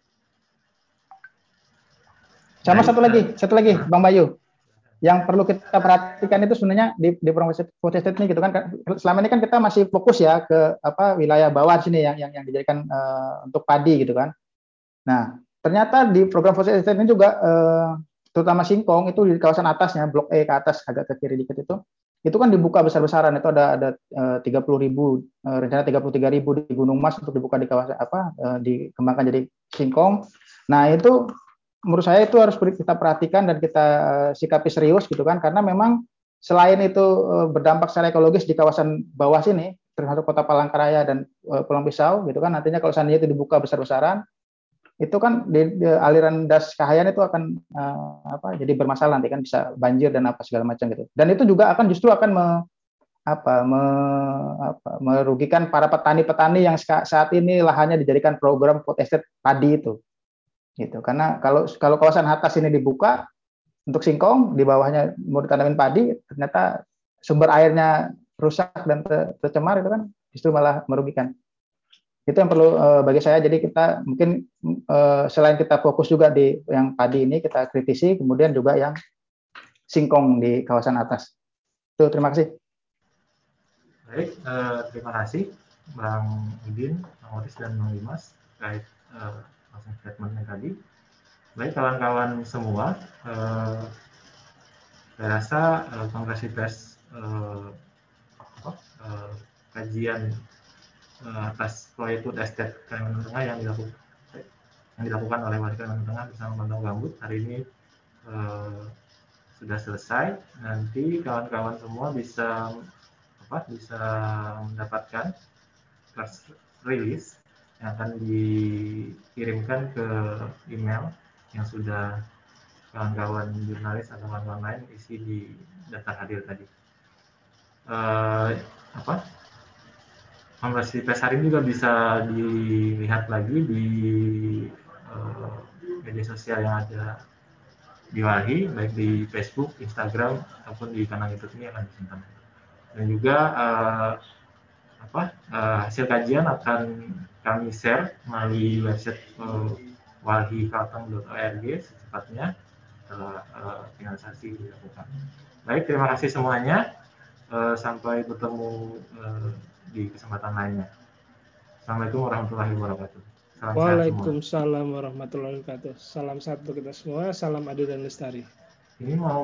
Sama satu lagi, Bang Bayu, yang perlu kita perhatikan itu sebenarnya di promosi food estate ini gitu kan. Selama ini kan kita masih fokus ya ke wilayah bawah sini yang dijadikan untuk padi gitu kan. Nah, ternyata di program food estate ini juga terutama singkong itu di kawasan atasnya, blok E ke atas agak ke kiri dikit itu kan dibuka besar-besaran. Itu ada 30.000, rencana 33.000 di Gunung Mas untuk dibuka di kawasan dikembangkan jadi singkong. Nah, itu menurut saya itu harus kita perhatikan dan kita sikapi serius gitu kan, karena memang selain itu berdampak secara ekologis di kawasan bawah sini termasuk Kota Palangkaraya dan Pulau Pisau gitu kan. Nantinya kalau seandainya itu dibuka besar-besaran, itu kan di aliran das Kahayan itu akan jadi bermasalah, nanti kan bisa banjir dan apa segala macam gitu. Dan itu juga akan justru akan merugikan para petani-petani yang saat ini lahannya dijadikan program food estate padi itu. Gitu. Karena kalau kawasan atas ini dibuka untuk singkong, di bawahnya mau ditanamin padi, ternyata sumber airnya rusak dan tercemar, itu kan justru malah merugikan. Itu yang perlu bagi saya. Jadi kita mungkin selain kita fokus juga di yang padi ini, kita kritisi, kemudian juga yang singkong di kawasan atas. Itu, terima kasih. Baik, terima kasih Bang Udin, Bang Oris, dan Bang Dimas terkait langsung statementnya tadi. Baik kawan-kawan semua, saya rasa konferensi pers kajian atas proyek food estate Kalimantan Tengah yang dilakukan oleh warga Kalimantan Tengah bersama Pantau Gambut hari ini sudah selesai. Nanti kawan-kawan semua bisa mendapatkan press release yang akan dikirimkan ke email yang sudah kawan-kawan jurnalis atau kawan-kawan lain isi di daftar hadir tadi. Konversi pers hari ini juga bisa dilihat lagi di media sosial yang ada di Walhi, baik di Facebook, Instagram, ataupun di kanal YouTube ini akan disimpan. Dan juga hasil kajian akan kami share melalui website walhikalteng.org secepatnya setelah finalisasi dilakukan. Baik, terima kasih semuanya. Sampai bertemu di kesempatan lainnya. Assalamualaikum warahmatullahi wabarakatuh. Waalaikumsalam warahmatullahi wabarakatuh. Salam sehat untuk kita semua. Salam adil dan lestari. Ini mau